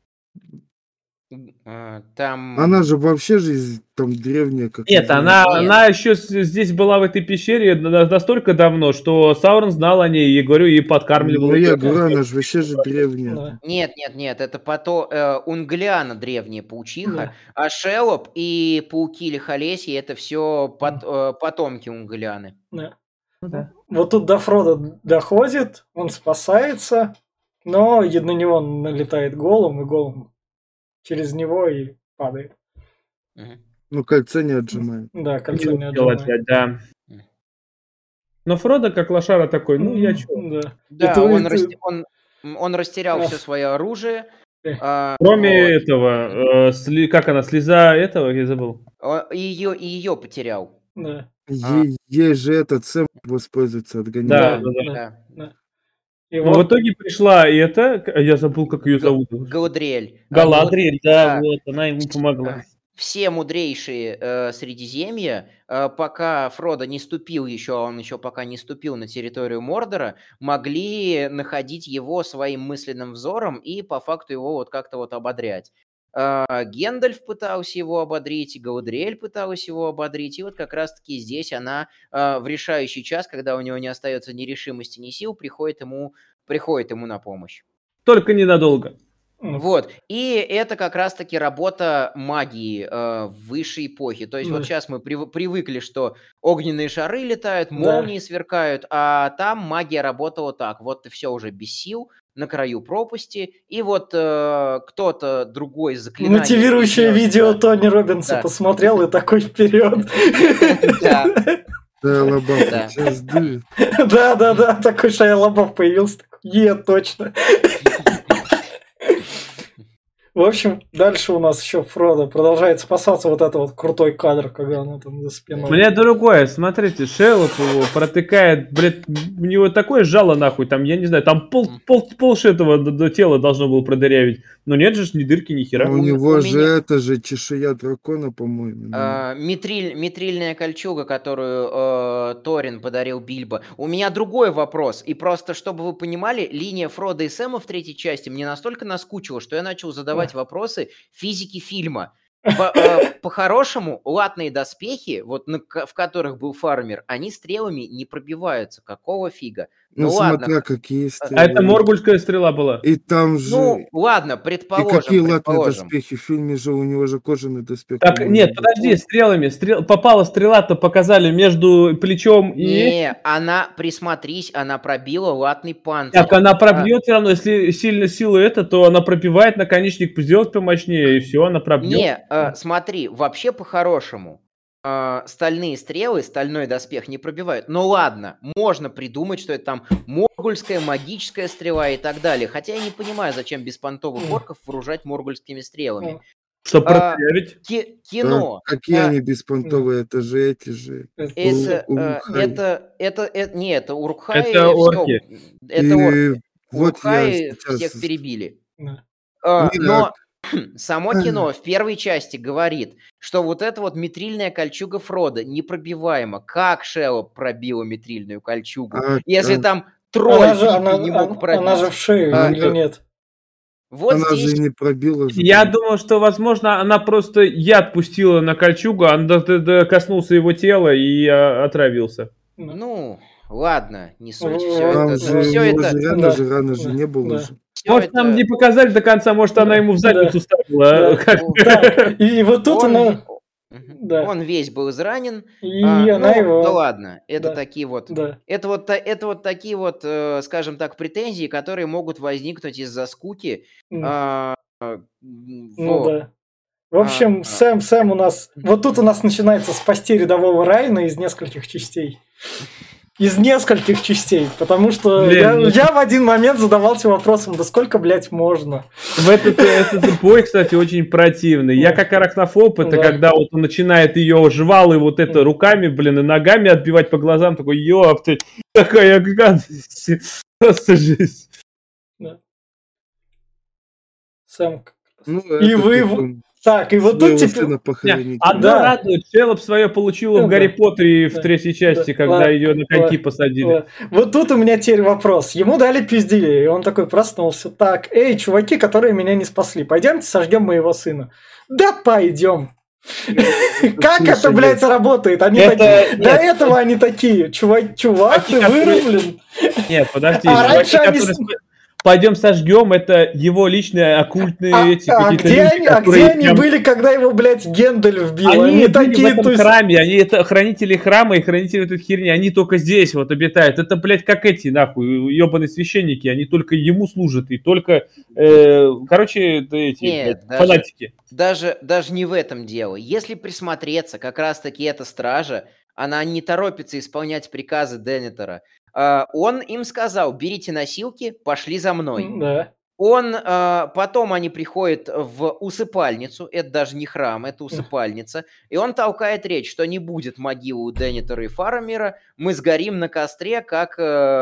B: Э, Там...
D: Она же вообще же из- там древняя как
C: Нет, она,
B: Нет.
C: она еще с- здесь была в этой пещере на- настолько давно, что Саурон знал о ней, и, говорю, и подкармливал.
D: Ну
C: её.
D: я говорю, она же вообще же древняя.
A: Да.
B: Нет, нет, нет, это пото... э, Унгляна древняя паучиха,
A: Да.
B: а Шеллоп и пауки Лихолесья это все потомки Унгляны.
A: Да.
C: Ну да.
A: Вот тут до Фрода доходит, он спасается, но и на него налетает Голум, и Голум через него и падает.
B: Мгм.
D: Ну кольцо не отжимает.
A: Да, кольцо
C: Не
A: не
C: успел
A: отжимает.
C: отжать, да.
B: Мгм.
C: Но Фродо, как лошара такой, ну я чё.
A: Да.
B: Да,
A: Это-
B: он,
A: это-
B: расте- он, он растерял
A: Ах.
B: все свое оружие.
A: Эх.
B: а,
C: Кроме
B: вот,
C: этого, э, сли- как она, слеза этого, я забыл.
B: а, и ее, и ее потерял.
A: Да.
B: А.
D: Ей, ей же этот Сэм воспользуется от
C: Да,
A: Да,
C: да, да.
A: да.
B: Да.
A: И
C: Ну, в
A: вот,
C: итоге пришла и это, к- я забыл, как ее
B: Га-
C: зовут.
B: Галадриэль. А,
C: Галадриэль, да,
B: да.
C: вот, она ему помогла.
B: Все мудрейшие э, Средиземья, э, пока Фродо не ступил еще, а он еще пока не ступил на территорию Мордора, могли находить его своим мысленным взором и по факту его вот как-то вот ободрять. Э, Гендальф пытался его ободрить, и Галадриэль пыталась его ободрить, и вот как раз-таки здесь она э, в решающий час, когда у него не остается ни решимости, ни сил, приходит ему, приходит ему на помощь.
C: Только ненадолго.
A: м,
B: Вот. И это как раз-таки работа магии э, высшей эпохи. То есть
A: Да.
B: вот сейчас мы прив- привыкли, что огненные шары летают,
A: Да.
B: молнии сверкают, а там магия работала так. Вот ты все уже без сил, на краю пропасти, и вот э, кто-то другой заклинание...
A: мотивирующее
B: произнес,
A: видео
B: да.
A: Тони Робинса
B: Да.
A: посмотрел и такой вперед.
B: Да.
D: Да, Лобаф,
B: Да.
D: сейчас дует.
A: Да, да, да, такой Шайя Лабаф появился. Такой, е, точно. В общем, дальше у нас еще Фродо продолжает спасаться, вот это вот крутой кадр, когда она там за спиной.
C: Мне другое, смотрите, Шеллоп его протыкает, блядь, у него такое жало нахуй, там, я не знаю, там пол, пол, пол этого до, до тела должно было продырявить. Но нет же, ни дырки, ни хера.
D: А у
B: У м-
D: него
B: у
D: же
B: меня-
D: это же чешуя дракона, по-моему. ну.
B: А, митриль, митрильная кольчуга, которую э, Торин подарил Бильбо. У меня другой вопрос. И просто, чтобы вы понимали, линия Фрода и Сэма в третьей части мне настолько наскучила, что я начал задавать вопросы физики фильма. По- э, По-хорошему, латные доспехи, вот на ко- в которых был фармер, они стрелами не пробиваются. Какого фига?
D: Ну,
B: Ну ладно,
D: смотря какие
C: А
D: стрелы.
C: это моргульская стрела была?
D: И там
B: ну
D: же...
B: ладно,
D: И какие
B: предположим,
D: латные
B: предположим.
D: доспехи? В фильме же у него же кожаный доспех,
C: Так,
D: по-моему,
C: нет,
D: был.
C: подожди, стрелами. Стрел... Попала стрела-то, показали между плечом и...
B: Не, она, присмотрись, она пробила латный панцирь.
C: Так, она
B: А,
C: пробьет все равно, если сильно сила это, то она пробивает наконечник, сделать помощнее, и все, она пробьет.
B: Не, э, смотри, вообще по-хорошему, э, стальные стрелы, стальной доспех не пробивают. Ну ладно, можно придумать, что это там моргульская, магическая стрела и так далее. Хотя я не понимаю, зачем беспонтовых
A: М.
B: орков вооружать моргульскими стрелами.
A: М.
C: Чтобы
B: А,
C: проверить.
B: ки-
D: Да,
B: кино.
D: какие
B: а,
D: они беспонтовые, это же эти же.
A: Это-
B: Это,
D: У-
B: э,
D: Урукхай.
B: это, это, это, не, это Урукхаи,
C: Это
B: всё,
C: орки.
B: это орки.
D: И вот я
B: Урукхаи
D: сейчас...
B: всех перебили.
A: Да.
B: А,
D: Не,
B: но само
D: а,
B: кино в первой части говорит, что вот эта вот митрильная кольчуга Фрода непробиваема. Как Шеллоп пробила митрильную кольчугу?
D: а,
B: Если
D: а,
B: там тролль
A: Она же,
B: Пиппи
A: она,
B: не мог
A: она, она же
B: пробить.
A: в шею
B: А,
A: или
D: она,
A: нет?
B: Вот
D: она же
B: здесь
D: и не пробила же.
C: Я
D: по-моему.
C: думал, что, возможно, она просто яд пустила на кольчугу, он д- д- д- коснулся его тела и а, отравился.
A: Да.
B: Ну, ладно, не суть,
A: Вот,
B: все
D: Там
B: это,
D: же у
B: все
D: него
B: это,
D: же рано
A: да,
D: же, рано же
A: да,
D: не было
A: да.
D: же.
B: все
C: Может, нам
B: это,
C: не показали до конца, может, она ему в задницу
A: Да.
C: ставила.
A: Да.
C: как-
B: о,
A: Так, и вот тут
B: он,
A: она...
B: ве- Мгм.
A: Да.
B: Он весь был изранен.
A: И
B: А,
A: она
B: ну,
A: его...
B: да ладно, это
A: Да.
B: такие вот,
A: Да.
B: это вот, та- это вот такие вот, э, скажем так, претензии, которые могут возникнуть из-за скуки.
A: М.
B: а, а, м,
A: Ну
B: во.
A: да. В
B: А,
A: общем,
B: а.
A: Сэм, Сэм у нас... Вот тут у нас начинается спасти рядового Райана из нескольких частей. Из нескольких частей. Потому что
C: Блин,
A: я,
C: ну-
A: я в один момент задавался вопросом, да сколько, блядь, можно?
C: В этот, этот бой, кстати, очень противный. Я как арахнофоб, это
A: Да.
C: когда вот он начинает ее жвалы вот это
A: Мгм.
C: руками, блин, и ногами отбивать по глазам, такой, ёпты, какая гадость. Просто жесть.
A: Сэм...
D: Ну,
A: И
D: это
A: вы...
D: тут
A: в-
D: он
A: Так, и вот
D: своего
A: тут теперь...
D: сына похоронить.
C: Одно
A: Да.
C: радует, Шеллоп свое получила
A: Да.
C: в Гарри Поттере в
A: Да.
C: третьей части,
A: Да.
C: когда
A: Ладно.
C: ее на коньки
A: Ладно.
C: посадили.
A: Вот. Вот тут у меня теперь вопрос. Ему дали пиздили, и он такой проснулся. Так, эй, чуваки, которые меня не спасли, пойдемте сожгем моего сына. Да пойдем. Как это,
D: Слушай,
A: блядь, работает? Они
C: Это-
A: такие, до
C: нет.
A: этого они такие, чувак, чувак, ты
C: Чуваки, которые-
A: вырублен.
C: Нет, подожди.
A: А
C: чуваки,
A: раньше они
C: которые
A: с-
C: сп- Пойдем сожгем, это его личные оккультные
A: А,
C: эти
A: а
C: какие-то
A: где
C: люди,
A: они, а
C: которые
A: где они
C: прям-
A: были, когда его, блядь, Гендальф бил?
C: Они,
A: Они,
C: были
A: такие,
C: в этом
A: то есть-
C: храме, они это хранители храма и хранители этой херни, они только здесь вот обитают. Это, блядь, как эти, нахуй, ебаные священники, они только ему служат и только, э, короче, это эти,
B: Нет,
C: блядь,
B: даже-
C: фанатики.
B: Даже, даже не в этом дело. Если присмотреться, как раз-таки эта стража, она не торопится исполнять приказы Денетера. А, Он им сказал, берите носилки, пошли за мной.
A: Да.
B: Он, а, потом они приходят в усыпальницу, это даже не храм, это усыпальница, и он толкает речь, что не будет могилы у Денетера и Фарамира, мы сгорим на костре, как,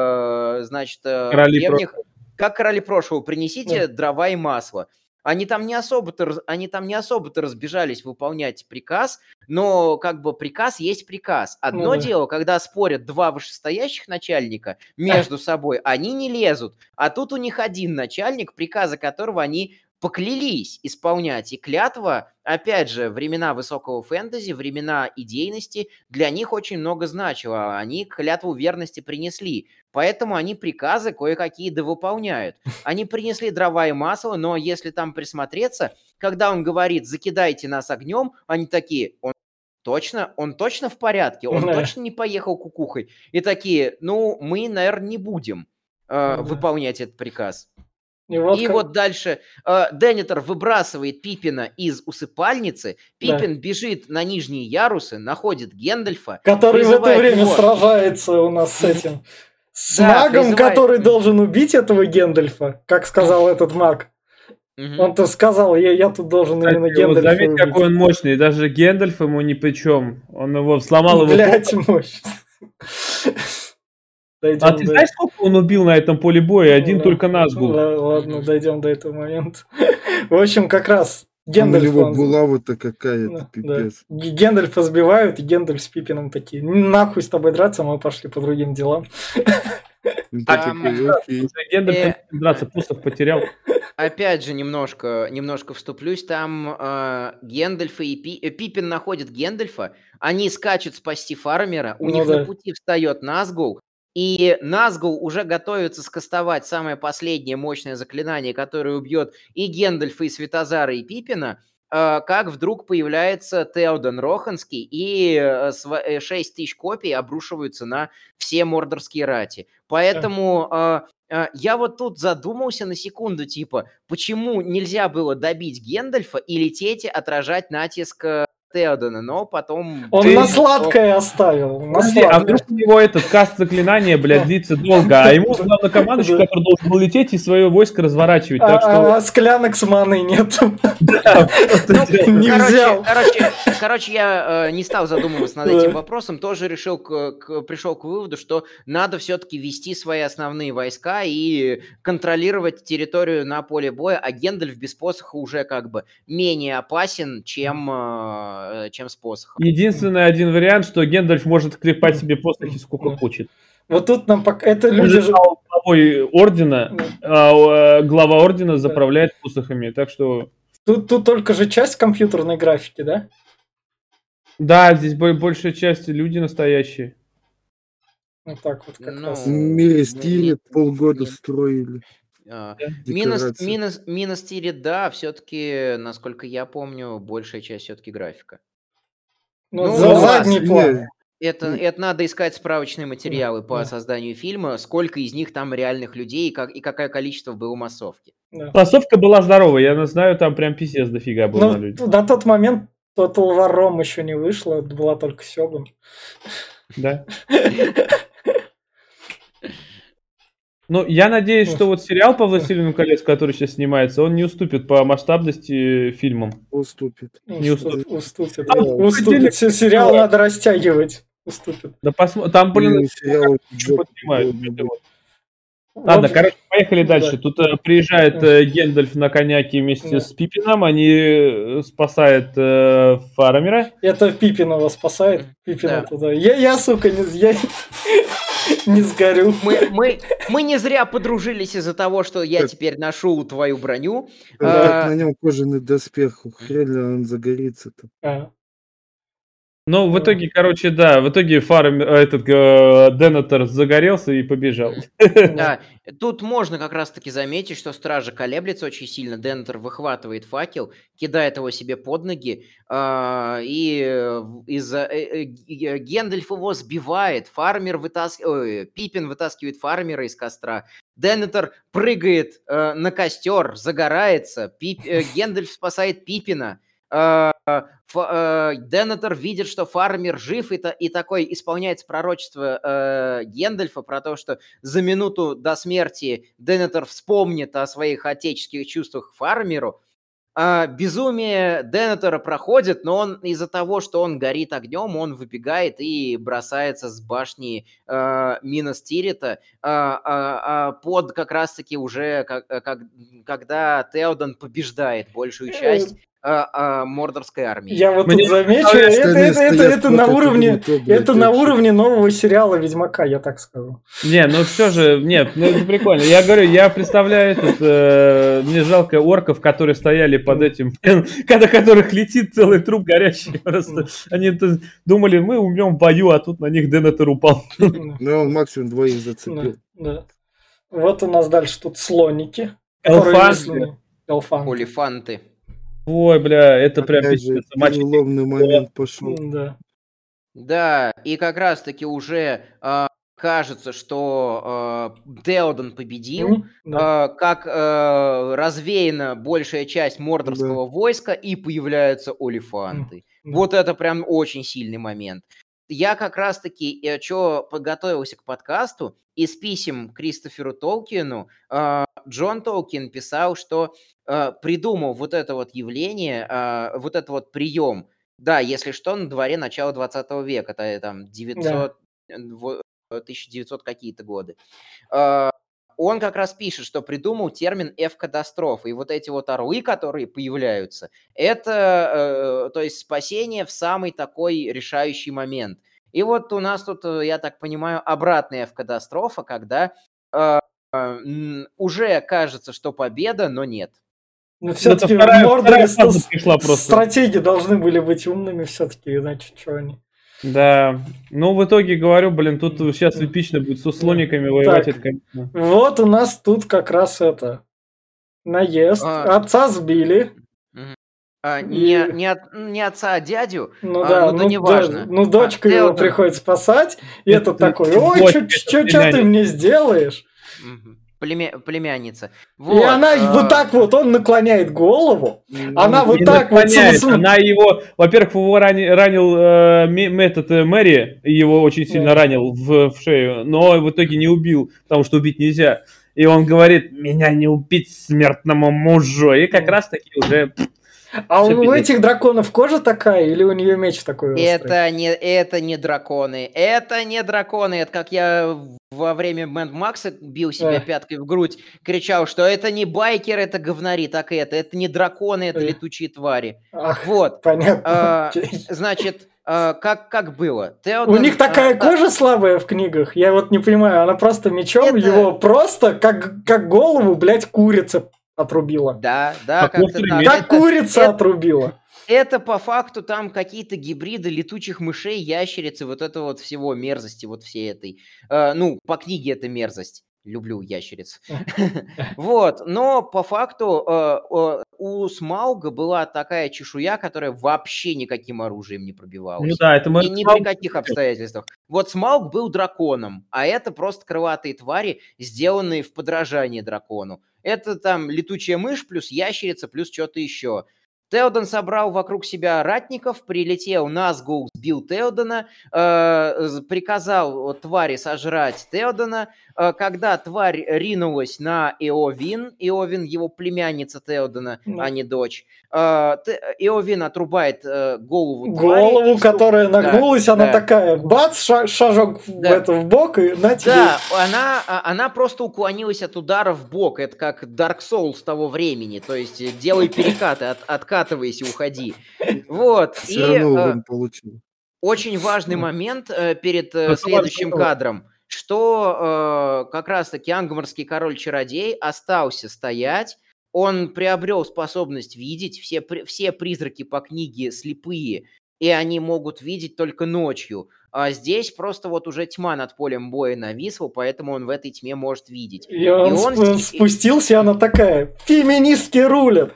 B: э, значит, э,
C: Короли
B: в древних- как короли прошлого, принесите дрова и масло. Они там не особо-то, раз- они там не особо-то разбежались выполнять приказ, но как бы приказ есть приказ. Одно
A: Ну да.
B: дело, когда спорят два вышестоящих начальника между собой, они не лезут. А тут у них один начальник, приказы которого они поклялись исполнять. И клятва, опять же, времена высокого фэнтези, времена идейности, для них очень много значило. Они клятву верности принесли. Поэтому они приказы кое-какие довыполняют. Они принесли дрова и масло, но если там присмотреться, когда он говорит «закидайте нас огнем», они такие «он точно, он точно в порядке? Он
A: Да.
B: точно не поехал кукухой?» И такие «ну, мы, наверное, не будем э,
A: Ну да.
B: выполнять этот приказ».
A: И вот,
B: И
A: как-
B: вот дальше э, Денетер выбрасывает Пиппина из усыпальницы, Пиппин бежит на нижние ярусы, находит Гендальфа,
A: который в это
B: призывает
A: время
B: его-
A: сражается у нас с этим. С
B: Да,
A: магом,
B: призывает-
A: который должен убить этого Гендальфа, как сказал этот маг.
B: Мгм.
A: Он-то сказал, я, я тут должен
C: Кстати,
A: именно
C: вот
A: Гендальфа
C: заметь,
A: убить.
C: какой он мощный, даже Гендальф ему ни при чем. Он его сломал его.
A: Блять, мощь. Дойдем
C: А ты
A: до-
C: знаешь, сколько он убил на этом поле боя? Один
A: Да.
C: только Назгул.
A: Ла- Ладно, дойдем до этого момента. В общем, как раз
D: Там у
A: Гендальф...
D: него
A: он-
D: булава-то какая-то,
A: Да, да.
D: пипец.
A: Г- Гендальфа сбивают, и Гендальф с Пиппином такие, нахуй с тобой драться, мы пошли по другим делам.
D: Ну,
B: А,
D: такой, окей.
C: Уже Гендальф
B: Э,
C: не драться, посох потерял.
B: Опять же, немножко, немножко вступлюсь. Там э, Гендальфа и Пи- э, Пиппин находит Гендальфа. Они скачут спасти Фарамира. У
A: Ну
B: них
A: да.
B: на пути встает Назгул. И Назгул уже готовится скастовать самое последнее мощное заклинание, которое убьет и Гендальфа, и Светозара, и Пипина, э, как вдруг появляется Теоден Роханский, и э, сва- э, шесть тысяч копий обрушиваются на все мордорские рати. Поэтому э, э, я вот тут задумался на секунду, типа, почему нельзя было добить Гендальфа и лететь и отражать натиск э, Теодена, но потом...
A: Он
C: Ты-
A: на сладкое оставил. На
C: Подожди, а
A: сладкое.
C: вдруг у него этот каст заклинания, блядь, длится долго, а ему главнокомандующий,
A: Да.
C: который должен был лететь и свое войско разворачивать, так
A: А,
C: что...
A: а
B: Ну,
A: склянок с маной нет.
C: Да, просто дело.
A: Не
B: короче,
A: взял.
B: короче, короче, я э, не стал задумываться над
A: Да.
B: этим вопросом, тоже решил к, к- пришел к выводу, что надо все-таки вести свои основные войска и контролировать территорию на поле боя, а Гендальф без посоха уже как бы менее опасен, чем, э, чем с посохом.
C: Единственный один вариант, что Гендальф может клепать себе посохи сколько
A: Да.
C: хочет.
A: Вот тут нам пока... Это
C: Он
A: люди
C: же
A: же...
C: стал главой ордена, а э, глава ордена заправляет посохами, так что...
A: Тут, тут только же часть компьютерной графики, да?
C: Да, здесь бо- большая часть люди настоящие.
A: Вот так вот как
B: Ну,
A: раз.
D: В мире
B: не-
D: стиле
B: не-
D: полгода
B: не-
D: строили
B: А, Минос,
D: декорации.
B: Минос, Минос Тирит, да, все-таки, насколько я помню, большая часть все-таки графика.
A: Ну,
B: Ну,
A: за
B: у вас-
A: задний план.
D: Не,
B: Это,
D: Ну,
B: это надо искать справочные материалы по
A: да.
B: созданию фильма, сколько из них там реальных людей и, как, и какое количество было массовки.
A: Да.
C: Массовка была здоровая, я знаю, там прям писец дофига было на
A: Ну,
C: людей.
A: на тот момент Total War Rome еще не вышло, была только Сёгун.
C: Да. Ну, я надеюсь, что вот сериал по «Властелину колец», который сейчас снимается, он не уступит по масштабности фильмам.
D: уступит.
C: Не
A: Уступит. Уступит.
D: Да,
A: Уступит. Се- Сериал надо растягивать. Уступит.
C: Да посмо... Там, блин,
D: Ну, сериал
C: ничего
D: жопу
C: поднимают.
D: будет.
C: Это вот. Ладно,
A: Вот.
C: короче, поехали
A: Да.
C: дальше. Тут э, приезжает э, Гендальф на коняке вместе
A: Да.
C: с Пипином, они э, спасают э, Фарамира.
A: Это Пипинова спасает. Пипина
B: Да.
A: туда. Я, я, сука, не, я не сгорю.
B: Мы, мы, мы не зря подружились из-за того, что я
D: Так.
B: теперь ношу твою броню.
D: Так
B: А,
D: на нем кожаный доспех, хрен ли он загорится-то.
A: А,
C: Но в
A: Да.
C: итоге, короче, да, в итоге Фарамир, э, этот э, Денатор загорелся и побежал.
B: Да, тут можно как раз-таки заметить, что стража колеблется очень сильно. Денатор выхватывает факел, кидает его себе под ноги, а, и э, в- из-за э, э, Г- Гендальф его сбивает. Фармер вытаскивает, Пипин вытаскивает фармера из костра. Денатор прыгает э, на костер, загорается. Пип- э, Гендальф спасает Пипина. А, Фа- э, Денатор видит, что фармер жив, и, та- и такой исполняется пророчество э, Гендальфа про то, что за минуту до смерти Денатор вспомнит о своих отеческих чувствах к фармеру. А, безумие Денатора проходит, но он из-за того, что он горит огнем, он выбегает и бросается с башни э, Минос Тирита а, а, а, под как раз-таки уже, как, как- когда Теоден побеждает большую часть а, а, мордорской армии.
A: Я вот
C: Мне
A: тут замечу,
C: представляется,
A: это,
D: Остальные
A: это, это,
D: стоят,
A: это на
D: смотрят,
A: уровне,
D: думают, «О, блядь,
A: это на
D: вообще».
A: уровне нового сериала Ведьмака, я так скажу.
C: Не, ну все же, нет, ну это прикольно. Я говорю, я представляю этот, э, мне жалко орков, которые стояли под этим, когда которых летит целый труп горящий. Просто они это думали, мы умрем в бою, а тут на них Денатор упал.
A: Да,
D: Ну, он максимум двоих
A: да,
D: зацепил.
A: да. Вот у нас дальше тут слоники. которые
C: Элфанты.
A: несли- Элфанты.
B: Олифанты.
C: Ой, бля, это прям
D: Опять же,
C: пиздец. Матч-
D: переломный момент пошел.
A: Да.
B: Да, и как раз-таки уже а, кажется, что а, Теоден победил,
A: М, да.
B: а, как а, развеяна большая часть мордорского войска, и появляются олифанты.
A: М.
B: Вот это прям очень сильный момент. Я как раз-таки, что подготовился к подкасту, из писем Кристоферу Толкину а, Джон Толкин писал, что а, придумал вот это вот явление, а, вот это вот прием. Да, если что, на дворе начала двадцатого века, это там девятьсот, э, во- э, тысяча девятьсот какие-то годы. А, Он как раз пишет, что придумал термин «эвкатастрофа». И вот эти вот орлы, которые появляются, это, э, то есть, спасение в самый такой решающий момент. И вот у нас тут, э, я так понимаю, обратная эвкатастрофа, когда э, э, м, уже кажется, что победа, но нет.
A: Но
C: Ну, это
A: все-таки
C: вторая-
A: в Мордоре
C: вторая
A: ста-
C: фаза пришла просто.
A: стратеги должны были быть умными все-таки, иначе что они.
C: Да. Ну, в итоге, говорю, блин, тут сейчас эпично будет со слониками воевать.
A: Так,
C: Это, конечно.
A: вот у нас тут как раз это наезд.
B: А,
A: Отца сбили.
B: мгм. А,
A: И,
B: не, не, от- не отца, а дядю,
A: ну
B: а,
A: да,
B: ну да
A: ну,
B: не
A: да,
B: важно.
A: ну дочка его
B: Теоден.
A: приходит спасать, и
C: Это
A: этот такой,
C: дочка,
A: ой,
C: это
A: что ты
C: племянница.
A: мне сделаешь?
B: Мгм. Племя- племянница.
A: И
B: Вот.
A: она вот
B: а,
A: так вот, он наклоняет голову,
D: Ну,
A: она вот
C: Не
A: так вот...
C: наклоняет.
A: см- см-
C: Она его, во-первых, его рани- ранил э, ме- этот э, Мэри, его очень сильно
A: Да.
C: ранил в, в шею, но в итоге не убил, потому что убить нельзя. И он говорит, меня не убить смертному мужу. И как
A: Да.
C: раз таки уже...
A: А
C: Всё
A: у
C: пиздец.
A: этих драконов кожа такая, или у нее меч такой острый?
B: Это не, это не драконы. Это не драконы. Это как я во время Мэд Макса бил себя
A: Да.
B: пяткой в грудь, кричал, что это не байкер, это говнари, так и это. Это не драконы, это
A: Э.
B: летучие твари.
A: Ах,
B: Вот.
A: понятно.
B: А,
A: Окей.
B: Значит, а, как, как было?
A: У
B: Теоден,
A: них такая
B: а, та-
A: кожа слабая в книгах, я вот не понимаю, она просто мечом
B: Это-
A: его просто как, как голову, блядь, курица отрубила.
B: Да, да,
C: Как
B: как-то
C: острый
B: так.
C: меч.
A: Как
B: Это-
A: курица
B: это-
A: отрубила.
B: Это по факту там какие-то гибриды летучих мышей, ящерицы, вот это вот всего мерзости, вот всей этой. Э, ну, по книге это мерзость. Люблю ящериц. Вот, но по факту э, э, у Смауга была такая чешуя, которая вообще никаким оружием не
C: Ну
B: пробивалась.
C: да, это мы...
B: Ни, ни при каких обстоятельствах. Вот Смауг был драконом, а это просто крылатые твари, сделанные в подражании дракону. Это там летучая мышь плюс ящерица плюс что-то еще. Теоден собрал вокруг себя ратников, прилетел Назгул, сбил Теодена, э, з- приказал твари сожрать Теодена. Э, когда тварь ринулась на Эовин, Эовин его племянница Теодена,
A: Да.
B: а не дочь, э, Те- Эовин отрубает э, голову твари.
A: Голову,
B: и
A: которая
B: да,
A: нагнулась, она
B: да.
A: такая, бац, ша- шажок в,
B: Да.
A: это, в бок, и на тебе.
B: Да, она, а, она просто уклонилась от удара в бок. Это как Dark Souls того времени. То есть э, делай перекаты, от- откатывайся, уходи. Вот. И
D: Все равно
B: э,
D: урон получил.
B: очень важный момент э, перед э,
C: Ну,
B: следующим
C: ладно,
B: кадром, что э, как раз-таки ангмарский король-чародей остался стоять. Он приобрел способность видеть. Все, при- все призраки по книге слепые, и они могут видеть только ночью. А здесь просто вот уже тьма над полем боя нависла, поэтому он в этой тьме может видеть.
A: И он,
B: И он
A: сп-
B: с-
A: спустился, и она такая, феминистки рулят.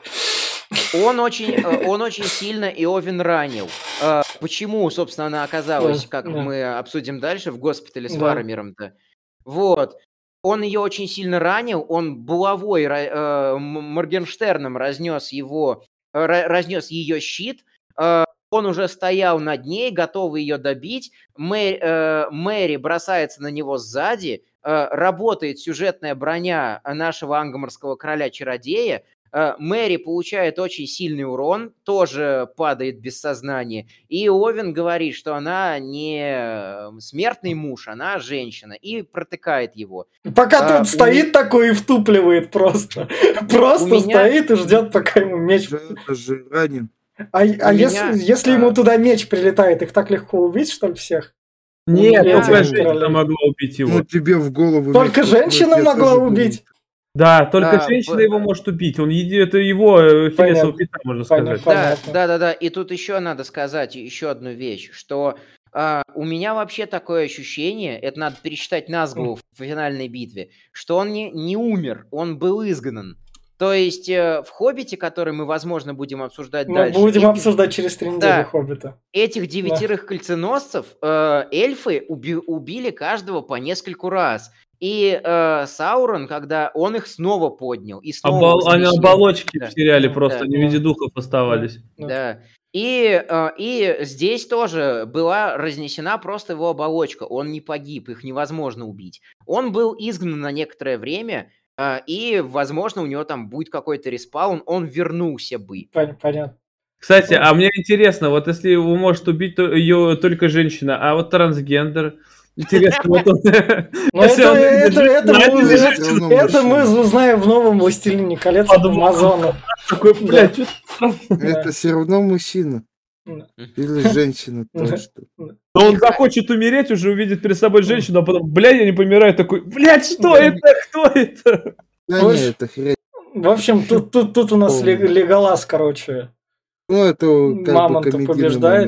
B: Он очень, э, он очень сильно Иовин ранил. Э, Почему, собственно, она оказалась,
A: Да,
B: как
A: да.
B: мы обсудим дальше, в госпитале с
A: Да.
B: Фарамиром-то? Вот. Он ее очень сильно ранил, он булавой ра- э, М- Моргенштерном разнес его, э, ра- разнес ее щит. Э, Он уже стоял над ней, готовый ее добить. Мэ- э, Мэри бросается на него сзади. Э, Работает сюжетная броня нашего ангмарского короля-чародея. Э, Мэри получает очень сильный урон, тоже падает без сознания. И Овен говорит, что она не э, смертный муж, она женщина, и протыкает его.
A: Пока
B: А,
A: тот
B: у
A: стоит такой и втупливает просто. Просто
B: У меня-
A: стоит и ждет, пока ему меч...
D: Да, это же ранен.
A: А, а
B: меня,
A: если, если
B: а,
A: ему туда меч прилетает, их так легко убить, что ли, всех?
C: Нет,
B: меня-
C: только
A: Эти
C: женщина
A: короли.
C: могла убить его.
D: Ну, тебе в голову...
A: Только
D: меч
A: женщина
D: воткнуть, я
A: могла
D: тоже думаю.
A: убить?
C: Да, только
B: А,
C: женщина
B: б-
C: его может убить. Он еди- это его э,
A: Понятно.
C: филесовая пята, можно
A: Понятно.
C: сказать.
B: Да,
A: Понятно.
B: да, да, да. И тут еще надо сказать еще одну вещь, что а, у меня вообще такое ощущение, это надо пересчитать Назгул в финальной битве, что он не, не умер, он был изгнан. То есть э, в «Хоббите», который мы, возможно, будем обсуждать
A: Мы
B: дальше,
A: будем
B: этих,
A: обсуждать через три недели
B: Да.
A: Хоббита.
B: этих девятерых кольценосцев э, эльфы уби- убили каждого по нескольку раз. И э, Саурон, когда он их снова поднял и снова
C: Обол- они
B: воскресил.
C: оболочки
B: Да.
C: в сериале
A: Да.
C: просто,
B: Да.
C: они в виде духов оставались.
A: Да.
B: Да. И, э, и здесь тоже была разнесена просто его оболочка. Он не погиб, их невозможно убить. Он был изгнан на некоторое время, э, и, возможно, у него там будет какой-то респаун, он вернулся бы.
A: Пон- Понятно.
C: Кстати, а мне интересно, вот если его может убить то- ее только женщина, а вот трансгендер, интересно, вот он...
A: Но
C: если
A: это,
C: он
A: это, это,
C: женщина,
A: мы,
C: а не
A: узнаем-
D: Всё равно
A: это мы
D: мужчина.
A: узнаем в новом «Властелине колец» от
C: Подумал.
A: Амазона.
C: такой, блядь, что
D: Это все равно мужчина.
A: Да.
D: Или женщина.
A: Да.
D: То, что...
C: Но он захочет умереть, уже увидит перед собой женщину, а потом, блядь, я не помираю, такой, блядь, что
A: Да.
C: это, кто это?
D: Да
A: Больше-
D: нет, это хрень.
A: В общем, тут, тут, тут у нас
D: Полный.
A: Лег- Леголас, короче.
D: Ну, это как
A: Мамонта
D: бы комедийный
A: побеждает.
D: момент.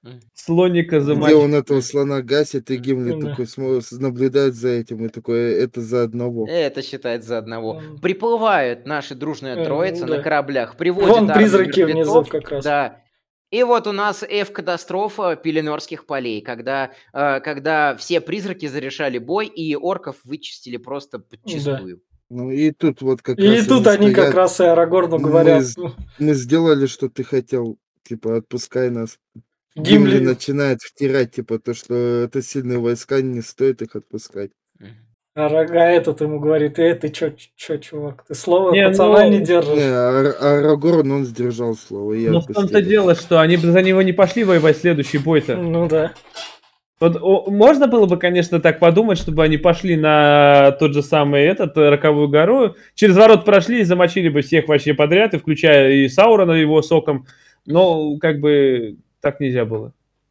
C: Слоника
D: Где
C: замочил.
D: он этого слона гасит, и Гимли
A: Да.
D: такой смо- наблюдает за этим, и такой, это за одного.
B: Это считается за одного.
A: М.
B: Приплывают наши дружная
A: М,
B: троица на
A: да.
B: кораблях, приводят
A: Вон
B: армию
A: призраки внизу
B: мертвецов.
A: как раз.
B: Да. И вот у нас F-катастрофа Пеленорских полей, когда, э, когда все призраки зарешали бой, и орков вычистили просто подчистую.
D: Ну и тут вот как
A: И
D: раз
A: тут
D: они
A: они как
D: стоят,
A: раз и Арагорну
D: мы,
A: говорят,
D: с- мы сделали, что ты хотел, типа, отпускай нас. Гимли
A: Гимли,
D: начинает втирать, типа, то, что это сильные войска, не стоит их отпускать.
A: Арага этот ему говорит, э, ты чё, чё, чувак, ты слово
C: Не,
A: пацана
C: ну,
A: не
D: Не,
A: держишь.
D: Ар- Арагорн, он сдержал слово и
C: Но в том-то
D: отпустил.
C: дело, что они бы за него не пошли воевать следующий бой-то.
A: Ну да.
C: Вот о, можно было бы, конечно, так подумать, чтобы они пошли на тот же самый этот, э, Роковую гору, через ворот прошли и замочили бы всех вообще подряд, и включая и Саурона его соком, но как бы так нельзя было.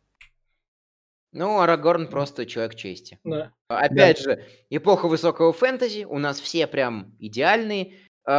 B: Ну, Арагорн просто человек чести.
A: Да.
B: Опять же, эпоха высокого фэнтези, у нас все прям идеальные,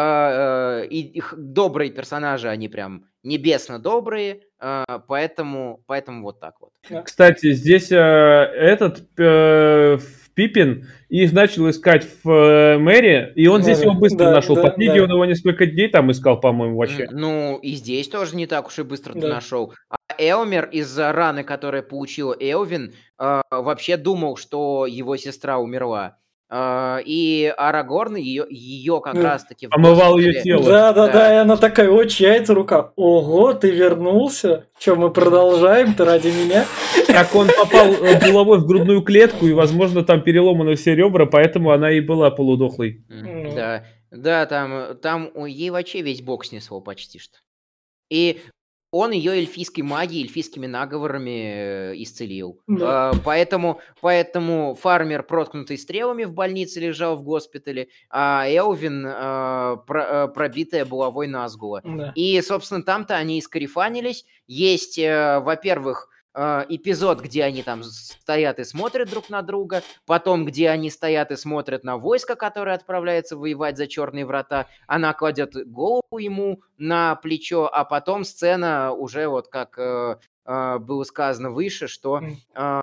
B: а, э, и их добрые персонажи, они прям небесно добрые, а, поэтому, поэтому вот так вот.
C: Кстати, здесь э, этот э, Пипин их начал искать в э, Мэри, и он здесь
A: Да,
C: его быстро
A: да,
C: нашел.
A: да,
C: По книге
A: да.
C: он его несколько дней там искал, по-моему, вообще.
B: М, Ну, и здесь тоже не так уж и быстро ты
A: Да.
B: нашел. А Эомер из-за раны, которую получила Эовин, а, вообще думал, что его сестра умерла. А, И Арагорн ее, ее как
A: Да.
B: раз-таки в
C: Омывал ее
B: госпитале-
C: тело.
A: Да, да,
B: Да.
A: да, и она такая, о, чья это рука? Ого, ты вернулся? Че, мы продолжаем? Ты ради меня?
C: Так он попал э, булавой в грудную клетку, и, возможно, там переломаны все ребра, поэтому она и была полудохлой.
B: М,
A: Ну.
B: Да, да, там, э, там у- ей вообще весь бок снесло почти что. И он ее эльфийской магией, эльфийскими наговорами э, исцелил.
A: Да.
B: А, поэтому, поэтому фармер, проткнутый стрелами, в больнице лежал в госпитале, а Элвин а, про- а, пробитая булавой назгула.
A: Да.
B: И, собственно, там-то они и скарифанились. Есть, э, во-первых, э, эпизод, где они там стоят и смотрят друг на друга, потом, где они стоят и смотрят на войско, которое отправляется воевать за Черные врата, она кладет голову ему на плечо, а потом сцена уже вот как э, э, было сказано выше, что
A: М.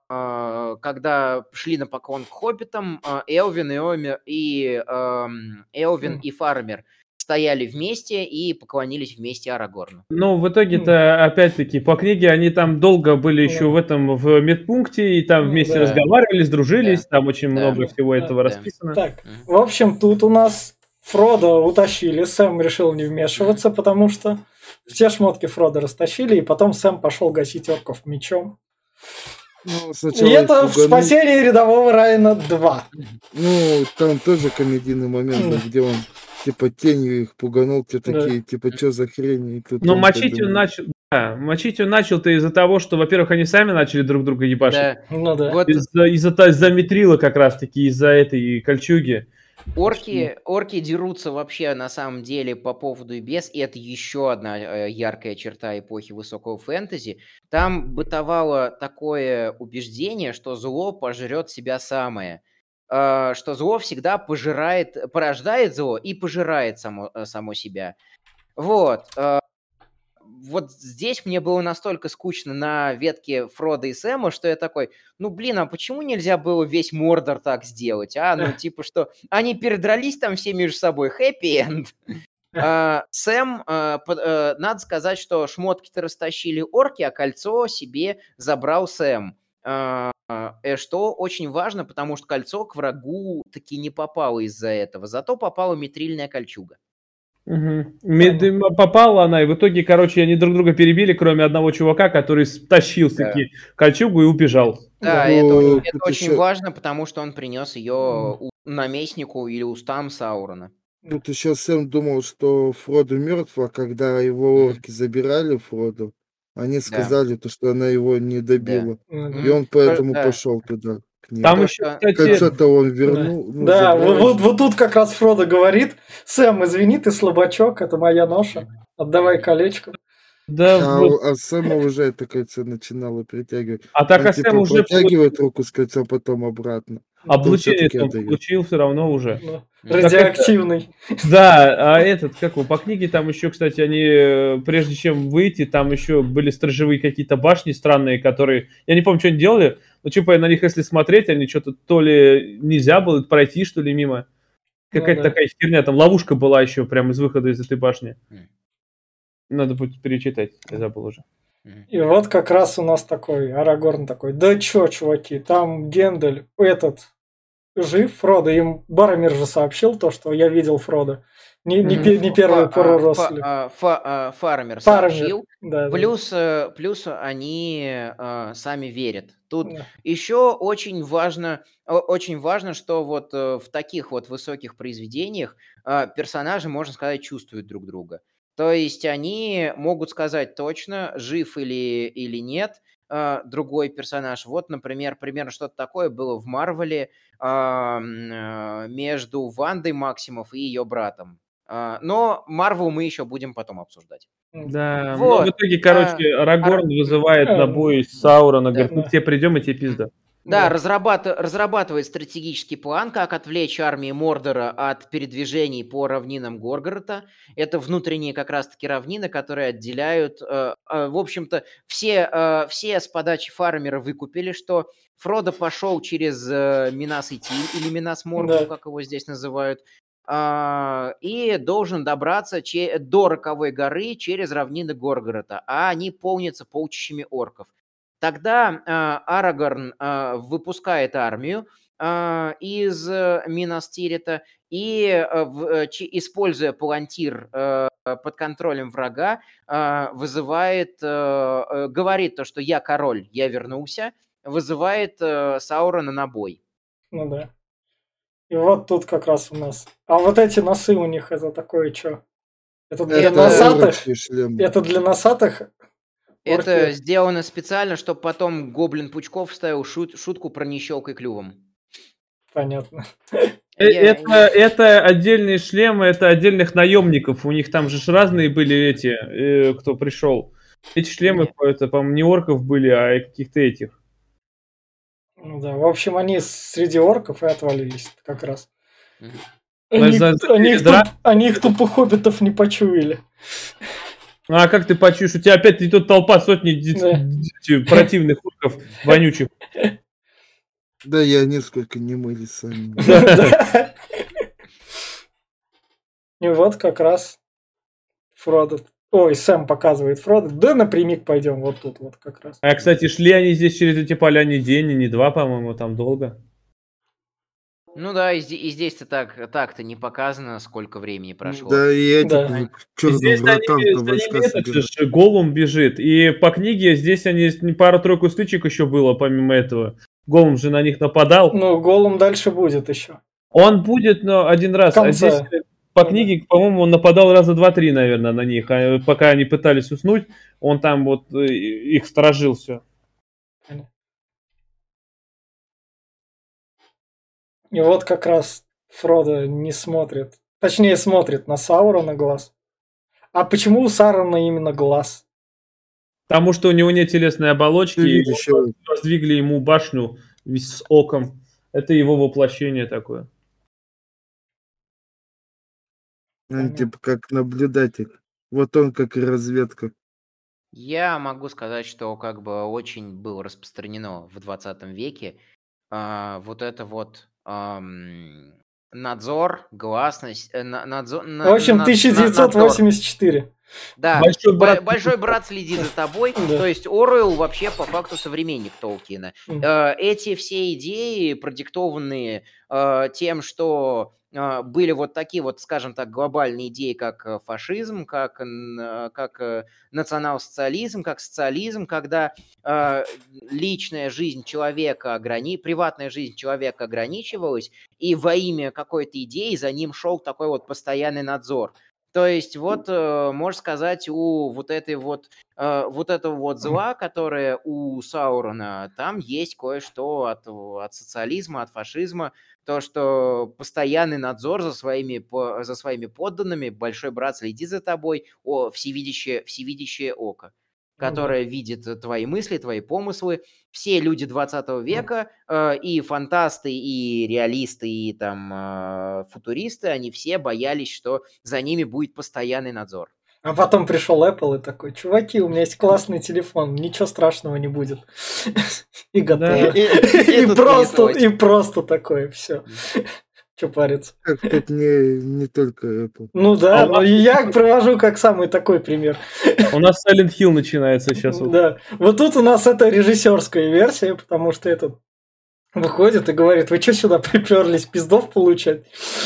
B: э, когда шли на поклон к хоббитам, э, Элвин и Омер и эм, Элвин
A: М.
B: и Фармер стояли вместе и поклонились вместе Арагорну.
C: Ну, в итоге-то, опять-таки, по книге они там долго были еще
A: Да.
C: в этом, в медпункте, и там
A: Ну,
C: вместе
A: да.
C: разговаривали, сдружились, там очень
B: Да.
C: много всего
A: Да.
C: этого
B: Да.
C: расписано.
A: Так,
B: Мгм.
A: в общем, тут у нас Фродо утащили, Сэм решил не вмешиваться, потому что все шмотки Фродо растащили, и потом Сэм пошел гасить орков мечом.
D: Ну,
A: И
D: сначала их
A: это в
D: пуганул.
A: спасении рядового Райана два.
D: Ну, там тоже комедийный момент, был, где он, типа, тенью их пуганул, те
A: Да.
D: такие, типа, что за хрень? И тут
C: Но
D: он
C: мочить он
D: подумал.
C: начал, да, мочить он начал-то из-за того, что, во-первых, они сами начали друг друга ебашить.
B: Да.
A: Ну да.
B: Вот
C: Из-за, из-за, та- из-за Митрила как раз-таки, из-за этой кольчуги.
B: орки, орки дерутся вообще на самом деле по поводу и без, и это еще одна э, яркая черта эпохи высокого фэнтези. Там бытовало такое убеждение, что зло пожрет себя самое. Э, что зло всегда пожирает, порождает зло и пожирает само, э, само себя. Вот. э, Вот здесь мне было настолько скучно на ветке Фрода и Сэма, что я такой, ну блин, а почему нельзя было весь Мордор так сделать, а? Ну типа что, они передрались там все между собой, хэппи-энд. А, Сэм, а, под- а, надо сказать, что шмотки-то растащили орки, а кольцо себе забрал Сэм. А, а, э, Что очень важно, потому что кольцо к врагу таки не попало из-за этого, зато попала митрильная кольчуга.
C: Мгм. Мед- Попала она, и в итоге, короче, они друг друга перебили, кроме одного чувака, который стащил
B: Да.
C: таки кольчугу и убежал.
B: Да,
A: Да.
B: это, очень-
D: Ну,
B: это
D: тут
B: очень
D: еще,
B: важно, потому что он принес ее наместнику или устам Саурона.
D: тут еще Сэм думал, что Фродо мертв, а когда его
B: Мгм.
D: орки забирали Фродо, они сказали, то, что она его не добила.
A: Ну
D: И
A: да.
D: он поэтому
B: Да.
D: пошел туда, к ней.
C: Там
B: То,
C: еще,
B: что-
C: кстати,
D: Кольцо-то он вернул. ну,
A: Да,
D: забрал
A: вот,
D: же.
A: вот тут как раз Фродо говорит, Сэм, извини, ты слабачок, это моя ноша, отдавай колечко.
C: Да,
D: А,
C: вот.
D: у- а Сэма уже это кольцо начинало притягивать.
C: А так
D: Он
C: а Сэм
D: типа
C: уже
D: протягивает руку с кольцом, потом обратно. Потом
C: облучение
D: все-таки
C: там
D: отдает.
C: получил все равно уже.
A: Ну,
B: Мгм.
C: Так это,
A: радиоактивный.
C: да, а этот, как его, по книге там еще, кстати, они, э, прежде чем выйти, там еще были сторожевые какие-то башни странные, которые, я не помню, что они делали, но типа на них, если смотреть, они что-то то ли нельзя было пройти, что ли, мимо.
A: Ну
C: Какая-то
A: да.
C: такая херня, там ловушка была еще прямо из выхода из этой башни.
B: Мгм.
C: Надо будет перечитать, я забыл уже.
B: Мгм.
A: И вот как раз у нас такой Арагорн такой, да чё, чуваки, там Гендель, этот, жив, Фродо, им Баромир же сообщил то, что я видел Фродо. Не, не,
C: Мгм.
A: пе- не
B: Фа-
A: первую
B: фа-
A: пору
B: а, фа-
A: росли.
B: а, фа- а, Фармер
A: Фармер,
B: сообщил.
A: да, да,
B: Плюс, э, плюс они э, сами верят. Тут
A: да.
B: еще очень важно, о- очень важно, что вот э, в таких вот высоких произведениях э, персонажи, можно сказать, чувствуют друг друга. То есть они могут сказать точно, жив или, или нет э, другой персонаж. Вот, например, примерно что-то такое было в Марвеле а, м, э, между Вандой Максимов и ее братом. А, Но Марвел мы еще будем потом обсуждать.
C: Да, но в
B: Вот.
C: итоге,
B: А,
C: короче, Арагорн
B: Ар- м,
C: вызывает на
A: Э,
C: бой Саурона,
B: Да.
C: говорит, мы
A: Да,
C: к тебе придем, и тебе
B: М.
C: пизда.
B: Да,
A: да.
B: разрабат- разрабатывает стратегический план, как отвлечь армии Мордора от передвижений по равнинам Горгорота. Это внутренние как раз-таки равнины, которые отделяют... э, э, в общем-то, все, э, все с подачи фармера выкупили, что Фродо пошел через э, Минас Итиль, или Минас Моргул,
A: Да.
B: как его здесь называют, а, и должен добраться че- до Роковой горы через равнины Горгорота, а они полнятся полчищами орков. Тогда а, Арагорн а, выпускает армию а, из э, Минас Тирита и, э, в- э, чи- используя палантир э, под контролем врага, а, вызывает, э, э, говорит то, что я король, я вернулся, вызывает э, Саурона на бой.
A: Ну да. И вот тут как раз у нас. А вот эти носы у них, это такое что? Это для
D: Это
B: Это,
A: носатых?
D: орочьи шлемы.
A: Это для носатых?
B: это
A: Орки?
B: сделано специально, чтобы потом Гоблин Пучков вставил шут- шутку про «не щелкай клювом».
A: Понятно.
C: Э,
B: Я,
C: Это, это отдельные шлемы, это отдельных наемников. У них там же ж разные были эти, э, кто пришел. Эти шлемы,
B: не,
C: это, по-моему, не орков были, а каких-то этих.
A: Ну да, в общем, они среди орков и отвалились как раз.
B: мгм.
A: Они,
C: За-
A: их- они, их,
C: дра-
A: туп- они их тупо хоббитов не почуяли.
C: Ну, а как ты почуешь? У тебя опять тут толпа сотни ди-
A: Да.
C: ди- противных орков вонючих.
D: Да, я нисколько не мыли сами.
A: Да. И вот как раз Фродо. Ой, Сэм показывает Фродо. Да напрямик пойдем вот тут вот как раз.
C: А, кстати, шли они здесь через эти поля не день, и не два, по-моему, там долго.
B: Ну да, и, зде- и здесь-то так, так-то не показано, сколько времени прошло.
D: Да, и эти
A: Да.
D: к
C: И
D: черным
C: здесь
D: вратам
C: они,
D: то
C: за
D: войска
C: ними этот же
D: собирают.
C: ж Голум бежит. И по книге здесь они пару-тройку стычек еще было, помимо этого. Голум же на них нападал.
A: Ну, Голум дальше будет еще.
C: Он будет, но один
A: В
C: раз. А здесь
A: конце.
C: э, по
A: Ну да.
C: книге, по-моему, он нападал раза два-три, наверное, на них. А пока они пытались уснуть, он там вот э, их сторожил все.
A: И вот как раз Фродо не смотрит. Точнее, смотрит на Саурона глаз. А почему у Сарона именно глаз?
C: Потому что у него нет телесной оболочки,
D: Ты
C: и
D: видишь
C: вот
D: его.
C: воздвигли ему башню с оком. Это его воплощение такое.
D: Он
A: Понятно.
D: типа как наблюдатель. Вот он как и разведка.
B: Я могу сказать, что как бы очень было распространено в двадцатом веке а, вот это вот ам, надзор, гласность, э, на- надзор,
A: В
B: на-
A: общем,
B: на-
A: тысяча девятьсот
B: надзор.
A: восемьдесят четыре.
B: Да,
C: Большой
B: бо-
C: брат.
B: большой брат следит за тобой.
A: Да.
B: То есть Оруэлл вообще по факту современник Толкина.
A: М.
B: Э, Эти все идеи, продиктованные э, тем, что э, были вот такие вот, скажем так, глобальные идеи, как э, фашизм, как, н- э, как э, национал-социализм, как социализм, когда э, личная жизнь человека, ограни... приватная жизнь человека ограничивалась, и во имя какой-то идеи за ним шел такой вот постоянный надзор. То есть вот, э, можно сказать, у вот этой вот, э, вот этого вот зла, которое у Саурона, там есть кое-что от, от социализма, от фашизма, то, что постоянный надзор за своими, по- за своими подданными, большой брат следит за тобой, о, всевидящее, всевидящее око,
A: Ну да.
B: которое видит э, твои мысли, твои помыслы. Все люди двадцатого века, э, и фантасты, и реалисты, и там э, футуристы, они все боялись, что за ними будет постоянный надзор.
A: А потом пришел Apple и такой, чуваки, у меня есть классный телефон, ничего страшного не будет. И
C: Да.
A: готово.
B: И- и
A: И
B: тут
A: просто,
B: понеслось.
A: и просто такое, все. Че париться?
D: Как тут не, не только Apple.
A: Ну да,
C: А у
A: но
C: нас-
A: я привожу как самый такой пример.
C: У нас Silent Hill начинается сейчас. Вот.
A: Да. Вот тут у нас это режиссерская версия, потому что этот выходит и говорит, вы что сюда приперлись пиздов получать?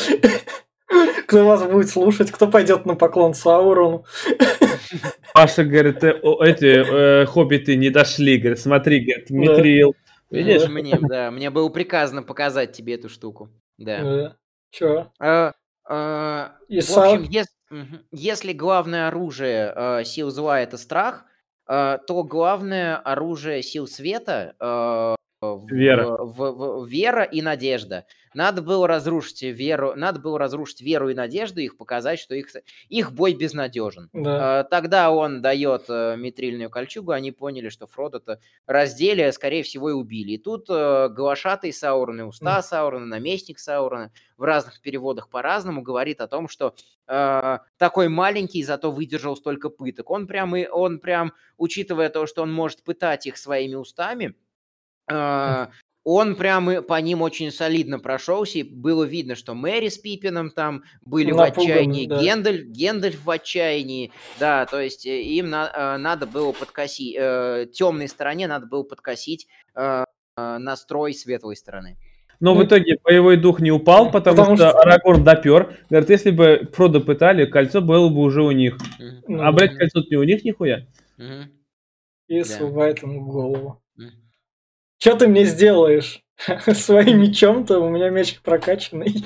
A: Кто вас будет слушать, кто пойдет на поклон Саурону?
C: Паша говорит, «Э, о, эти э, хоббиты не дошли. Говорит, смотри, говорит, Митрил. Видишь?
B: М, Мне, да, мне было приказано показать тебе эту штуку. Да.
A: Да. Чё?
B: А, а,
A: И
B: в
A: Сау-
B: общем, ес- мгм. если главное оружие а, сил зла это страх, а, то главное оружие сил света а, в-
C: Вера.
B: в- в- в- вера и надежда. Надо было разрушить веру, надо было разрушить веру и надежду, их показать, что их, с- их бой безнадежен.
A: Да.
B: А, Тогда он дает э, митрильную кольчугу, они поняли, что Фродо-то раздели, а скорее всего и убили. И тут э, глашатый Саурона, уста Саурона, наместник Саурона в разных переводах по-разному говорит о том, что э, такой маленький, зато выдержал столько пыток. Он прям, и, он прям, учитывая то, что он может пытать их своими устами, э, он прям и по ним очень солидно прошелся, и было видно, что Мэри с Пиппином там были в
A: Напуганы,
B: отчаянии,
A: да.
B: Гендаль, Гендальф в отчаянии, да, то есть э, им на- э, надо было подкосить, темной стороне надо было подкосить э, э, настрой светлой стороны.
C: Но
A: Ну,
C: в итоге боевой дух не упал, потому,
A: потому
C: что
A: что-
C: Арагорн допер. Говорит, если бы Фродо пытали, кольцо было бы уже у них.
B: Мгм.
A: Ну,
C: А брать кольцо не у них нихуя.
B: Мгм.
A: И
B: Да.
A: срубает ему голову.
B: Мгм.
A: Че ты мне сделаешь? Своим мечом-то у меня меч прокачанный.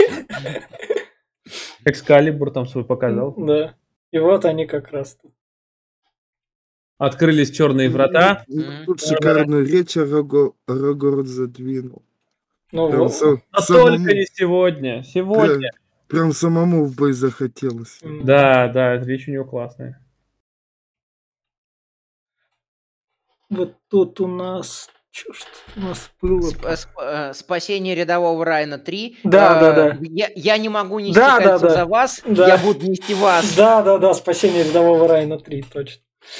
C: Экскалибур там свой показал.
A: Да. И вот они как раз тут.
C: Открылись черные врата.
D: Ну,
B: Мгм.
D: Тут шикарную речь Араго- Арагорн задвинул.
A: Ну,
D: Прям,
A: вот.
D: са-
C: Но
D: самому,
C: только не сегодня. Сегодня.
D: прям, прям самому в бой захотелось.
A: М.
C: Да, да, эта речь у него классная.
A: Вот тут у нас... Что ж тут у нас было?
B: Сп- э, сп- э, Спасение рядового Райана три.
A: Да,
B: Э,
A: да, да.
B: Я, я не могу нести
A: Да, да,
B: кольцо
A: да.
B: за вас,
A: Да.
B: я буду нести вас.
A: Да, да, да, спасение рядового Райана три, точно.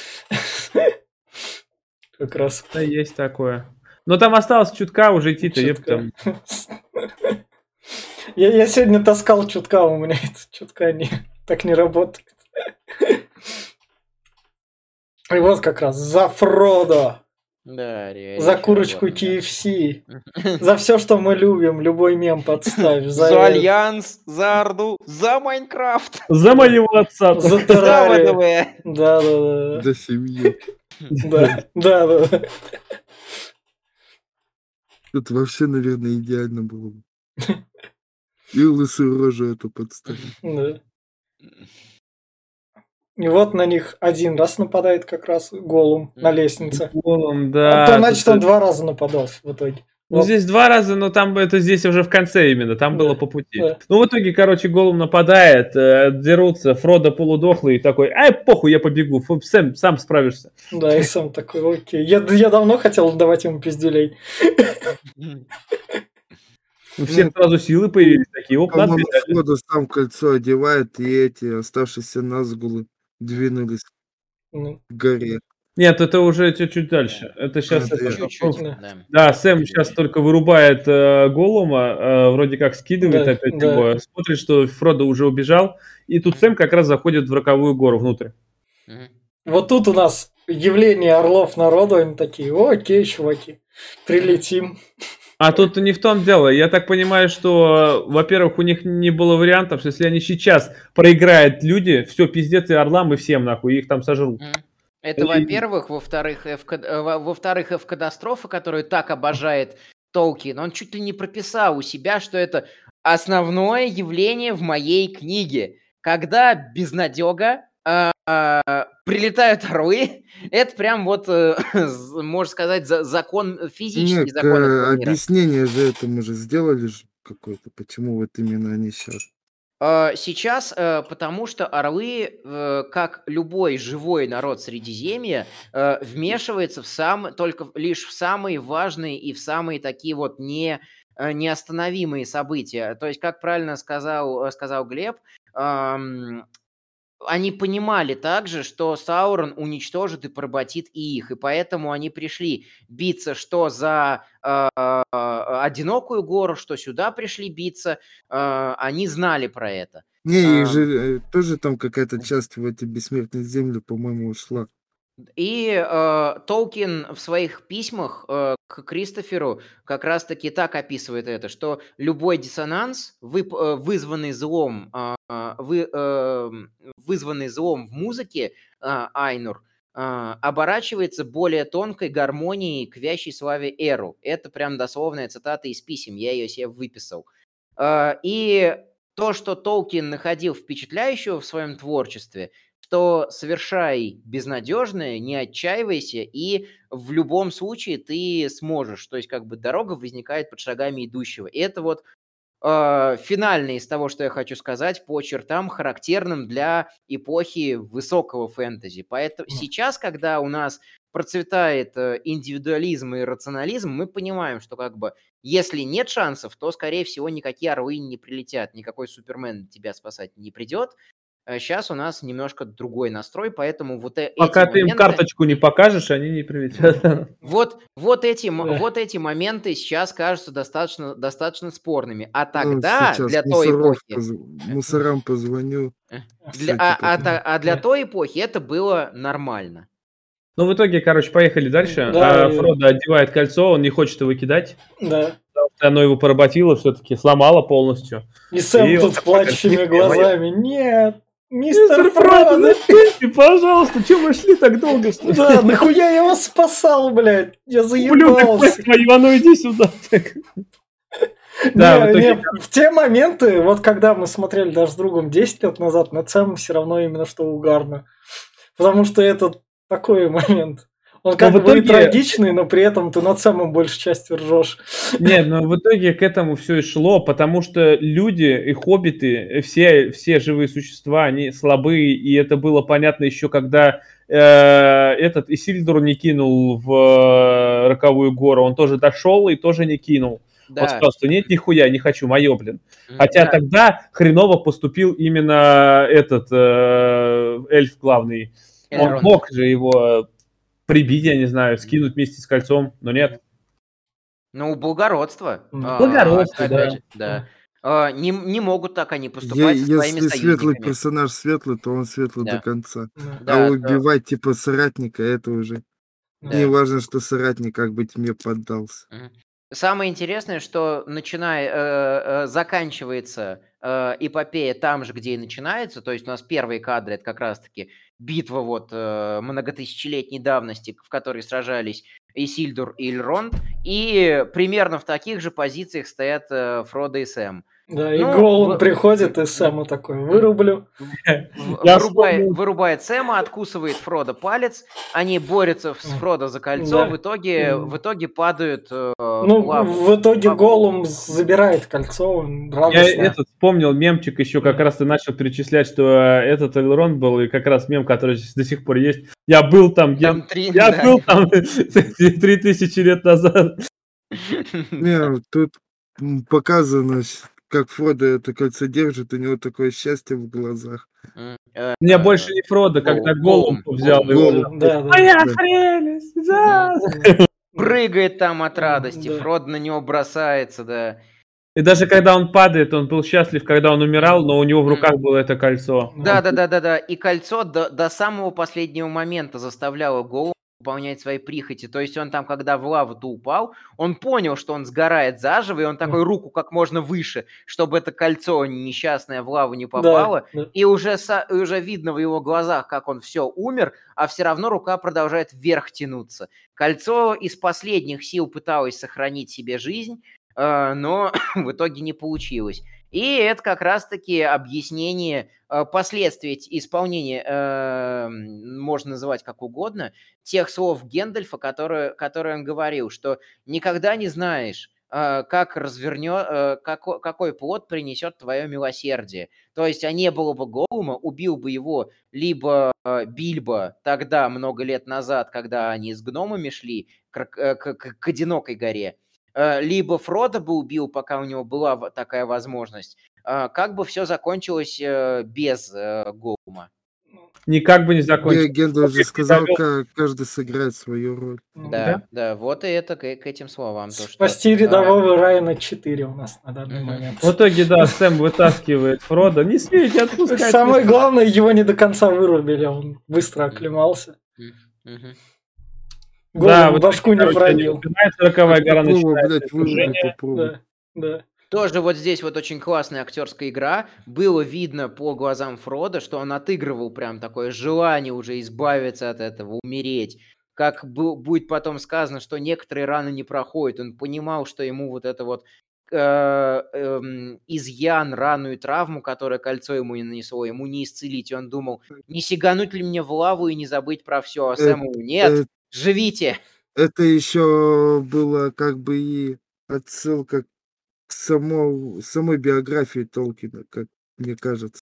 A: Как раз.
C: Да, есть такое. Но там осталось чутка уже идти-то. еп,
A: Чутка.
C: там.
A: Я, я сегодня таскал чутка, у меня это чутка не, так не работает. И вот как раз за Фродо,
B: Да, ре-
A: за
B: речь
A: курочку
B: Арагорна,
A: кей эф си, за все, что мы любим, любой мем подставь,
B: да.
A: за,
B: За Альянс, за Орду, за Майнкрафт,
C: За моего отца.
A: за
B: за
A: террарию.
B: ВДВ.
A: Да, да,
D: Для семьи.
A: да, да, да, да.
D: Тут вообще, наверное, идеально было бы. И лысую рожу эту подставить.
A: Да. И вот на них один раз нападает как раз Голум на лестнице.
C: Голум,
A: А
C: да.
A: то, значит,
C: тут-
A: он два раза нападал в итоге.
C: Ну,
A: Вот.
C: здесь два раза, но там это здесь уже в конце именно, там
A: Да,
C: было по пути.
A: да.
C: Ну, в итоге, короче, Голум нападает, э, дерутся, Фродо полудохлый и такой, ай, похуй, я побегу, Фу, Сэм, сам справишься.
A: Да, и сам такой, окей. Я, я давно хотел давать ему пиздюлей.
C: У всех сразу силы появились такие, оп, надо
D: По-моему,
C: бежать.
D: Фродо сам кольцо одевает, и эти оставшиеся назгулы двинулись
A: Ну,
D: к горе.
C: Нет, это уже чуть-чуть дальше. Это сейчас...
D: А, да.
B: Чуть-чуть,
A: Да.
B: да.
C: Да, Сэм сейчас только вырубает э, Голума, э, вроде как скидывает
A: Да,
C: опять
A: да.
C: его, смотрит, что Фродо уже убежал, и тут Сэм как раз заходит в роковую гору внутрь.
B: Мгм.
A: вот тут у нас явление орлов народу, они такие, окей, чуваки, прилетим.
C: А тут не в том дело. Я так понимаю, что, во-первых, у них не было вариантов, что если они сейчас проиграют люди, все, пиздец и орлам, и всем нахуй, их там сожрут.
B: Мгм. Это,
C: И-
B: во-первых. Во-вторых, F- э, во- во-вторых, F-катастрофа, которую так обожает Толкин, он чуть ли не прописал у себя, что это основное явление в моей книге. когда безнадега, а, а, прилетают орлы, это прям вот, э, з- можно сказать, за- закон, физический
D: Нет,
B: закон этого
D: э,
B: мира.
D: объяснение же этому же сделали же какое-то, почему вот именно они сейчас.
B: А, Сейчас, э, потому что орлы, э, как любой живой народ Средиземья, э, вмешивается в сам, только в- лишь в самые важные и в самые такие вот не, э, неостановимые события. То есть, как правильно сказал, э, сказал Глеб, ам, они понимали также, что Саурон уничтожит и поработит и их, и поэтому они пришли биться что за э, э, одинокую гору, что сюда пришли биться. Э, они знали про это.
D: Не, их
B: Ам,
D: же э, тоже там какая-то часть в эти бессмертные земли, по-моему, ушла.
B: И э, Толкин в своих письмах э, к Кристоферу как раз-таки так описывает это, что любой диссонанс, вып- э, вызванный злом, а, а, вы- э, вызванный злом в музыке, а, Айнур, а, оборачивается более тонкой гармонией к вящей славе Эру. Это прям дословная цитата из писем, я ее себе выписал. А, И то, что Толкин находил впечатляющего в своем творчестве, что совершай безнадежное, не отчаивайся, и в любом случае ты сможешь. То есть как бы дорога возникает под шагами идущего. И это вот э, финальное из того, что я хочу сказать, по чертам, характерным для эпохи высокого фэнтези. Поэтому сейчас, когда у нас процветает э, индивидуализм и рационализм, мы понимаем, что как бы если нет шансов, то, скорее всего, никакие орлы не прилетят, никакой Супермен тебя спасать не придет. Сейчас у нас немножко другой настрой, поэтому вот э- эти
C: Пока ты им
B: моменты,
C: карточку не покажешь, они не прилетят.
B: вот, вот, эти, м-
A: Да.
B: вот эти моменты сейчас кажутся достаточно, достаточно спорными. А
D: Ну,
B: тогда,
D: сейчас
B: для той
D: мусоров
B: эпохи,
D: поз- мусорам позвоню.
B: э, для,
D: Кстати,
B: а, а
D: потом.
B: та- а для
A: Да.
B: той эпохи это было нормально.
C: Ну, в итоге, короче, поехали дальше.
A: Да,
C: А
A: и-
C: Фродо одевает кольцо, он не хочет его кидать.
A: Да.
C: Оно его поработило все-таки, сломало полностью.
A: И Сэм
C: И он
A: тут с
C: такой,
A: плачущими
C: «Нет,
A: глазами. Нет,
C: Мистер
A: мистер
C: Фродо,
A: Фродо!
C: зачем? Пожалуйста, чем вы шли так долго? Что ли?
A: Да, нахуя я вас спасал, блядь? Я
C: Ублюдок,
A: заебался.
C: мать твою, а ну иди сюда. Да,
A: Не,
C: в итоге-
A: не, в те моменты, вот когда мы смотрели даже с другом десять лет назад, над Сэмом все равно именно что угарно. Потому что это такой момент. Он как
C: в
A: бы и
C: итоге-
A: трагичный, но при этом ты над Сэмом большей частью ржешь.
C: Нет, но в итоге к этому все и шло, потому что люди и хоббиты, все, все живые существа, они слабые, и это было понятно еще, когда э, этот Исильдур не кинул в э, Роковую гору, он тоже дошел и тоже не кинул. Он
B: Да.
C: сказал, что нет, нихуя, не хочу, мое, блин.
B: М,
C: Хотя
B: да.
C: тогда хреново поступил именно этот э, эльф главный. Он
B: Элронд.
C: мог же его прибить, я не знаю, скинуть вместе с кольцом, но нет.
B: Ну, благородство.
A: М.
B: А,
C: Благородство,
B: опять
C: да.
B: же, да. А, не, не могут так они
D: Е-
B: поступать со своими
D: если светлый
B: союзниками.
D: персонаж светлый, то он светлый
B: Да.
D: до конца.
B: Да,
D: а
B: то-
D: убивать типа соратника, это уже
B: Да.
D: не важно, что соратник как бы тьме поддался.
B: Мгм. Самое интересное, что начиная, э, э, заканчивается э, эпопея там же, где и начинается, то есть у нас первые кадры это как раз-таки битва вот э, многотысячелетней давности, в которой сражались Исильдур и Элронд, и примерно в таких же позициях стоят э, Фродо и Сэм.
A: Да, и
B: Ну,
A: Голум
B: в-
A: приходит, и Сэма такой, вырублю.
B: В-
C: Я
B: вырубает,
C: вспомнил.
B: вырубает Сэма, откусывает Фродо палец, они борются с Фродо за кольцо,
A: Да.
B: в итоге,
A: Мгм.
B: в итоге падают э,
A: Ну,
B: в лаву.
A: в итоге
B: Лаву.
A: Голум забирает кольцо, он
C: Я
A: радостно.
C: этот вспомнил мемчик еще, как раз ты начал перечислять, что э, этот Элронд был, и как раз мем, который здесь до сих пор есть. Я был там, я,
B: Там три,
C: я
B: да.
C: был там три тысячи лет назад.
D: Не, тут м, показано, с- как Фродо это кольцо держит, у него такое счастье в глазах.
B: М, э,
C: Мне
B: э,
C: больше не Фродо, когда
B: Голум,
C: Голум взял
B: Голум.
C: его.
D: Голум.
A: Да, да.
C: Моя
D: Да.
C: прелесть, да.
B: Прыгает там от радости,
A: Да.
B: Фродо на него бросается, да.
C: И даже когда он падает, он был счастлив, когда он умирал, но у него в руках было это кольцо.
B: Да, да, да, да, да. И кольцо до, до самого последнего момента заставляло Голума выполнять свои прихоти. То есть он там, когда в лаву-то упал, он понял, что он сгорает заживо, и он такой руку как можно выше, чтобы это кольцо несчастное в лаву не попало.
A: Да, да.
B: И уже, со- и уже видно в его глазах, как он все умер, а все равно рука продолжает вверх тянуться. Кольцо из последних сил пыталось сохранить себе жизнь, э, но в итоге не получилось. И это как раз-таки объяснение э, последствий исполнения, э, можно называть как угодно, тех слов Гэндальфа, которые, которые он говорил, что никогда не знаешь, э, как развернет, э, како- какой плод принесет твое милосердие. То есть, а не было бы Голума, убил бы его либо э, Бильбо тогда, много лет назад, когда они с гномами шли к, к- к- к одинокой горе, э, либо Фродо бы убил, пока у него была в- такая возможность, э, как бы все закончилось э, без э, Голума.
C: Никак бы не
D: Ге-
C: закончилось.
D: Гендалф же
C: Не
D: сказал,
C: довел.
D: как каждый сыграет свою роль.
A: Ну,
B: Да,
C: Да.
B: да, вот и это к, к этим словам. То, что,
A: Спасти
B: э,
A: рядового Райана четыре у нас на данный
B: Мгм.
A: момент.
C: В итоге, да, Сэм вытаскивает Фродо. Не смейте отпускать.
A: Самое
C: не
A: главное, его не до конца вырубили, он быстро оклемался.
B: м, мгм.
A: Голову
C: Да, вот
A: башку не
C: короче, они
A: пробил.
C: начинают, сороковая гора
D: Такого,
C: начинается
D: блядь, выруби,
C: движение.
D: попробуй.
A: Да, да.
B: Тоже вот здесь вот очень классная актерская игра. Было видно по глазам Фрода, что он отыгрывал прям такое желание уже избавиться от этого, умереть. Как бу- будет потом сказано, что некоторые раны не проходят. Он понимал, что ему вот это вот э, эм, изъян, рану и травму, которое кольцо ему не нанесло, ему не исцелить. И он думал, не сигануть ли мне в лаву и не забыть про все. А
D: Э,
B: Сэму, нет,
D: э,
B: живите.
D: Это еще было как бы и отсылка к само, самой биографии Толкина, как мне кажется.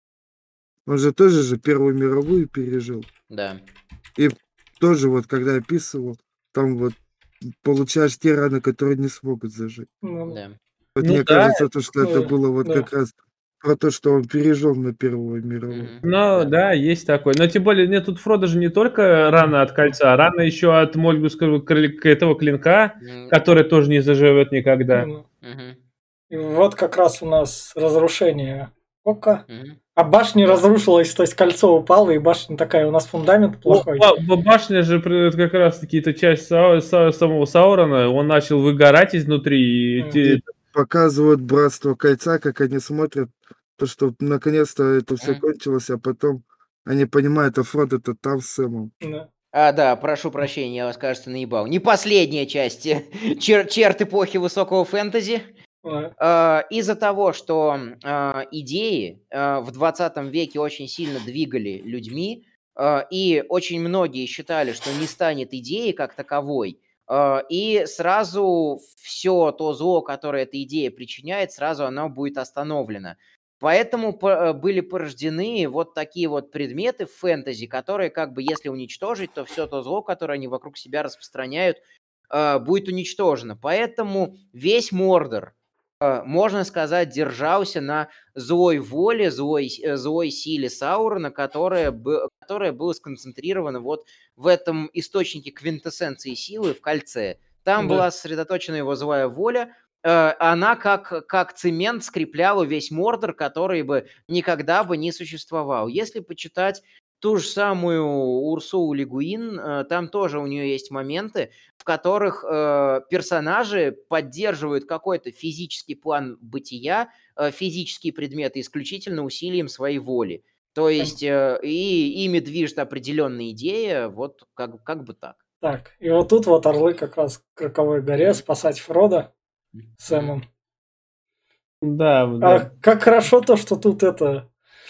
D: Он же тоже же Первую мировую пережил.
B: Да.
D: И тоже вот, когда описывал, там вот получаешь те раны, которые не смогут зажить.
A: Ну,
B: Да.
D: Вот
C: Ну
D: мне
C: да,
D: кажется, то, что это
A: да,
D: было вот
A: да.
D: как раз про то, что он пережил на Первую мировую.
B: Мгм.
C: ну
B: Да.
C: да, есть такой. Но тем более, нет, тут Фродо же не только рана от кольца, а рана еще от Мольгуского кры- этого клинка,
B: М,
C: который тоже не заживет никогда.
A: Ну,
B: мгм.
A: и вот как раз у нас разрушение ока.
B: Мгм.
A: А башня
B: Да.
A: разрушилась, то есть кольцо упало, и башня такая, у нас фундамент
C: О,
A: плохой.
C: ба- ба- Башня же при- это как раз таки это часть Са- Са- самого Саурона, он начал выгорать изнутри. И
A: Мгм.
C: те-
D: И показывают Братство Кольца, как они смотрят, то, что наконец-то это все
B: Мгм.
D: кончилось, а потом они понимают, а Фродо-то там с Сэмом.
A: Да.
B: А, да, прошу прощения, я вас, кажется, наебал. Не последняя часть чер- черт эпохи высокого фэнтези.
A: Да.
B: А, Из-за того, что а, идеи а, в двадцатом веке очень сильно двигали людьми, а, и очень многие считали, что не станет идеи как таковой, а, и сразу все то зло, которое эта идея причиняет, сразу оно будет остановлено. Поэтому по- э, были порождены вот такие вот предметы в фэнтези, которые как бы если уничтожить, то все то зло, которое они вокруг себя распространяют, а, будет уничтожено. Поэтому весь Мордор, э, можно сказать, держался на злой воле, злой, с- э, злой силе Саурона, которая, бы- которая была сконцентрирована вот в этом источнике квинтэссенции силы в кольце. Там
A: Да.
B: была сосредоточена его злая воля, э, она как, как цемент скрепляла весь Мордор, который бы никогда бы не существовал. Если почитать ту же самую Урсулу Ле Гуин, э, там тоже у нее есть моменты, в которых э, персонажи поддерживают какой-то физический план бытия, э, физические предметы исключительно усилием своей воли. То есть э, и ими движет определенная идея, вот как, как бы так.
A: Так, и вот тут вот орлы как раз к Роковой горе
B: Мгм.
A: спасать Фрода
B: Мгм.
A: Сэмом.
C: Да,
A: А
C: да.
A: как хорошо то, что тут это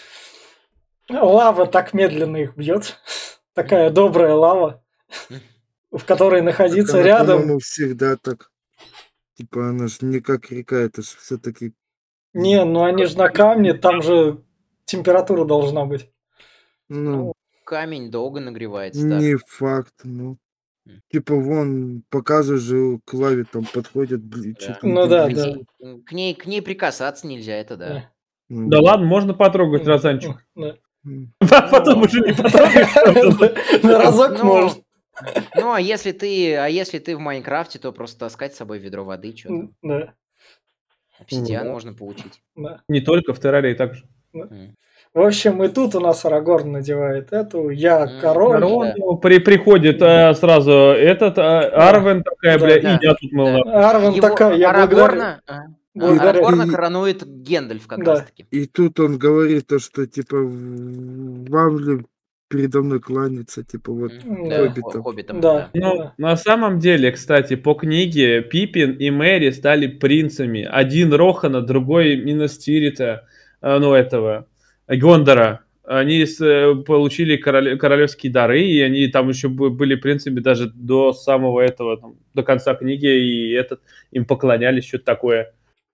A: лава так медленно их бьет. Такая добрая лава, в которой
D: Так
A: находиться
D: она,
A: рядом.
D: по-моему, всегда так. Типа она же не как река, это же все-таки
A: Не, ну они же на камне, там же температура должна быть.
D: ну,
B: Ну, камень долго нагревается так.
D: не факт, ну.
B: М.
D: Типа вон, показывают же к лаве, там подходят, бли-
B: Да.
D: чуть ли
A: Ну
D: не
A: да,
B: К
D: близко.
A: да.
B: ней, м, к ней, к ней прикасаться нельзя, это да.
A: Да.
D: Ну,
C: Да ладно, можно потрогать
A: М,
C: разанчик.
A: да.
D: м.
C: А потом уже не потрогаешь.
A: На разок
B: Ну,
A: может.
B: ну, а если ты, а если ты в Майнкрафте, то просто таскать с собой ведро воды, что там.
A: Да,
B: Обсидиан
C: Да.
B: можно получить.
A: да,
C: Не только в террарии также.
A: да.
B: М.
A: В общем, и тут у нас Арагорн надевает эту «Я
B: М,
A: король».
B: да.
C: Корону при, приходит э, сразу этот э, Арвен такая,
A: Да,
C: бля,
B: да,
C: и я тут мыл.
B: да.
A: Арвен
B: Его
A: такая, я благодарю.
B: Арагорна, а, а,
A: Благодаря.
B: Арагорна
D: И-
B: коронует Гендальф как
A: Да.
B: раз-таки.
D: И тут он говорит то, что типа в- вам ли передо мной кланяться, типа вот
B: М, Да, хо-
D: хоббитам.
B: хоббитом,
A: Да.
B: да.
C: Ну,
A: Да.
C: на самом деле, кстати, по книге Пиппин и Мэри стали принцами. Один Рохана, другой Минас Тирита, э, ну, этого, э, Гондора. Они с- э, получили короле- королевские дары, и они там еще бу- были принцами даже до самого этого, там, до конца книги, и этот, им поклонялись, что-то такое.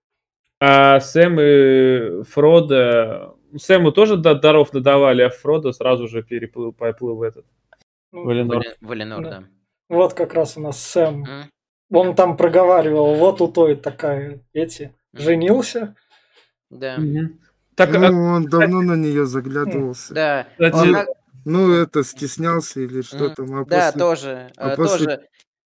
C: А Сэм и Фродо... Сэму тоже да- даров надавали, а Фродо сразу же переплыл, поплыл в этот,
A: Ну,
C: в Эленор.
B: Вале- Валенор,
A: Да.
B: да.
A: Вот как раз у нас Сэм.
B: М,
A: Он там проговаривал, вот у той такая, эти,
B: м,
A: женился.
B: Да,
C: Мгм. Так,
D: Ну,
C: а,
D: он давно на нее заглядывался.
B: да.
C: кстати,
B: Он
A: Ну,
B: как-
D: Ну,
B: м,
D: это стеснялся или что
B: м,
D: там, а
B: Да,
D: после,
B: тоже,
D: а
B: э,
D: после,
B: тоже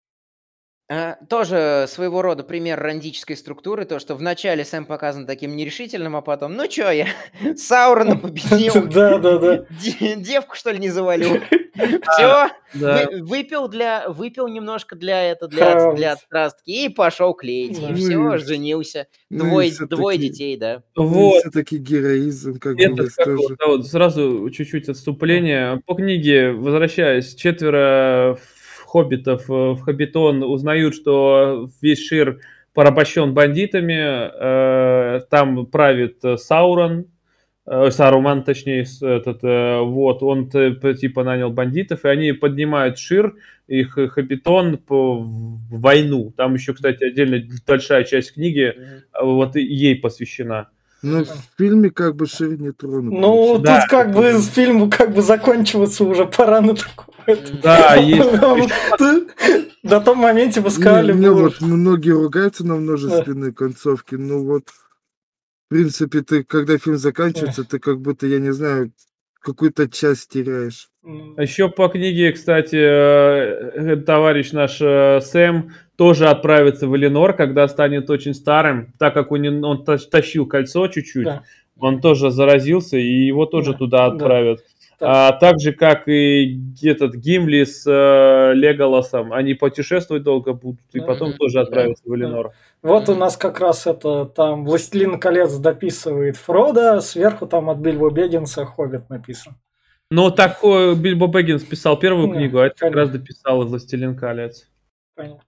B: А, Тоже своего рода пример рандической структуры, то, что вначале Сэм показан таким нерешительным, а потом, ну чё, я Саурона победил,
A: Да, да, да.
B: де- девку что ли не завалю? Все,
C: да.
B: выпил для, выпил немножко для это, для, для
A: Храбрость.
B: отстрастки и пошел клеить, и
A: Да.
D: ну
B: все,
D: и,
B: женился,
D: ну и
B: двое, двое
D: все-таки,
B: детей, да.
D: ну и
C: Вот,
D: все-таки героизм как бы
C: этот,
D: есть
C: как его
D: тоже.
C: зовут, сразу чуть-чуть отступление. По книге, возвращаясь, четверо хоббитов э, в Хоббитон узнают, что весь Шир порабощен бандитами, э, там правит э, Саурон, э, Саруман, точнее, с- этот, э, вот, он т- п- типа нанял бандитов, и они поднимают Шир, их э, Хоббитон по, в войну. Там еще, кстати, отдельно большая часть книги
B: Мгм.
C: э, вот и- ей посвящена.
D: Но
B: Мгм.
D: в фильме как бы Шир не тронут
A: Ну,
D: вообще.
A: тут
C: Да,
A: как бы с фильму как бы заканчиваться уже пора на такое.
B: М,
C: Да, есть.
A: Ты на том моменте вы
D: Не,
A: сказали,
D: не,
A: было
D: вот
A: уже.
D: многие ругаются на
A: Да.
D: множественные концовки, но вот, в принципе, ты, когда фильм
A: Эх,
D: заканчивается, ты как будто, я не знаю, какую-то часть теряешь.
A: м,
C: Еще по книге, кстати, э, товарищ наш э, Сэм тоже отправится в Эленор, когда станет очень старым, так как у него- он та- тащил кольцо чуть-чуть,
A: Да,
C: он тоже заразился, и его тоже
A: да,
C: туда
A: да.
C: отправят.
A: Так.
C: А так же, как и этот Гимли с э, Леголасом, они путешествовать долго будут, и
A: Да.
C: потом
B: Мгм.
C: тоже
B: Да.
C: отправятся в
A: Да.
C: Эленор.
A: Вот у
B: Мгм.
A: нас как раз это там «Властелин колец» дописывает Фродо, сверху там от Бильбо Беггинса «Хоббит» написан.
C: Но так э, Бильбо Бэггинс писал первую
A: Да,
C: книгу, а это как раз
A: понятно,
C: дописал «Властелин колец».
A: понятно.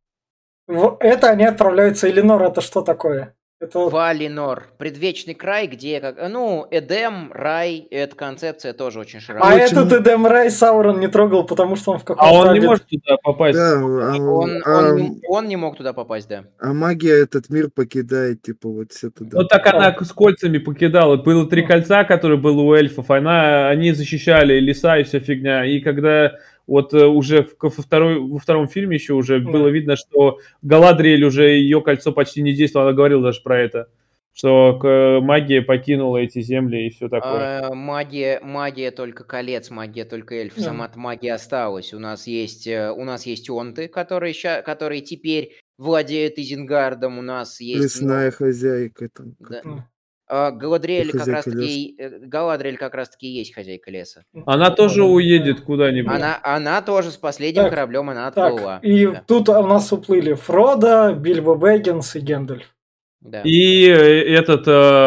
A: В- Это они отправляются. Эленор, это что такое? Это
B: Валинор, предвечный край, где, как, ну, Эдем, рай, эта концепция тоже очень
A: А
B: широка.
D: Очень-
A: этот Эдем Рай Саурон не трогал, потому что он в
C: А
A: каком-то
C: он не
A: обед-
C: может туда попасть.
D: Да, а,
B: Он,
D: а-
B: он, не, он не мог туда попасть, да.
D: а магия этот мир покидает, типа, вот все туда.
C: Ну так она с кольцами покидала. Было три
A: Ну.
C: кольца, которые было у эльфов. Она, они защищали леса и вся фигня. И когда вот э, уже в- во, второй, во втором фильме еще уже
A: Да.
C: было видно, что Галадриэль уже ее кольцо почти не действовало. Она говорила даже про это. Что к- магия покинула эти земли и все такое.
B: А, магия, магия только колец, магия только эльф.
A: Да.
B: Сама магия осталась. У нас есть, э, у нас есть онты, которые, ща, которые теперь владеют Изенгардом. У нас есть...
D: Лесная хозяйка там.
B: Да.
D: которая-
B: А, Галадриэль как
D: хозяйка
B: раз таки, э, Галадриэль как раз таки и есть хозяйка леса.
C: Она тоже
A: Да.
C: уедет куда-нибудь.
B: Она, она тоже с последним
A: Так,
B: кораблем она отплыла.
A: Так, и
B: Да.
A: тут у нас уплыли Фродо, Бильбо Бэггинс и Гендальф.
B: Да.
C: И э, этот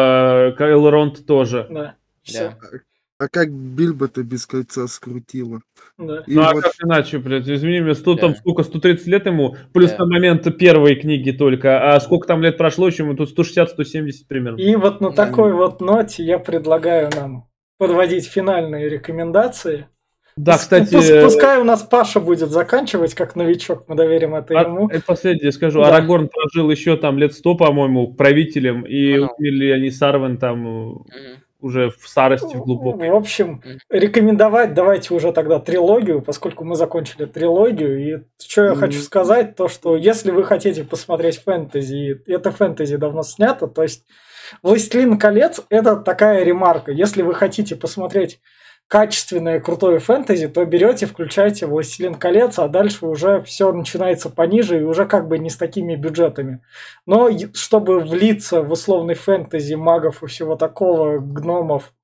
C: э, Элронд тоже.
A: Да, все.
B: Да.
D: А как Бильбо-то без кольца скрутила?
A: Да.
D: И
C: Ну а
D: вот
C: как иначе, блядь, извини меня, сто, там
B: Да.
C: сколько, сто тридцать лет ему, плюс
B: Да.
C: на момент первой книги только, а сколько там лет прошло, еще ему тут сто шестьдесят - сто семьдесят примерно.
A: И вот на
B: Да.
A: такой вот ноте я предлагаю нам подводить финальные рекомендации.
C: Да,
A: Пус-
C: кстати,
A: пус- Пускай у нас Паша будет заканчивать как новичок, мы доверим это
C: а-
A: ему.
C: э, последнее скажу,
A: Да.
C: Арагорн прожил еще там лет сто, по-моему, правителем, и
B: Много.
C: умерли они Сарвен там э,
B: Мгм.
C: уже в старости, в глубокой.
A: В общем,
B: Мгм.
A: рекомендовать давайте уже тогда трилогию, поскольку мы закончили трилогию. И что я
D: Мгм.
A: хочу сказать, то что если вы хотите посмотреть фэнтези, и это фэнтези давно снято, то есть «Властелин колец» — это такая ремарка. Если вы хотите посмотреть качественное, крутое фэнтези, то берете, включаете «Властелин колец», а дальше уже все начинается пониже и уже как бы не с такими бюджетами. Но е- чтобы влиться в условный фэнтези магов и всего такого, гномов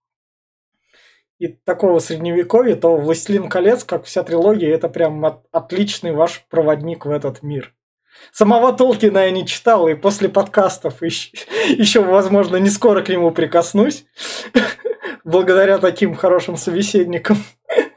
A: и такого средневековья, то «Властелин колец», как вся трилогия, это прям от- отличный ваш проводник в этот мир. Самого Толкина я не читал, и после подкастов еще, еще, возможно, не скоро к нему прикоснусь, благодаря таким хорошим собеседникам.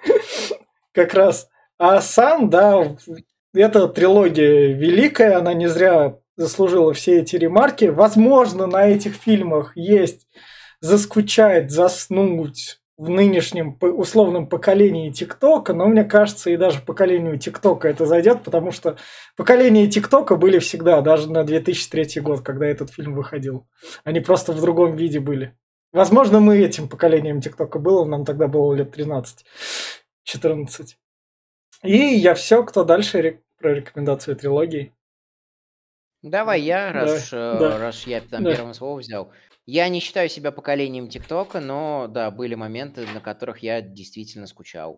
A: как раз. А сам, да, эта трилогия великая, она не зря заслужила все эти ремарки. Возможно, на этих фильмах есть заскучать, заснуть в нынешнем условном поколении ТикТока, но мне кажется, и даже поколению ТикТока это зайдет, потому что поколение ТикТока были всегда, даже на две тысячи третий год, когда этот фильм выходил. Они просто в другом виде были. Возможно, мы этим поколением ТикТока было, нам тогда было лет тринадцать-четырнадцать. И я все, кто дальше рек- про рекомендацию трилогии.
B: Давай я, раз
A: Да,
B: уж, э,
A: да,
B: раз я там
A: да.
B: первым слово взял. Я не считаю себя поколением ТикТока, но да, были моменты, на которых я действительно скучал.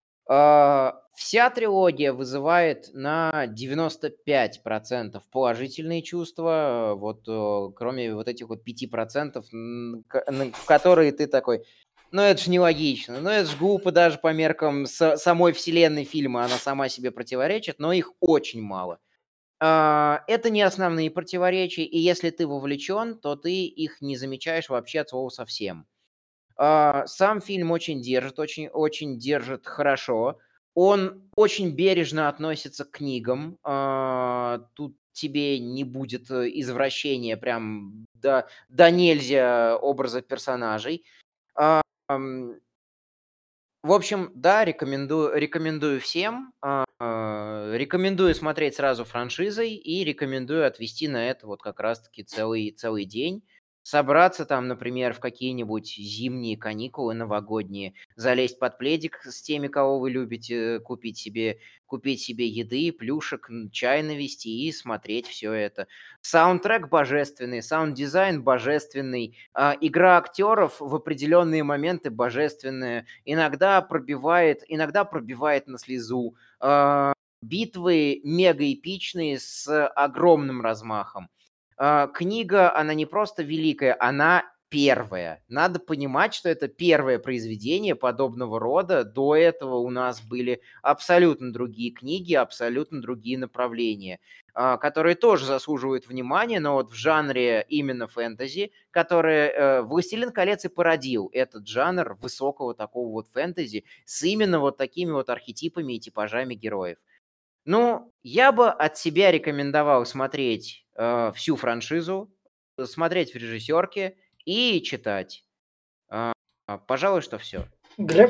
B: А, Вся трилогия вызывает на девяносто пять процентов положительные чувства, э, вот э, кроме вот этих вот пяти процентов, м, к- на- в которые ты такой, ну это ж нелогично, ну это ж глупо даже по меркам са- самой вселенной фильма, она сама себе противоречит, но их очень мало. А, Это не основные противоречия, и если ты вовлечен, то ты их не замечаешь вообще от слова совсем. А, Сам фильм очень держит, очень, очень держит хорошо. Он очень бережно относится к книгам. А, Тут тебе не будет э, извращения прям до, до нельзя образа персонажей. А, м, В общем, да, рекомендую, рекомендую всем. А, а, Рекомендую смотреть сразу франшизой и рекомендую отвести на это вот как раз-таки целый, целый день. Собраться там, например, в какие-нибудь зимние каникулы новогодние, залезть под пледик с теми, кого вы любите, купить себе, купить себе еды, плюшек, н- чай навести и смотреть все это. Саундтрек божественный, саунд-дизайн божественный, а, игра актеров в определенные моменты божественная, иногда пробивает, иногда пробивает на слезу. А, Битвы мега эпичные с огромным размахом. А, Книга, она не просто великая, она первая. Надо понимать, что это первое произведение подобного рода. До этого у нас были абсолютно другие книги, абсолютно другие направления, а, которые тоже заслуживают внимания, но вот в жанре именно фэнтези, которое э, «Властелин колец» и породил этот жанр высокого такого вот фэнтези с именно вот такими вот архетипами и типажами героев. Ну, я бы от себя рекомендовал смотреть э, всю франшизу, смотреть в режиссерке и читать. А, а, Пожалуй, что все.
A: Глеб?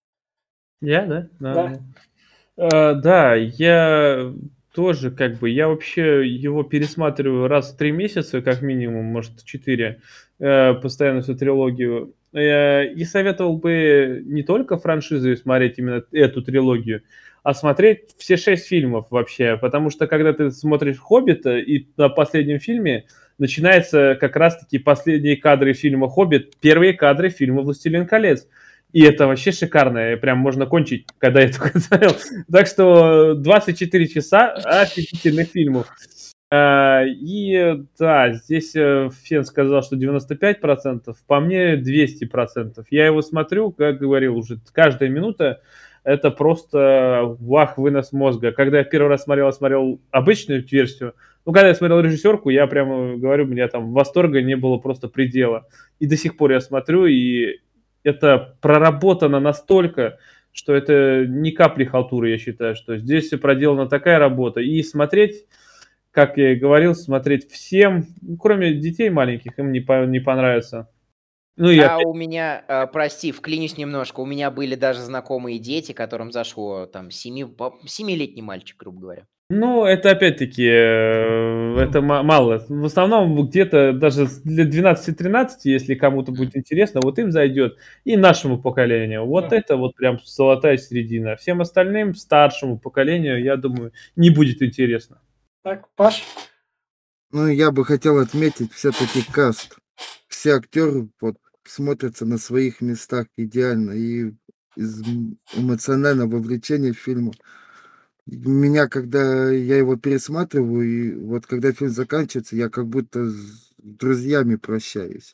C: Я, да? Да,
A: Да.
C: да. А, да, я тоже как бы, я вообще его пересматриваю раз в три месяца, как минимум, может, четыре, э, постоянно всю трилогию. Э, И советовал бы не только франшизу смотреть именно эту трилогию, а смотреть все шесть фильмов вообще, потому что когда ты смотришь «Хоббита», и на последнем фильме начинается как раз-таки последние кадры фильма «Хоббит», первые кадры фильма «Властелин колец». И это вообще шикарно, прям можно кончить, когда я только смотрел. Так что двадцать четыре часа офигительных фильмов. А, И да, здесь э, Фен сказал, что девяносто пять процентов, по мне двести процентов. Я его смотрю, как говорил уже, каждая минута это просто вах, вынос мозга. Когда я первый раз смотрел, я смотрел обычную версию. Ну, когда я смотрел режиссерку, я прямо говорю, у меня там восторга не было просто предела. И до сих пор я смотрю, и это проработано настолько, что это ни капли халтуры, я считаю, что здесь проделана такая работа. И смотреть, как я и говорил, смотреть всем, ну, кроме детей маленьких, им не, по, не понравится. Ну и
B: А
C: опять,
B: у меня, э, прости, вклинюсь немножко, у меня были даже знакомые дети, которым зашло там семи, по- семилетний мальчик, грубо говоря.
C: ну, это опять-таки, э, это ма- мало. В основном где-то даже для двенадцати-тринадцати, если кому-то будет интересно, вот им зайдет. И нашему поколению. Вот
A: Да.
C: это вот прям золотая середина. Всем остальным, старшему поколению, я думаю, не будет интересно.
A: Так, Паш?
D: Ну, я бы хотел отметить все-таки каст. Все актеры вот смотрятся на своих местах идеально и из м- эмоционального вовлечения в фильм. Меня, когда я его пересматриваю, и вот когда фильм заканчивается, я как будто с друзьями прощаюсь.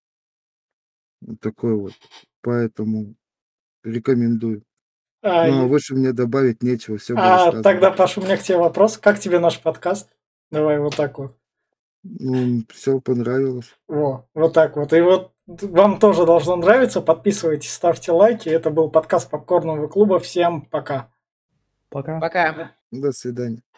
D: Вот такой вот. Поэтому рекомендую.
A: А,
D: Ну, а
A: и-
D: больше мне добавить нечего, все было
A: а
D: сказано.
A: тогда, Паш, у меня к тебе вопрос. Как тебе наш подкаст? Давай вот так вот.
D: Ну, все понравилось.
A: Во, вот так вот. И вот вам тоже должно нравиться. Подписывайтесь, ставьте лайки. Это был подкаст Попкорного клуба. Всем пока.
C: Пока.
B: Пока.
D: До свидания.